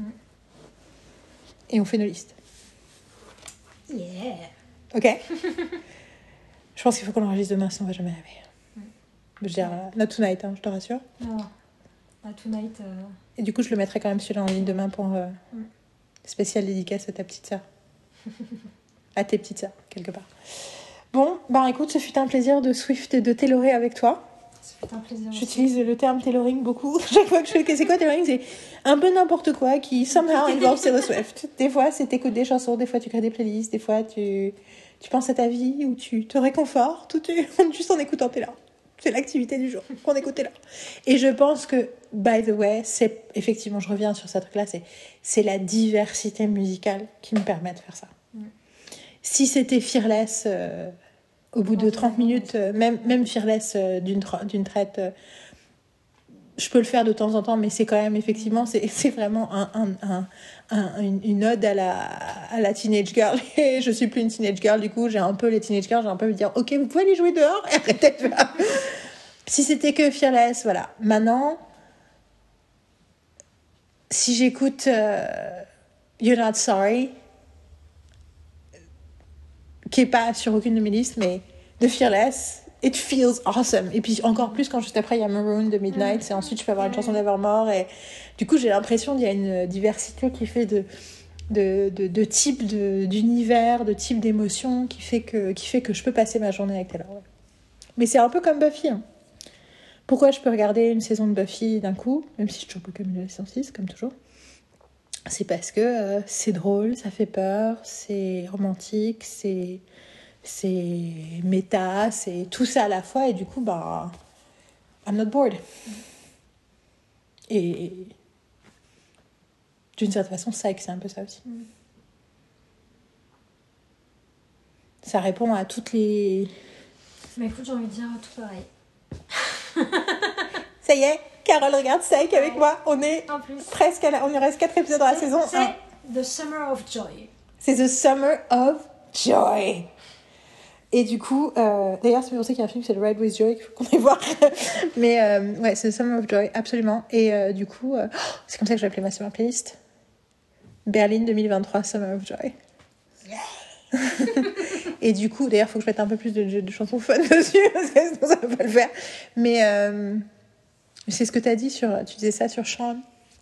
Et on fait nos listes. Yeah. Ok. Je pense qu'il faut qu'on l'enregistre demain, sinon on va jamais arriver. Je veux dire, not tonight, hein, je te rassure. Non. Tonight. Et du coup, je le mettrai quand même celui-là en ligne demain pour spécial dédicace à ta petite sœur. À tes petites sœurs, quelque part. Bon, bah écoute, ce fut un plaisir de Swift et de taylorer avec toi. Ça fait un plaisir. J'utilise le terme tayloring beaucoup. Chaque fois que je fais c'est quoi tayloring, c'est un peu n'importe quoi qui somehow involve Taylor Swift. Des fois, c'est t'écoutes des chansons, des fois tu crées des playlists, des fois tu penses à ta vie ou tu te réconfortes, tout juste en écoutant Taylor. C'est l'activité du jour qu'on écoute Taylor. Et je pense que, by the way, c'est effectivement, je reviens sur ce truc-là, c'est la diversité musicale qui me permet de faire ça. Si c'était Fearless, au bout de 30 minutes, même Fearless d'une traite, je peux le faire de temps en temps, mais c'est quand même, effectivement, c'est vraiment une ode à la teenage girl. Et je suis plus une teenage girl, du coup, j'ai un peu les teenage girls, j'ai un peu me dire, ok, vous pouvez aller jouer dehors et arrêtez de faire. Si c'était que Fearless, voilà. Maintenant, si j'écoute You're Not Sorry, qui est pas sur aucune de mes listes, mais de Fearless, it feels awesome. Et puis encore plus quand juste après il y a Maroon de Midnight, et ensuite je peux avoir une chanson d'Evermore, et du coup j'ai l'impression qu'il y a une diversité qui fait de types d'univers, de types d'émotions, qui fait que je peux passer ma journée avec Taylor. Mais c'est un peu comme Buffy, hein. Pourquoi je peux regarder une saison de Buffy d'un coup, même si je suis toujours pas comme la saison 6, comme toujours? C'est parce que c'est drôle, ça fait peur, c'est romantique, c'est méta, c'est tout ça à la fois, et du coup, bah, I'm not bored. Et d'une certaine façon, Psych, c'est un peu ça aussi. Ça répond à toutes les... Mais écoute, j'ai envie de dire tout pareil. Ça y est, Carole regarde Psych avec moi. On est En plus. presque on y reste 4 épisodes dans la saison 1. C'est The Summer of Joy. C'est The Summer of Joy. Et du coup, d'ailleurs, c'est pour ça qu'il y a un film, c'est The Ride with Joy, qu'il faut qu'on aille voir. Mais ouais, c'est The Summer of Joy, absolument. Et du coup, c'est comme ça que je vais appeler ma summer playlist. Berlin 2023, Summer of Joy. Yeah. Et du coup, d'ailleurs, il faut que je mette un peu plus de chansons fun dessus, parce que sinon ça ne va pas le faire. Mais c'est ce que tu as dit tu disais ça sur Sean.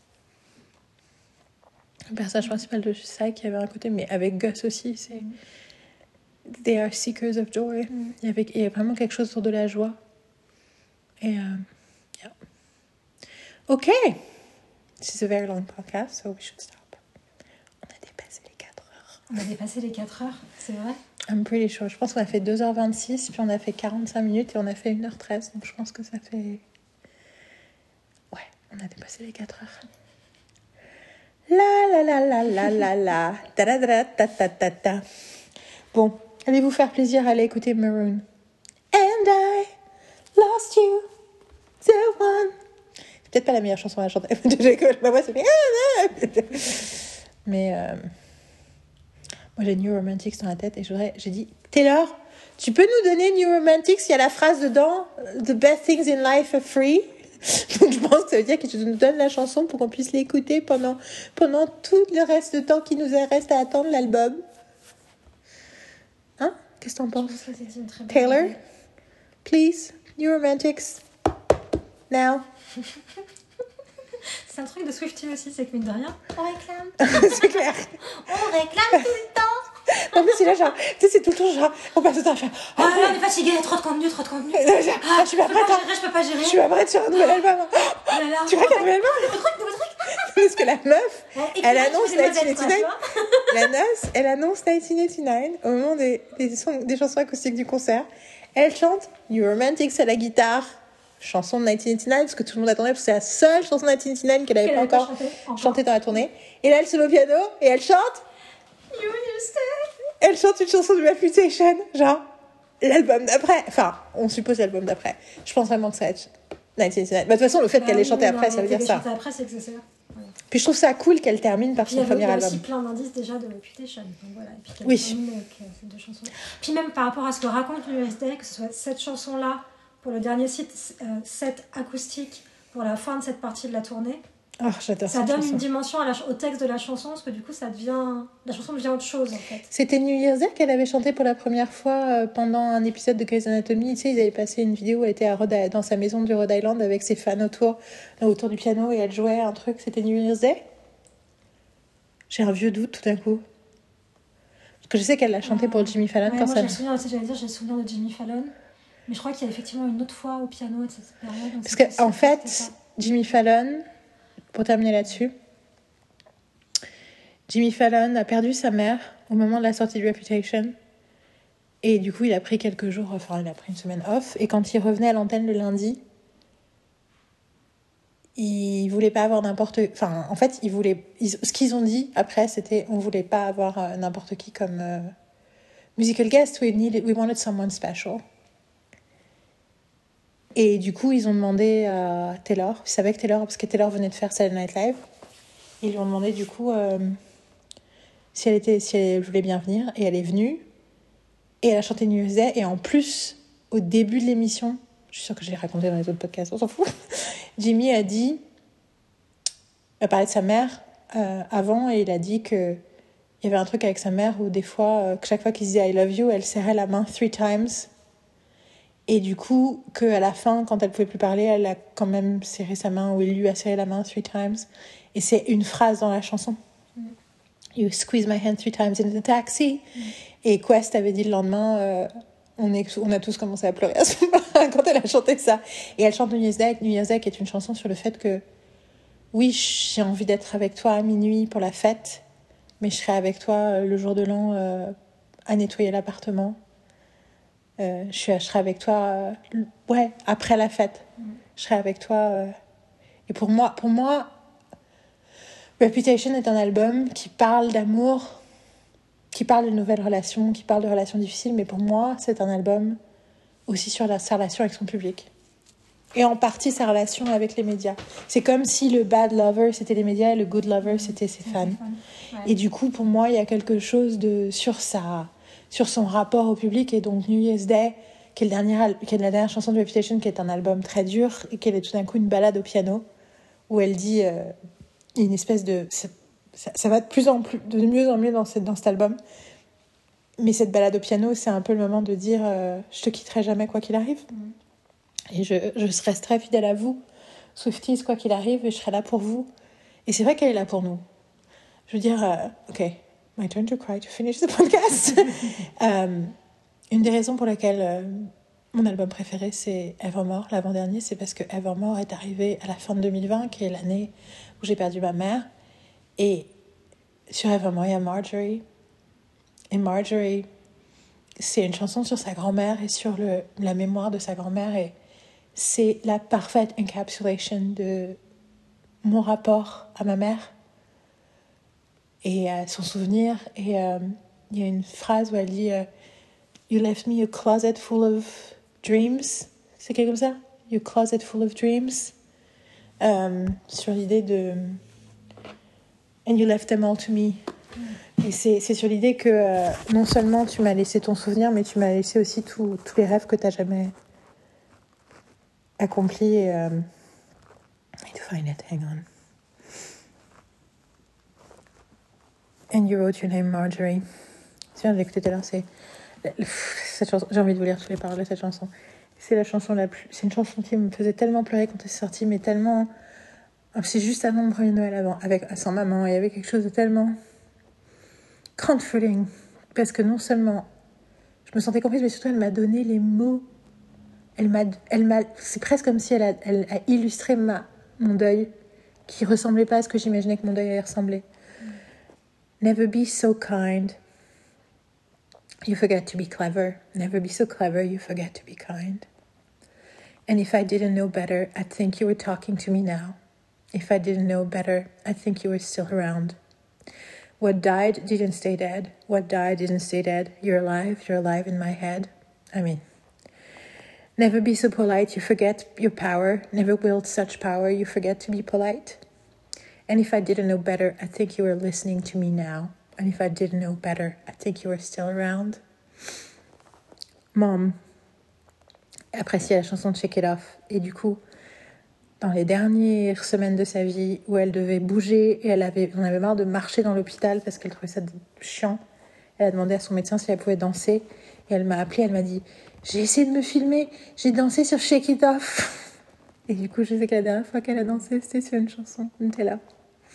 Le personnage principal de Psych, qui avait un côté, mais avec Gus aussi, c'est... They are seekers of joy. Il y a vraiment quelque chose autour de la joie. Et yeah. Ok. This is a very long podcast, so we should stop. On a dépassé les 4 heures. On a dépassé les 4 heures, c'est vrai? I'm pretty sure. Je pense qu'on a fait 2h26, puis on a fait 45 minutes et on a fait 1h13. Donc je pense que ça fait... Ouais, on a dépassé les 4 heures. La la la la la la la. Ta da da ta ta ta ta. Bon, allez vous faire plaisir, allez écouter Maroon. And I lost you, the one. C'est peut-être pas la meilleure chanson à chanter. Ma voix se fait... Mais moi j'ai New Romantics dans la tête et j'ai dit, Taylor, tu peux nous donner New Romantics? Il y a la phrase dedans, The best things in life are free. Donc je pense que ça veut dire que tu nous donnes la chanson pour qu'on puisse l'écouter pendant tout le reste de temps qui nous reste à attendre l'album. Hein? Qu'est-ce que t'en penses? Taylor, please, New Romantics, now. C'est un truc de Swiftie aussi, c'est que mine de rien, on réclame. C'est clair. On réclame tout le temps. En plus, c'est là, genre, tu sais, c'est tout le temps, genre, on passe tout le temps à faire. Ah, là, on est fatigué, trop de contenu. Je suis pas prête. Je peux pas gérer. Je suis pas prête sur un nouvel album. Oh là là. Tu crois qu'il y a un nouvel album? Nouveau truc. Parce que la meuf, elle annonce tu fais des 1989. Elle annonce 1989 au moment des chansons acoustiques du concert. Elle chante New Romantics à la guitare, chanson de 1989, parce que tout le monde attendait, parce que c'est la seule chanson de 1989 qu'elle n'avait pas encore chantée dans la tournée. Et là, elle se met au piano et elle chante. Elle chante une chanson de Reputation, genre l'album d'après. Enfin, on suppose l'album d'après. Je pense vraiment que ça va être 1989. Bah, de toute façon, le fait qu'elle ait chanté après, ça veut dire ça. Après, c'est que c'est ça. Puis je trouve ça cool qu'elle termine par Puis son il y premier a album. aussi plein d'indices déjà de Reputation. Donc voilà. Et puis qu'elle Oui. termine avec ces 2 chansons. Puis même par rapport à ce que raconte New Day, que ce soit cette chanson-là pour le dernier set acoustique pour la fin de cette partie de la tournée, Oh, j'adore ça cette donne chanson. une dimension au texte de la chanson, parce que du coup, la chanson devient autre chose en fait. C'était New Year's Day qu'elle avait chanté pour la première fois pendant un épisode de Grey's Anatomy. Tu sais, ils avaient passé une vidéo où elle était dans sa maison du Rhode Island avec ses fans autour du piano et elle jouait un truc. C'était New Year's Day. J'ai un vieux doute tout d'un coup. Parce que je sais qu'elle l'a chanté pour Jimmy Fallon Ouais, quand moi, ça... j'ai le souvenir de Jimmy Fallon. Mais je crois qu'il y a effectivement une autre fois au piano de cette période. Parce qu'en fait, Jimmy Fallon, pour terminer là-dessus, Jimmy Fallon a perdu sa mère au moment de la sortie de Reputation. Et du coup, il a pris quelques jours, enfin, il a pris une semaine off. Et quand il revenait à l'antenne le lundi, il voulait pas avoir n'importe... Enfin, en fait, ce qu'ils ont dit après, c'était on voulait pas avoir n'importe qui comme musical guest. We wanted someone special. Et du coup, ils ont demandé à Taylor, ils savaient que parce que Taylor venait de faire Saturday Night Live, et ils lui ont demandé du coup si elle voulait bien venir, et elle est venue, et elle a chanté New Year's Day, et en plus, au début de l'émission, je suis sûre que j'ai raconté dans les autres podcasts, on s'en fout, Jimmy a parlé de sa mère avant, et il a dit que il y avait un truc avec sa mère où des fois, chaque fois qu'il disait I love you, elle serrait la main 3 times. Et du coup, qu'à la fin, quand elle pouvait plus parler, elle a quand même serré sa main, ou il lui a serré la main 3 times. Et c'est une phrase dans la chanson. You squeeze my hand 3 times in the taxi. Et Quest avait dit le lendemain, on a tous commencé à pleurer à ce moment-là quand elle a chanté ça. Et elle chante New Year's Day, qui est une chanson sur le fait que oui, j'ai envie d'être avec toi à minuit pour la fête, mais je serai avec toi le jour de l'an à nettoyer l'appartement. Je serai avec toi après la fête. Je serai avec toi et pour moi Reputation est un album qui parle d'amour, qui parle de nouvelles relations, qui parle de relations difficiles, mais pour moi c'est un album aussi sur sa relation avec son public et en partie sa relation avec les médias. C'est comme si le bad lover c'était les médias et le good lover c'était ses fans. Ouais. Et du coup pour moi il y a quelque chose sur son rapport au public. Et donc New Year's Day, qui est la dernière chanson de Reputation, qui est un album très dur, et qui est tout d'un coup une balade au piano, où elle dit une espèce de... Ça va de mieux en mieux dans cet album. Mais cette balade au piano, c'est un peu le moment de dire je te quitterai jamais quoi qu'il arrive. Et je resterai fidèle à vous, Swifties, quoi qu'il arrive, et je serai là pour vous. Et c'est vrai qu'elle est là pour nous. Je veux dire, ok, my turn to cry to finish the podcast. Une des raisons pour lesquelles mon album préféré c'est Evermore, l'avant-dernier, c'est parce que Evermore est arrivé à la fin de 2020, qui est l'année où j'ai perdu ma mère. Et sur Evermore, il y a Marjorie. Et Marjorie, c'est une chanson sur sa grand-mère et sur la mémoire de sa grand-mère. Et c'est la parfaite encapsulation de mon rapport à ma mère et à son souvenir. Et il y a une phrase où elle dit You left me a closet full of dreams. C'est quelque chose comme ça? You closet full of dreams. Sur l'idée de And you left them all to me. Et c'est sur l'idée que non seulement tu m'as laissé ton souvenir, mais tu m'as laissé aussi tous les rêves que tu n'as jamais accomplis. I need to find it, hang on. And you wrote your name, Marjorie. Je viens de l'écouter tout à l'heure, cette chanson, j'ai envie de vous lire toutes les paroles de cette chanson. C'est une chanson qui me faisait tellement pleurer quand elle est sortie, mais tellement... C'est juste avant mon premier Noël sans maman, et il y avait quelque chose de tellement comforting, parce que non seulement je me sentais comprise, mais surtout elle m'a donné les mots. C'est presque comme si elle a illustré mon deuil, qui ressemblait pas à ce que j'imaginais que mon deuil allait ressembler. Never be so kind. You forget to be clever. Never be so clever, you forget to be kind. And if I didn't know better, I'd think you were talking to me now. If I didn't know better, I'd think you were still around. What died didn't stay dead. What died didn't stay dead. You're alive in my head. Never be so polite, you forget your power. Never wield such power, you forget to be polite. And if I didn't know better, I think you were listening to me now. And if I didn't know better, I think you were still around. Mom appréciait la chanson de Shake It Off. Et du coup, dans les dernières semaines de sa vie où elle devait bouger et on avait marre de marcher dans l'hôpital parce qu'elle trouvait ça chiant, elle a demandé à son médecin si elle pouvait danser. Et elle m'a appelée, elle m'a dit « J'ai essayé de me filmer, j'ai dansé sur Shake It Off ». Et du coup, je sais que la dernière fois qu'elle a dansé, c'était sur une chanson. On était là.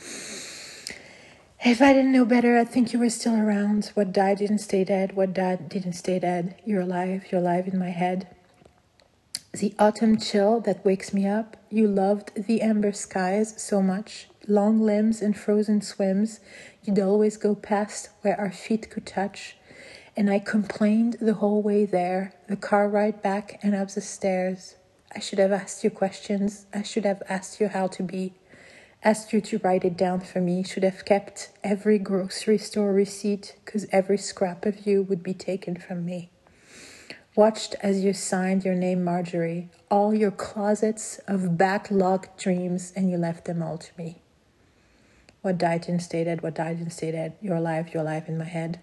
If I didn't know better, I think you were still around. What died didn't stay dead. What died didn't stay dead. You're alive in my head. The autumn chill that wakes me up. You loved the amber skies so much. Long limbs and frozen swims. You'd always go past where our feet could touch. And I complained the whole way there. The car ride back and up the stairs. I should have asked you questions. I should have asked you how to be. Asked you to write it down for me. Should have kept every grocery store receipt, 'cause every scrap of you would be taken from me. Watched as you signed your name Marjorie, all your closets of backlogged dreams, and you left them all to me. What died didn't stay dead, what died didn't stay dead. You're alive in my head.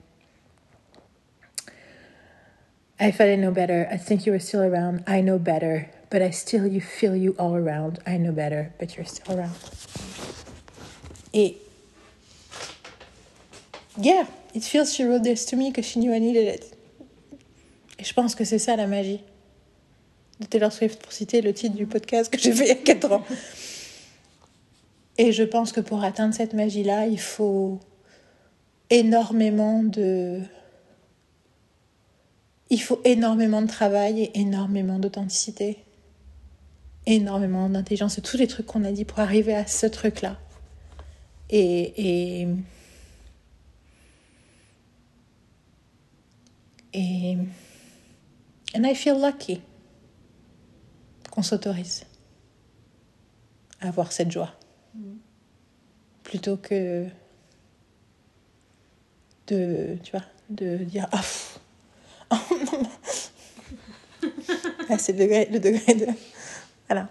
If I didn't know better, I think you were still around. I know better, but I still feel you all around. I know better, but you're still around. Et yeah, it feels she wrote this to me because she knew I needed it. Et je pense que c'est ça la magie de Taylor Swift, pour citer le titre du podcast que j'ai fait il y a 4 ans. Et je pense que pour atteindre cette magie-là, il faut énormément de travail et énormément d'authenticité, énormément d'intelligence, et tous les trucs qu'on a dit pour arriver à ce truc-là. Et and I feel lucky qu'on s'autorise à avoir cette joie. Plutôt que de dire oh non. Là, c'est le degré de voilà.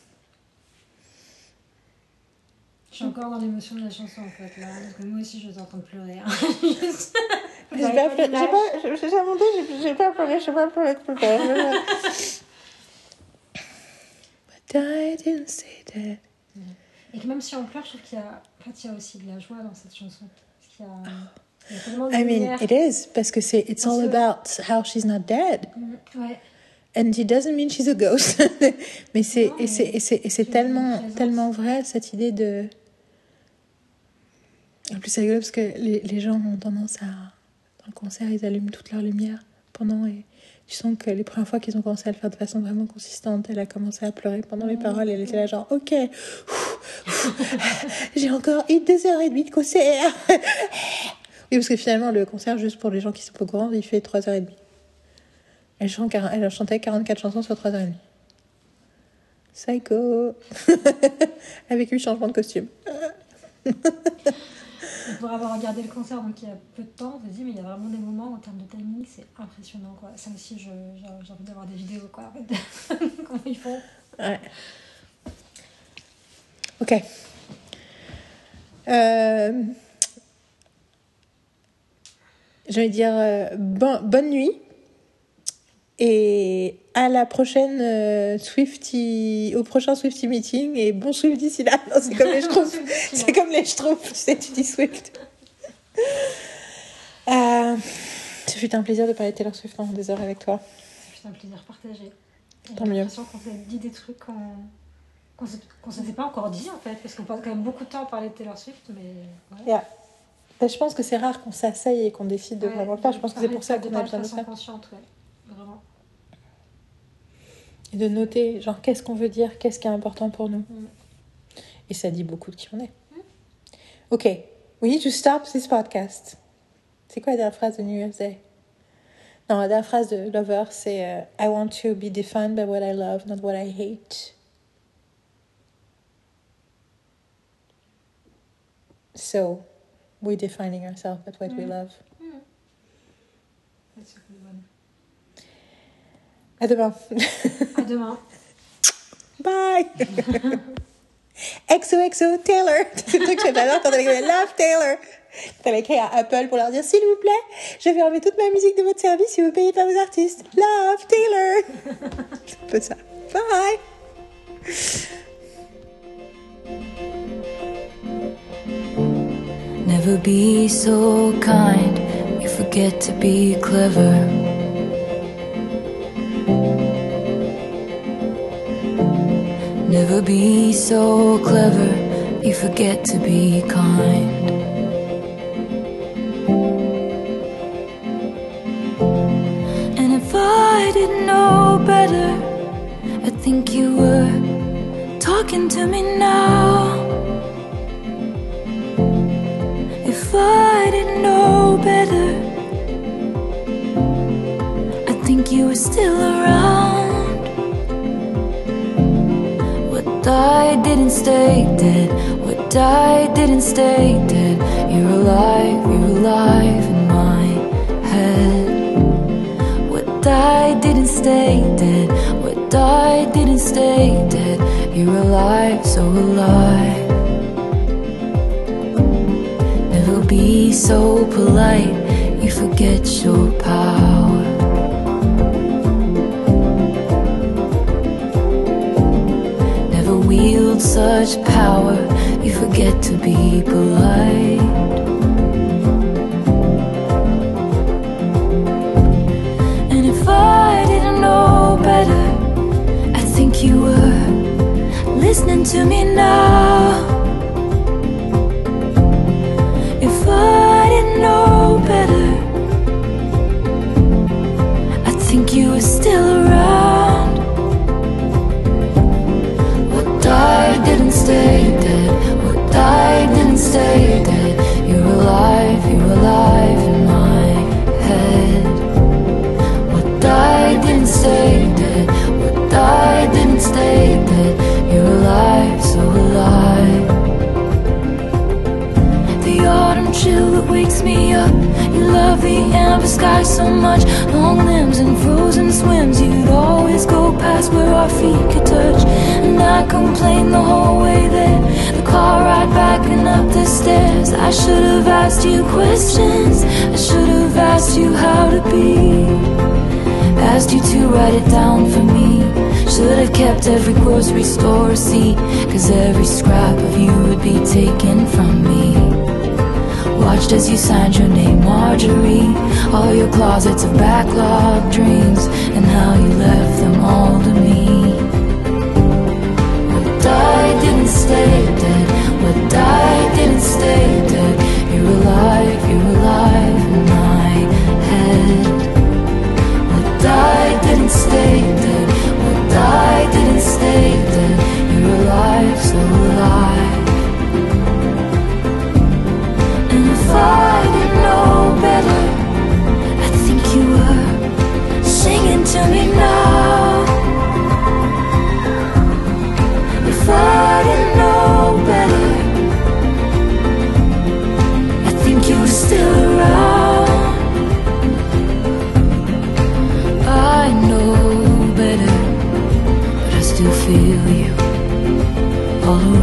Je suis encore dans l'émotion de la chanson en fait là, parce que moi aussi je vous entends pleurer. Hein. J'ai pas pleuré. But I didn't say that. Et que même si on pleure, je trouve qu'il y a aussi de la joie dans cette chanson. Parce qu'il y a tellement de I mean, lumière. it is, parce que it's all about how she's not dead. Ouais. And it doesn't mean she's a ghost. Mais c'est tellement vrai, cette idée de... En plus, c'est rigolo parce que les gens ont tendance à... Dans le concert, ils allument toute leur lumière pendant... Et tu sens que les premières fois qu'ils ont commencé à le faire de façon vraiment consistante, elle a commencé à pleurer pendant les paroles. Et elle était là genre, ok, j'ai encore eu 2h30 de concert. Oui, parce que finalement, le concert, juste pour les gens qui sont pas au courant, il fait 3h30. Elle chantait 44 chansons sur 3h30. Psycho. Avec 8 changements de costume. Pour avoir regardé le concert donc il y a peu de temps, on se dit mais il y a vraiment des moments en termes de timing, c'est impressionnant quoi. Ça aussi, j'ai envie d'avoir des vidéos quoi. En fait. Comment ils font. Ouais. Ok. Je vais dire bonne nuit. Et à la prochaine au prochain Swiftie meeting, et bon Swift d'ici là. Non, c'est comme les Schtroumpfs. C'est comme les Schtroumpfs, tu sais, tu dis Swift. Ce fut un plaisir de parler de Taylor Swift pendant des heures avec toi. Ce fut un plaisir partagé. Tant mieux. J'ai l'impression qu'on s'est dit des trucs qu'on ne s'était pas encore dit en fait, parce qu'on passe quand même beaucoup de temps à parler de Taylor Swift, mais... Ouais. Yeah. Je pense que c'est rare qu'on s'asseye et qu'on décide de vraiment le faire. Je pense que c'est pour ça qu'on a besoin de faire. Consciente, ouais. Vraiment. Et de noter, genre, qu'est-ce qu'on veut dire, qu'est-ce qui est important pour nous. Et ça dit beaucoup de qui on est. Ok, we need to stop this podcast. C'est quoi la dernière phrase de New Year's Day? Non, la dernière phrase de Lover, c'est I want to be defined by what I love, not what I hate. So, we're defining ourselves by what we love. C'est une bonne. À demain. À demain. Bye. XOXO Taylor. C'est le truc que j'adore quand elle écrit Love Taylor. Quand elle écrit à Apple pour leur dire s'il vous plaît, je vais enlever toute ma musique de votre service si vous payez pas vos artistes. Love Taylor. C'est un peu ça. Bye. Never be so kind, you forget to be clever. Never be so clever, you forget to be kind. And if I didn't know better, I think you were talking to me now. If I didn't know better, I think you were still around. What died didn't stay dead. What died didn't stay dead. You're alive in my head. What died didn't stay dead. What died didn't stay dead. You're alive, so alive. Be so polite, you forget your power. Never wield such power, you forget to be polite. And if I didn't know better, I think you were listening to me now. If I didn't know better, I think you were still around. What died didn't stay dead. What died didn't stay dead. You're alive in my head. What died didn't stay dead. What died didn't stay dead. You're alive, so alive. The autumn chill that wakes me up. You love the amber sky so much. Long limbs and frozen swims. You'd always go past where our feet could touch. And I complained the whole way there. The car ride back and up the stairs. I should have asked you questions. I should have asked you how to be. Asked you to write it down for me. Should have kept every grocery store receipt. 'Cause every scrap of you would be taken from me. Watched as you signed your name, Marjorie. All your closets of backlogged dreams, and how you left them all to me. What died didn't stay dead. What died didn't stay dead. You're alive in my head. What died didn't stay dead. What died didn't stay dead. You're alive, so alive. If I didn't know better, I think you were singing to me now. If I didn't know better, I think you were still around. I know better, but I still feel you all around.